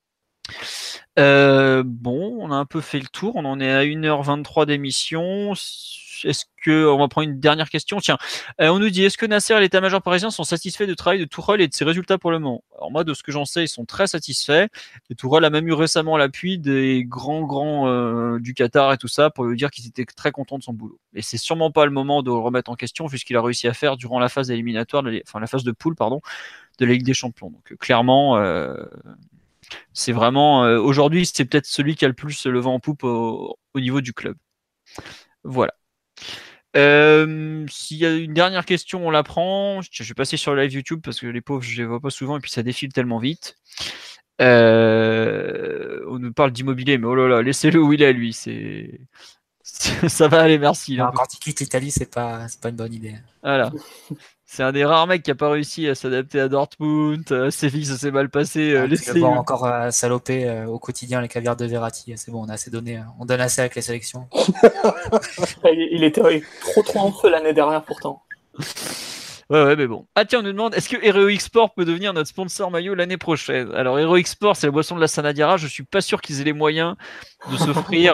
Euh, bon, on a un peu fait le tour. On en est à une heure vingt-trois d'émission. Est-ce que on va prendre une dernière question? Tiens, euh, on nous dit est-ce que Nasser et l'état-major parisien sont satisfaits du travail de Tourelle et de ses résultats pour le moment? Alors moi, de ce que j'en sais, ils sont très satisfaits. Et Tourelle a même eu récemment l'appui des grands grands euh, du Qatar et tout ça pour lui dire qu'ils étaient très contents de son boulot. Et c'est sûrement pas le moment de le remettre en question vu ce qu'il a réussi à faire durant la phase éliminatoire, de la, enfin la phase de poule, pardon, de la Ligue des Champions. Donc euh, clairement. Euh, c'est vraiment euh, aujourd'hui, c'est peut-être celui qui a le plus le vent en poupe au, au niveau du club. Voilà. Euh, s'il y a une dernière question, on la prend. Je vais passer sur le live YouTube parce que les pauvres, je les vois pas souvent et puis ça défile tellement vite. Euh, on nous parle d'immobilier, mais oh là là, laissez-le où il est, lui. C'est, ça va aller, merci. Non, quand il quitte l'Italie, c'est pas, c'est pas une bonne idée. Voilà. C'est un des rares mecs qui n'a pas réussi à s'adapter à Dortmund. Euh, Séville, ça s'est mal passé. Euh, Ah, laissez tu vas voir encore euh, saloper euh, au quotidien les caviars de Verratti. C'est bon, on a assez donné. Euh, on donne assez avec les sélections. Il était trop trop en feu l'année dernière pourtant. Ouais, ouais, mais bon. Ah tiens, on nous demande, est-ce que Heroic Sport peut devenir notre sponsor maillot l'année prochaine? Alors, Heroic Sport, c'est la boisson de la Sanadiara. Je suis pas sûr qu'ils aient les moyens de s'offrir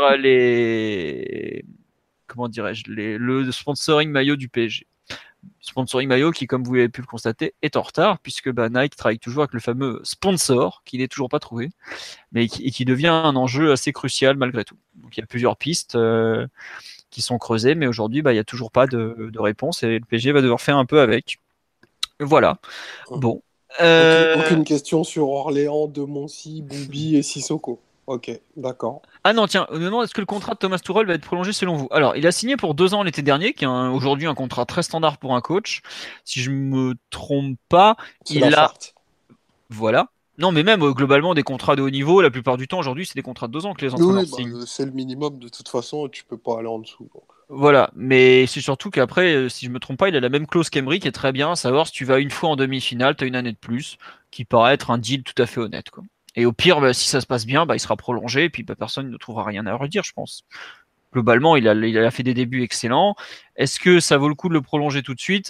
les... Comment dirais-je les... Le sponsoring maillot du P S G. Sponsoring maillot qui, comme vous avez pu le constater, est en retard, puisque bah, Nike travaille toujours avec le fameux sponsor, qui n'est toujours pas trouvé, mais qui, et qui devient un enjeu assez crucial malgré tout. Donc il y a plusieurs pistes euh, qui sont creusées, mais aujourd'hui, bah, il n'y a toujours pas de, de réponse, et le P S G va devoir faire un peu avec. Voilà. Bon. Euh... Aucune, aucune question sur Orléans, De Moncy, Boubi et Sissoko. Ok, d'accord. Ah non, tiens, on me demande est-ce que le contrat de Thomas Tuchel va être prolongé selon vous? Alors, il a signé pour deux ans l'été dernier, qui est un, aujourd'hui un contrat très standard pour un coach. Si je me trompe pas, c'est il la a. charte. Voilà. Non, mais même euh, globalement, des contrats de haut niveau, la plupart du temps aujourd'hui, c'est des contrats de deux ans que les entraîneurs oui, signent. bah, c'est le minimum de toute façon, tu peux pas aller en dessous. Donc. Voilà, mais c'est surtout qu'après, euh, si je me trompe pas, il a la même clause qu'Emery qui est très bien, à savoir si tu vas une fois en demi-finale, tu as une année de plus, qui paraît être un deal tout à fait honnête, quoi. Et au pire, bah, si ça se passe bien, bah, il sera prolongé, et puis bah, personne ne trouvera rien à redire, je pense. Globalement, il a, il a fait des débuts excellents. Est-ce que ça vaut le coup de le prolonger tout de suite?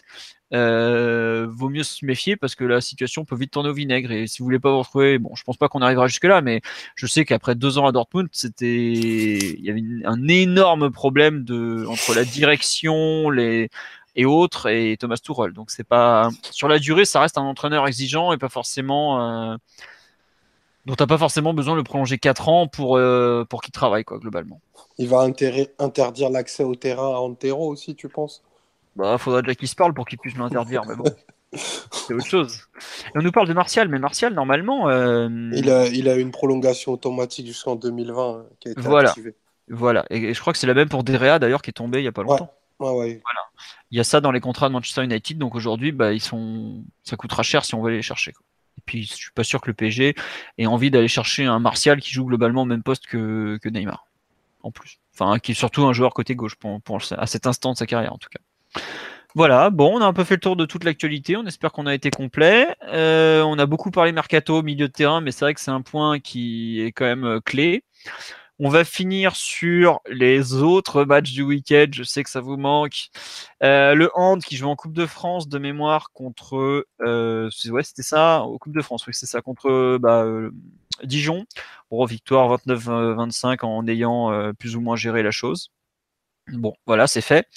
Euh, vaut mieux se méfier parce que la situation peut vite tourner au vinaigre. Et si vous voulez pas vous retrouver, bon, je pense pas qu'on arrivera jusque là, mais je sais qu'après deux ans à Dortmund, c'était, il y avait un énorme problème de entre la direction, les et autres et Thomas Tuchel. Donc c'est pas sur la durée, ça reste un entraîneur exigeant et pas forcément. Euh, dont t'as pas forcément besoin de le prolonger quatre ans pour, euh, pour qu'il travaille, quoi, globalement. Il va inter- interdire l'accès au terrain à Antero aussi, tu penses? Bah, faudra déjà qu'il se parle pour qu'il puisse l'interdire, mais bon, c'est autre chose. Et on nous parle de Martial, mais Martial, normalement... Euh... Il, a, il a une prolongation automatique jusqu'en deux mille vingt hein, qui a été voilà. activée. Voilà, et, et je crois que c'est la même pour Derea, d'ailleurs, qui est tombé il y a pas longtemps. Ouais. Ouais, ouais. Voilà. Il y a ça dans les contrats de Manchester United, donc aujourd'hui, bah, ils sont... ça coûtera cher si on veut aller les chercher, quoi. Et puis, je suis pas sûr que le P S G ait envie d'aller chercher un Martial qui joue globalement au même poste que, que Neymar, en plus. Enfin, qui est surtout un joueur côté gauche, pour, pour, à cet instant de sa carrière, en tout cas. Voilà, bon, on a un peu fait le tour de toute l'actualité, on espère qu'on a été complet. Euh, on a beaucoup parlé mercato, milieu de terrain, mais c'est vrai que c'est un point qui est quand même euh, clé. On va finir sur les autres matchs du week-end, je sais que ça vous manque. Euh, le Hand qui joue en Coupe de France de mémoire contre... Euh, ouais, c'était ça, en Coupe de France, oui, c'est ça, contre bah, euh, Dijon. Bon, victoire vingt-neuf vingt-cinq en ayant euh, plus ou moins géré la chose. Bon, voilà, c'est fait.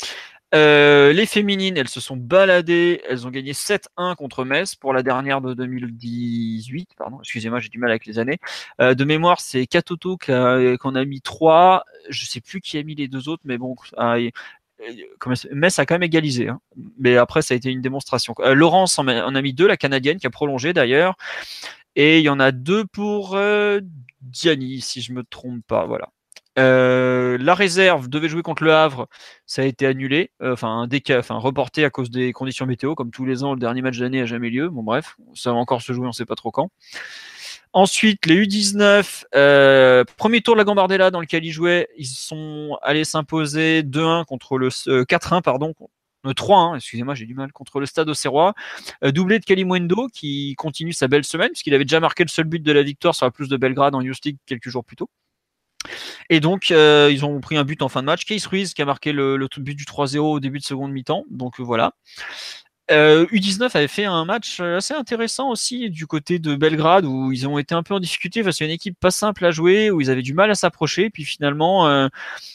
Euh, les féminines, elles se sont baladées, elles ont gagné sept un contre Metz pour la dernière de deux mille dix-huit, pardon, excusez-moi, j'ai du mal avec les années. Euh, de mémoire, c'est Katoto qu'on a mis trois, je sais plus qui a mis les deux autres, mais bon, euh, Metz a quand même égalisé, hein. Mais après ça a été une démonstration. Euh, Laurence en a, en a mis deux, la Canadienne qui a prolongé d'ailleurs, et il y en a deux pour euh, Diani, si je me trompe pas, voilà. Euh, la réserve devait jouer contre le Havre, ça a été annulé, euh, enfin, déca- enfin reporté à cause des conditions météo, comme tous les ans, le dernier match d'année n'a jamais lieu. Bon bref, ça va encore se jouer, on ne sait pas trop quand. Ensuite, les U dix-neuf, euh, premier tour de la Gambardella dans lequel ils jouaient, ils sont allés s'imposer deux un contre le euh, quatre un, pardon, euh, trois un, excusez-moi, j'ai du mal, contre le Stade Auxerrois. Euh, doublé de Kalimundo qui continue sa belle semaine, puisqu'il avait déjà marqué le seul but de la victoire sur la pelouse de Belgrade en Youth League quelques jours plus tôt. Et donc, euh, ils ont pris un but en fin de match. Keith Ruiz qui a marqué le, le but du trois zéro au début de seconde mi-temps. Donc, euh, voilà. Euh, U dix-neuf avait fait un match assez intéressant aussi du côté de Belgrade où ils ont été un peu en difficulté face à une équipe pas simple à jouer, où ils avaient du mal à s'approcher. Puis finalement, euh,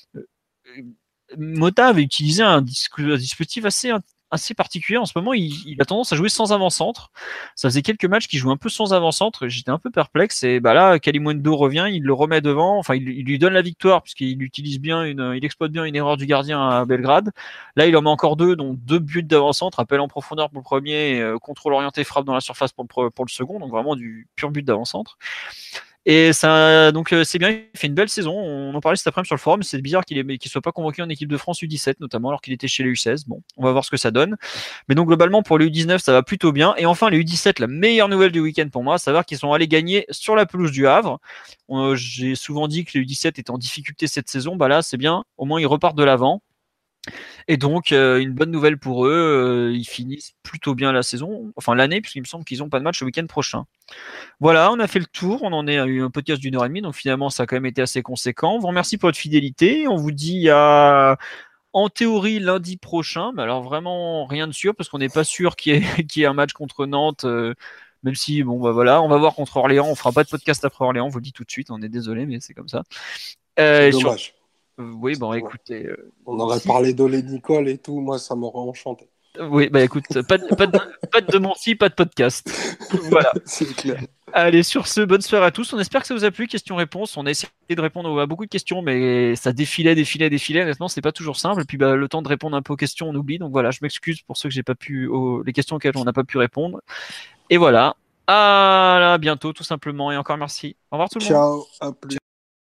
Mota avait utilisé un, disque, un dispositif assez, assez particulier. En ce moment, il, il a tendance à jouer sans avant-centre. Ça faisait quelques matchs qu'il jouait un peu sans avant-centre. J'étais un peu perplexe. Et bah là, Kalimundo revient, il le remet devant. Enfin, il, il lui donne la victoire puisqu'il utilise bien une, il exploite bien une erreur du gardien à Belgrade. Là, il en met encore deux, dont deux buts d'avant-centre, appel en profondeur pour le premier, euh, contrôle orienté, frappe dans la surface pour le, pour le second. Donc vraiment du pur but d'avant-centre. Et ça, donc c'est bien, il fait une belle saison. On en parlait cet après-midi sur le forum. C'est bizarre qu'il ne qu'il soit pas convoqué en équipe de France U dix-sept, notamment alors qu'il était chez les U seize. Bon, on va voir ce que ça donne. Mais donc globalement pour les U dix-neuf, ça va plutôt bien. Et enfin les U dix-sept, la meilleure nouvelle du week-end pour moi, savoir qu'ils sont allés gagner sur la pelouse du Havre. Euh, j'ai souvent dit que les U dix-sept étaient en difficulté cette saison. Bah là, c'est bien. Au moins ils repartent de l'avant. Et donc, euh, une bonne nouvelle pour eux, euh, ils finissent plutôt bien la saison, enfin l'année, puisqu'il me semble qu'ils n'ont pas de match le week-end prochain. Voilà, on a fait le tour, on en est à un podcast d'une heure et demie, donc finalement ça a quand même été assez conséquent. On vous remercie pour votre fidélité, on vous dit à, en théorie lundi prochain, mais alors vraiment rien de sûr, parce qu'on n'est pas sûr qu'il y ait, qu'il y ait un match contre Nantes, euh, même si, bon bah voilà, on va voir contre Orléans, on fera pas de podcast après Orléans, on vous le dit tout de suite, on est désolé, mais c'est comme ça. Euh, c'est dommage. Sur... Oui, bon, écoutez. Euh, on aurait si... parlé d'Olé Nicole et tout, moi ça m'aurait enchanté. Oui, bah écoute, pas de, pas de, pas de Monty, pas de podcast. Voilà. C'est clair. Allez, sur ce, bonne soirée à tous. On espère que ça vous a plu. Question-réponse. On a essayé de répondre à beaucoup de questions, mais ça défilait, défilait, défilait. Honnêtement, c'est pas toujours simple. Et puis, bah, le temps de répondre un peu aux questions, on oublie. Donc voilà, je m'excuse pour ceux que j'ai pas pu, aux, les questions auxquelles on n'a pas pu répondre. Et voilà. À bientôt, tout simplement. Et encore merci. Au revoir tout le Ciao, monde. à plus.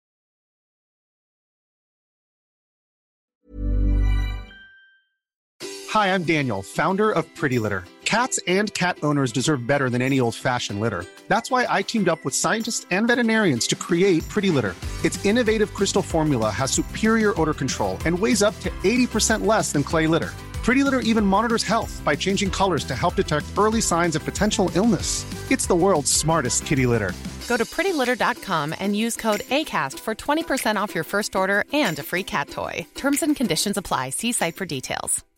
Hi, I'm Daniel, founder of Pretty Litter. Cats and cat owners deserve better than any old-fashioned litter. That's why I teamed up with scientists and veterinarians to create Pretty Litter. Its innovative crystal formula has superior odor control and weighs up to eighty percent less than clay litter. Pretty Litter even monitors health by changing colors to help detect early signs of potential illness. It's the world's smartest kitty litter. Go to pretty litter dot com and use code ACAST for twenty percent off your first order and a free cat toy. Terms and conditions apply. See site for details.